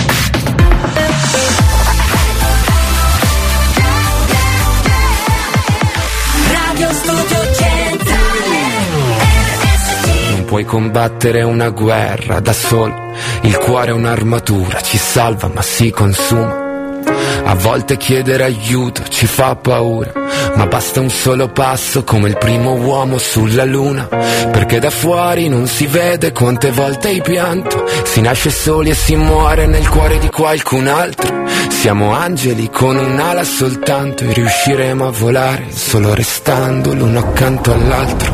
Radio Studio Centrale. Non puoi combattere una guerra da solo. Il cuore è un'armatura, ci salva ma si consuma. A volte chiedere aiuto ci fa paura, ma basta un solo passo come il primo uomo sulla luna. Perché da fuori non si vede quante volte hai pianto. Si nasce soli e si muore nel cuore di qualcun altro. Siamo angeli con un'ala soltanto e riusciremo a volare solo restando l'uno accanto all'altro.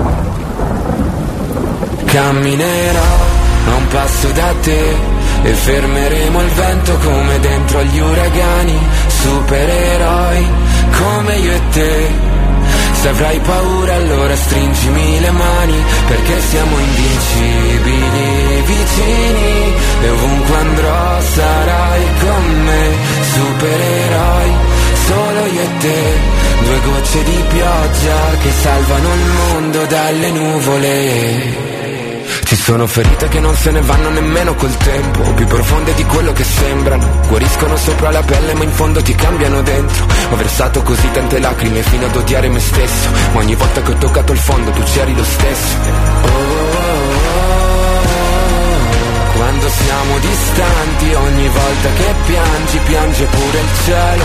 Camminerò a un passo da te e fermeremo il vento come dentro agli uragani. Supereroi come io e te. Se avrai paura allora stringimi le mani, perché siamo invincibili vicini. E ovunque andrò sarai con me. Supereroi solo io e te. Due gocce di pioggia che salvano il mondo dalle nuvole. Ci sono ferite che non se ne vanno nemmeno col tempo, più profonde di quello che sembrano. Guariscono sopra la pelle ma in fondo ti cambiano dentro. Ho versato così tante lacrime fino ad odiare me stesso, ma ogni volta che ho toccato il fondo tu c'eri lo stesso. Oh, oh, oh, oh. Quando siamo distanti, ogni volta che piangi, piange pure il cielo.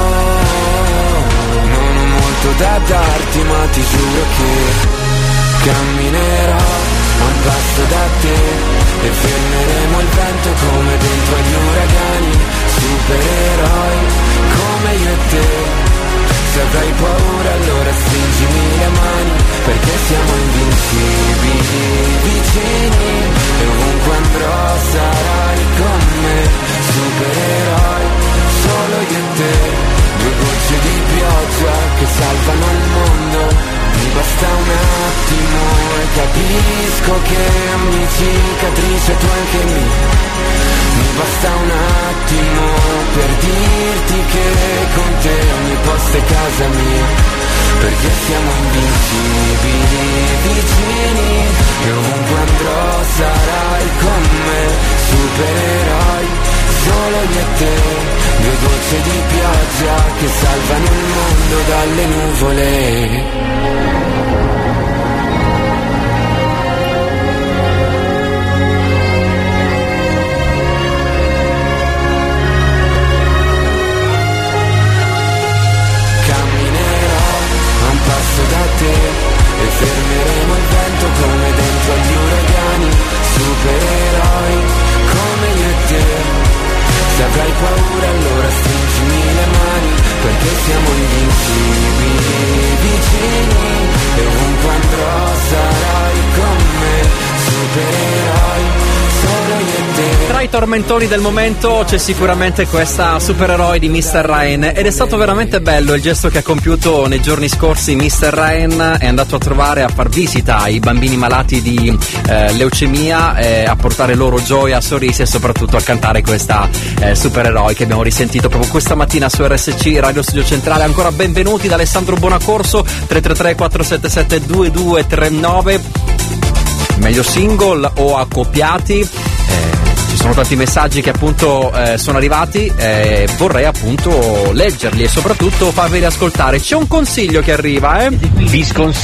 Oh, non ho molto da darti ma ti giuro che camminerò a un passo da te e fermeremo il vento come dentro agli uragani. Supereroi come io e te. Se avrai paura allora stringimi le mani, perché siamo invincibili, vicini, e ovunque andrò sarai con me. Supereroi solo io e te, due gocce di pioggia che salvano il mondo. Mi basta un attimo e capisco che ogni cicatrice tu anche me. Mi basta un attimo per dirti che con te ogni posto è casa mia, perché siamo invincibili, vicini, e ovunque andrò sarai con me. Supereroi solo io e te, due gocce di pioggia che salvano il mondo dalle nuvole. Da te e fermeremo il vento come dentro agli uragani. Supereroi come io e te. Se avrai paura allora stringimi le mani, perché siamo invincibili, vicini, e ovunque andrò sarai con me. Supereroi solo io e te. Tra i tormentoni del momento c'è sicuramente questa Supereroi di mister Rain, ed è stato veramente bello il gesto che ha compiuto nei giorni scorsi mister Rain. È andato a trovare, a far visita ai bambini malati di eh, leucemia, eh, a portare loro gioia, sorrisi e soprattutto a cantare questa eh, Supereroi che abbiamo risentito proprio questa mattina su R S C Radio Studio Centrale. Ancora benvenuti da Alessandro Buonacorso. Tre tre tre quattro sette sette due due tre nove. Meglio single o accoppiati? Eh, ci sono tanti messaggi che appunto eh, sono arrivati, eh, vorrei appunto leggerli e soprattutto farveli ascoltare. C'è un consiglio che arriva, eh? Vi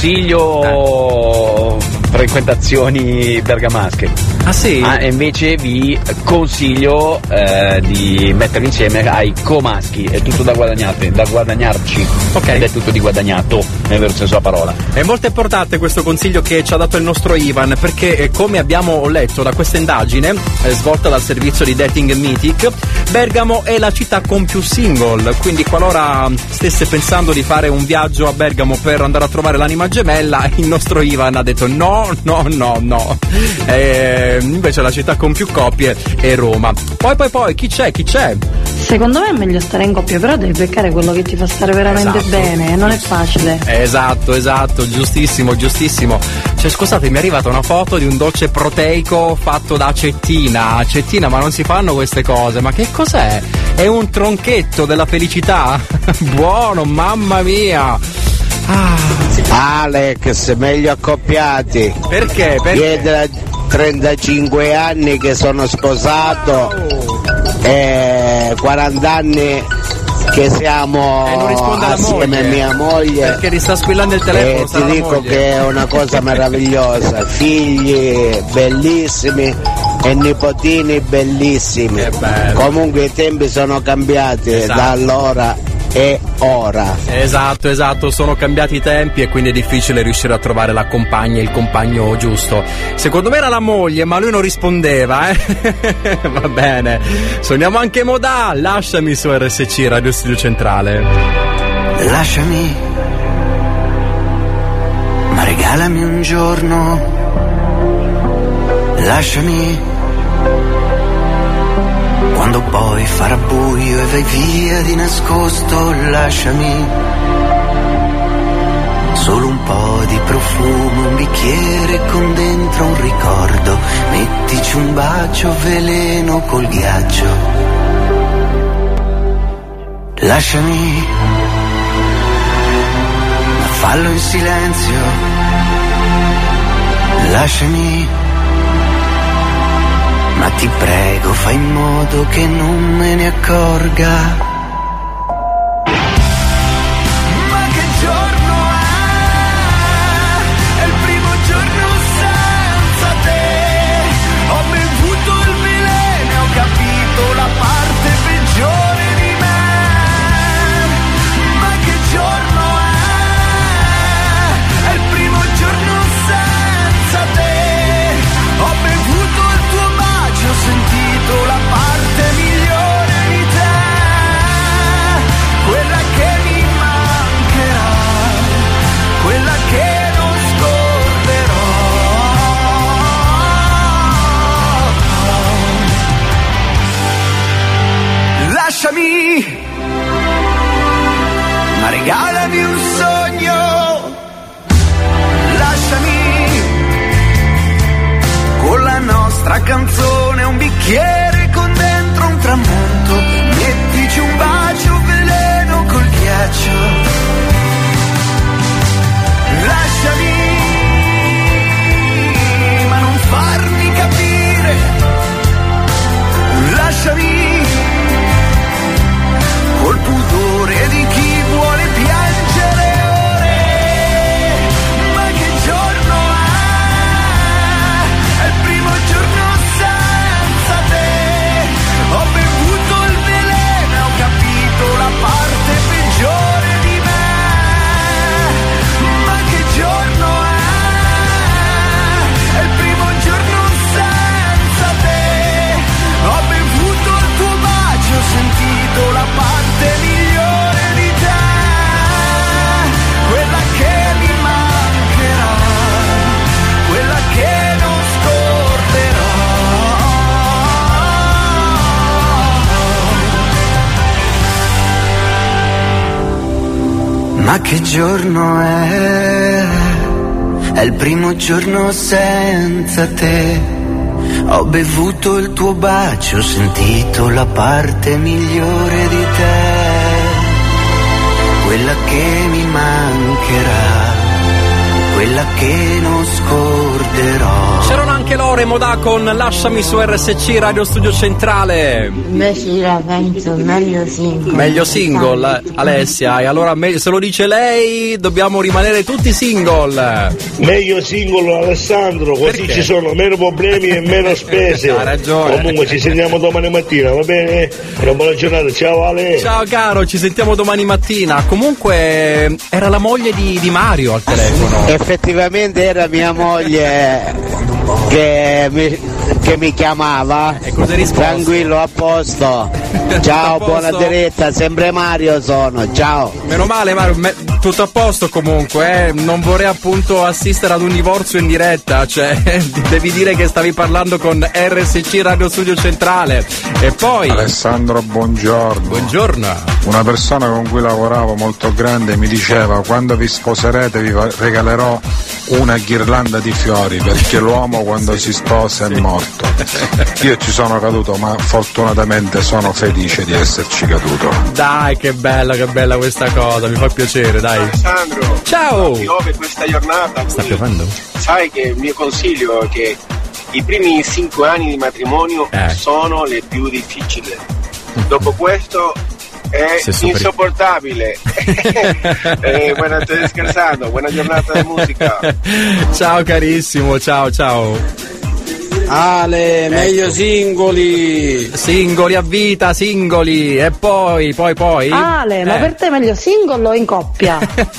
sconsiglio eh. frequentazioni bergamasche. Ah sì? Ah, e invece vi consiglio eh, di metterli insieme ai comaschi. È tutto da guadagnarti, da guadagnarci. Ok. Ed è tutto di guadagnato, nel vero senso della parola. È molto importante questo consiglio che ci ha dato il nostro Ivan, perché eh, come abbiamo letto da questa indagine eh, svolta dal servizio di dating Mythic, Bergamo è la città con più single, quindi qualora stesse pensando di fare un viaggio a Bergamo per andare a trovare l'anima gemella, il nostro Ivan ha detto no, no, no, no. E invece la città con più coppie è Roma. Poi poi poi chi c'è? Chi c'è? Secondo me è meglio stare in coppia, però devi beccare quello che ti fa stare veramente esatto. bene, non è facile. Esatto, esatto, giustissimo, giustissimo. Cioè scusate, mi è arrivata una foto di un dolce proteico fatto da acettina. Acettina, ma non si fanno queste cose, ma che cos'è? È un tronchetto della felicità? Buono, mamma mia! Ah. Alex, meglio accoppiati. Perché? Perché? Io da trentacinque anni che sono sposato, wow. E quaranta anni che siamo eh, non risponde alla assieme moglie. a mia moglie, perché ti sta squillando il telefono. E ti dico che è una cosa meravigliosa. Figli bellissimi e nipotini bellissimi. Comunque i tempi sono cambiati, esatto. Da allora e ora. Esatto, esatto, sono cambiati i tempi e quindi è difficile riuscire a trovare la compagna e il compagno giusto. Secondo me era la moglie, ma lui non rispondeva, eh. Va bene. Suoniamo anche Modà, lasciami su R S C Radio Studio Centrale. Lasciami, ma regalami un giorno. Lasciami, quando poi farà buio e vai via di nascosto, lasciami. Solo un po' di profumo, un bicchiere con dentro un ricordo. Mettici un bacio, veleno col ghiaccio. Lasciami, ma fallo in silenzio. Lasciami, ma ti prego fai in modo che non me ne accorga. Lasciami, ma regalami un sogno. Lasciami, con la nostra canzone, un bicchiere con dentro un tramonto. Mettici un bacio veleno col ghiaccio. Lasciami, ma non farmi capire. Lasciami, col pudore di chi vuole piangere ore. Ma che giorno è? È il primo giorno senza te. Ho bevuto il veleno, ho capito la parte peggiore di me. Ma che giorno è? È il primo giorno senza te. Ho bevuto il tuo bacio, ho sentito la parte migliore di te, quella che mi mancherà, quella che non scorderò. Ma che giorno è? È il primo giorno senza te. Ho bevuto il tuo bacio, ho sentito la parte migliore di te, quella che mi mancherà, quella che non scorderò. C'erano anche Lore e Modà con Lasciami su R S C Radio Studio Centrale. Invece la penso meglio single. Meglio single, Alessia, e allora me- se lo dice lei dobbiamo rimanere tutti single. Meglio single Alessandro, così Perché? ci sono meno problemi e meno spese. Ha ragione. Comunque ci sentiamo domani mattina, va bene? Una buona giornata, ciao Ale. Ciao caro, ci sentiamo domani mattina. Comunque era la moglie di, di Mario al telefono. Effettivamente era mia moglie che mi, che mi chiamava. E cosa hai risposto? Tranquillo, a posto. Ciao, a posto? buona diretta, sempre Mario sono, ciao. Meno male Mario, me- tutto a posto comunque, eh? Non vorrei appunto assistere ad un divorzio in diretta, cioè devi dire che stavi parlando con R S C Radio Studio Centrale. E poi Alessandro, buongiorno. Buongiorno. Una persona con cui lavoravo molto grande mi diceva: quando vi sposerete vi regalerò una ghirlanda di fiori, perché l'uomo quando si sposa è morto. Io ci sono caduto, ma fortunatamente sono felice di esserci caduto. Dai, che bella, che bella questa cosa, mi fa piacere, dai. Alessandro, ciao. Piove questa giornata. Sta piovendo? Sai che il mio consiglio è che i primi cinque anni di matrimonio eh. sono le più difficili. Dopo questo è insopportabile. eh, buona, stai scherzando, buona giornata di musica. Ciao carissimo, ciao ciao. Ale, ecco. Meglio singoli. Singoli a vita, singoli. E poi, poi, poi. Ale, eh. ma per te è meglio single o in coppia?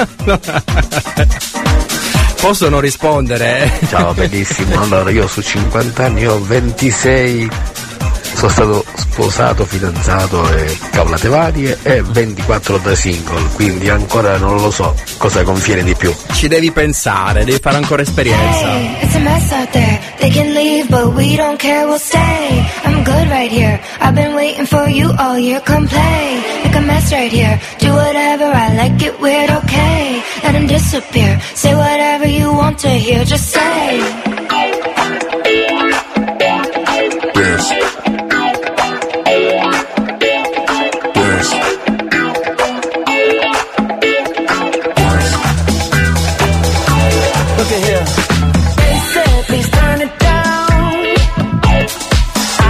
Posso non rispondere? Ciao, bellissimo. Allora, io su cinquanta anni ho ventisei. Sono stato sposato, fidanzato e cavolate varie, e ventiquattro da single, quindi ancora non lo so cosa conviene di più. Ci devi pensare, devi fare ancora esperienza. Hey, it's a mess out there. They can leave, but we don't care, we'll stay. I'm good right here. I've been waiting for you all year. Come play, make a mess right here. Do whatever, I like it weird, okay. Let him disappear. Say whatever you want to hear, just say. Yes. Look at here. They said please turn it down.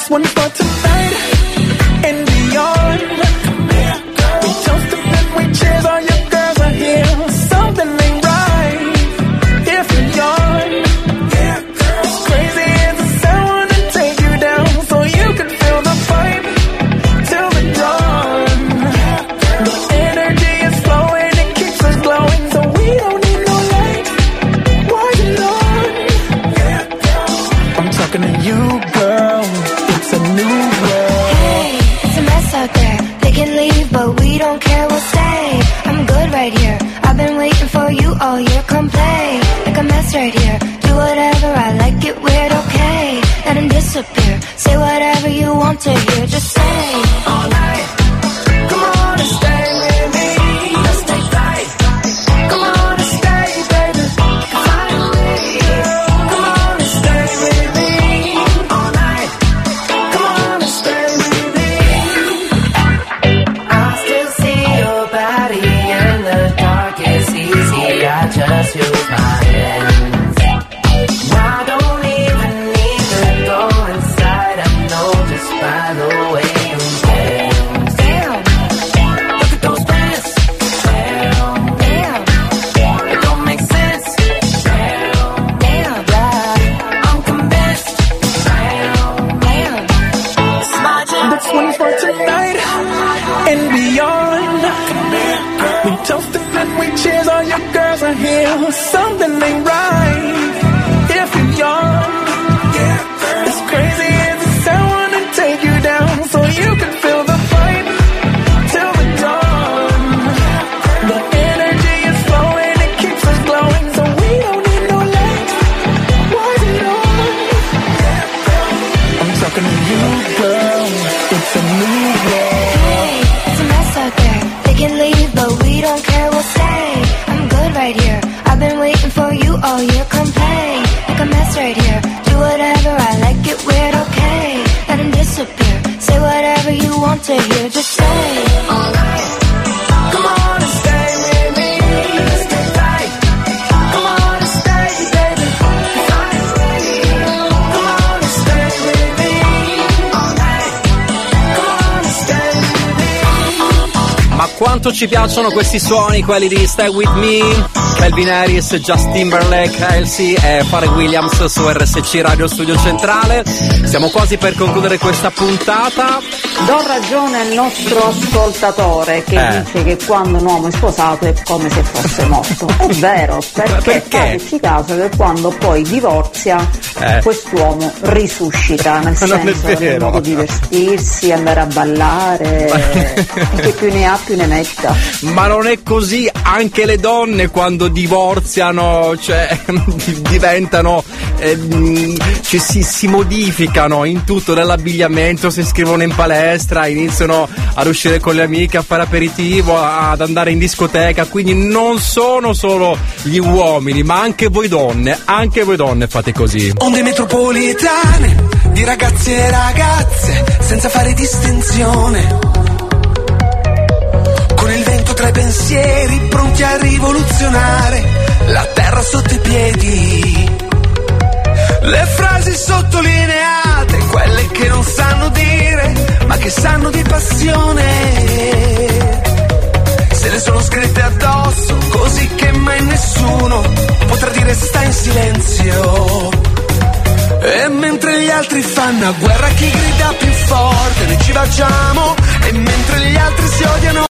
This one's for tonight and beyond. We toast to and we cheers, all your girls are here. Something ain't right if you're young. As crazy as the sound, wanna take you down so you can feel the vibe till the dawn. The energy is flowing, it keeps us glowing, so we don't need no light. Why you on? I'm talking to you, girl. It's a new world. Hey, it's a mess out there. They can leave, but we don't care, we'll stay. I'm good right here. I've been waiting for you all year. Come play like a mess right here. Do whatever, I like it weird, okay. Let him disappear. Say whatever you want to hear. Just say all night. Come on and stay with me. Let's stay tight. Come on and stay, baby. Finally. Come on and stay with me all night. Come on and stay with me. I still see your body in the dark. It's easy. I just use my hands. I don't even need to go inside. I know just by the way you dance. Damn. Look at those pants. Damn. Damn. It don't make sense. Damn. Damn. Yeah. I'm convinced. Damn. Damn. This one's for tonight and beyond. We toast and we cheers, all your girls are here. Something ain't right if you're young. As crazy as the sound, wanna take you down so you can feel the vibe till the dawn. The energy is flowing, it keeps us glowing, so we don't need no light. Why is it on? I'm talking to you, girl. It's a new world. Hey, it's a mess out there. They can leave, but we don't care, we'll stay. I'm good right here. I've been waiting for you all year. Come play like a mess right here. Do whatever, I like it weird, okay. Let him disappear. Say whatever you want to hear. Just say all night. Come on and stay with me. Let's stay tight. Come on and stay, baby. Finally. Come on and stay with me all night. Come on and stay with me. Ma quanto ci piacciono questi suoni, quelli di Stay With Me, Calvin Harris, Justin Timberlake, Halsey e Pharrell Williams su R S C Radio Studio Centrale. Siamo quasi per concludere questa puntata. Do ragione al nostro ascoltatore che Eh. dice che quando un uomo è sposato è come se fosse morto. È vero, perché, perché? fateci caso che quando poi divorzia Eh. quest'uomo risuscita, nel Non è senso nel vero. modo di vestirsi, andare a ballare, e che più ne ha più ne metta. Ma non è così, anche le donne quando divorziano, cioè diventano, eh, mh, cioè, si, si modificano in tutto, nell'abbigliamento, si iscrivono in palestra, iniziano ad uscire con le amiche, a fare aperitivo, ad andare in discoteca, quindi non sono solo gli uomini, ma anche voi donne, anche voi donne fate così. Onde metropolitane di ragazzi e ragazze senza fare distinzione, con il vento tra i pensieri pronti a rivoluzionare la terra sotto i piedi, le frasi sottolineate, quelle che non sanno dire ma che sanno di passione, se le sono scritte addosso così che mai nessuno potrà dire sta in silenzio. E mentre gli altri fanno a guerra chi grida più forte, noi ci baciamo, e mentre gli altri si odiano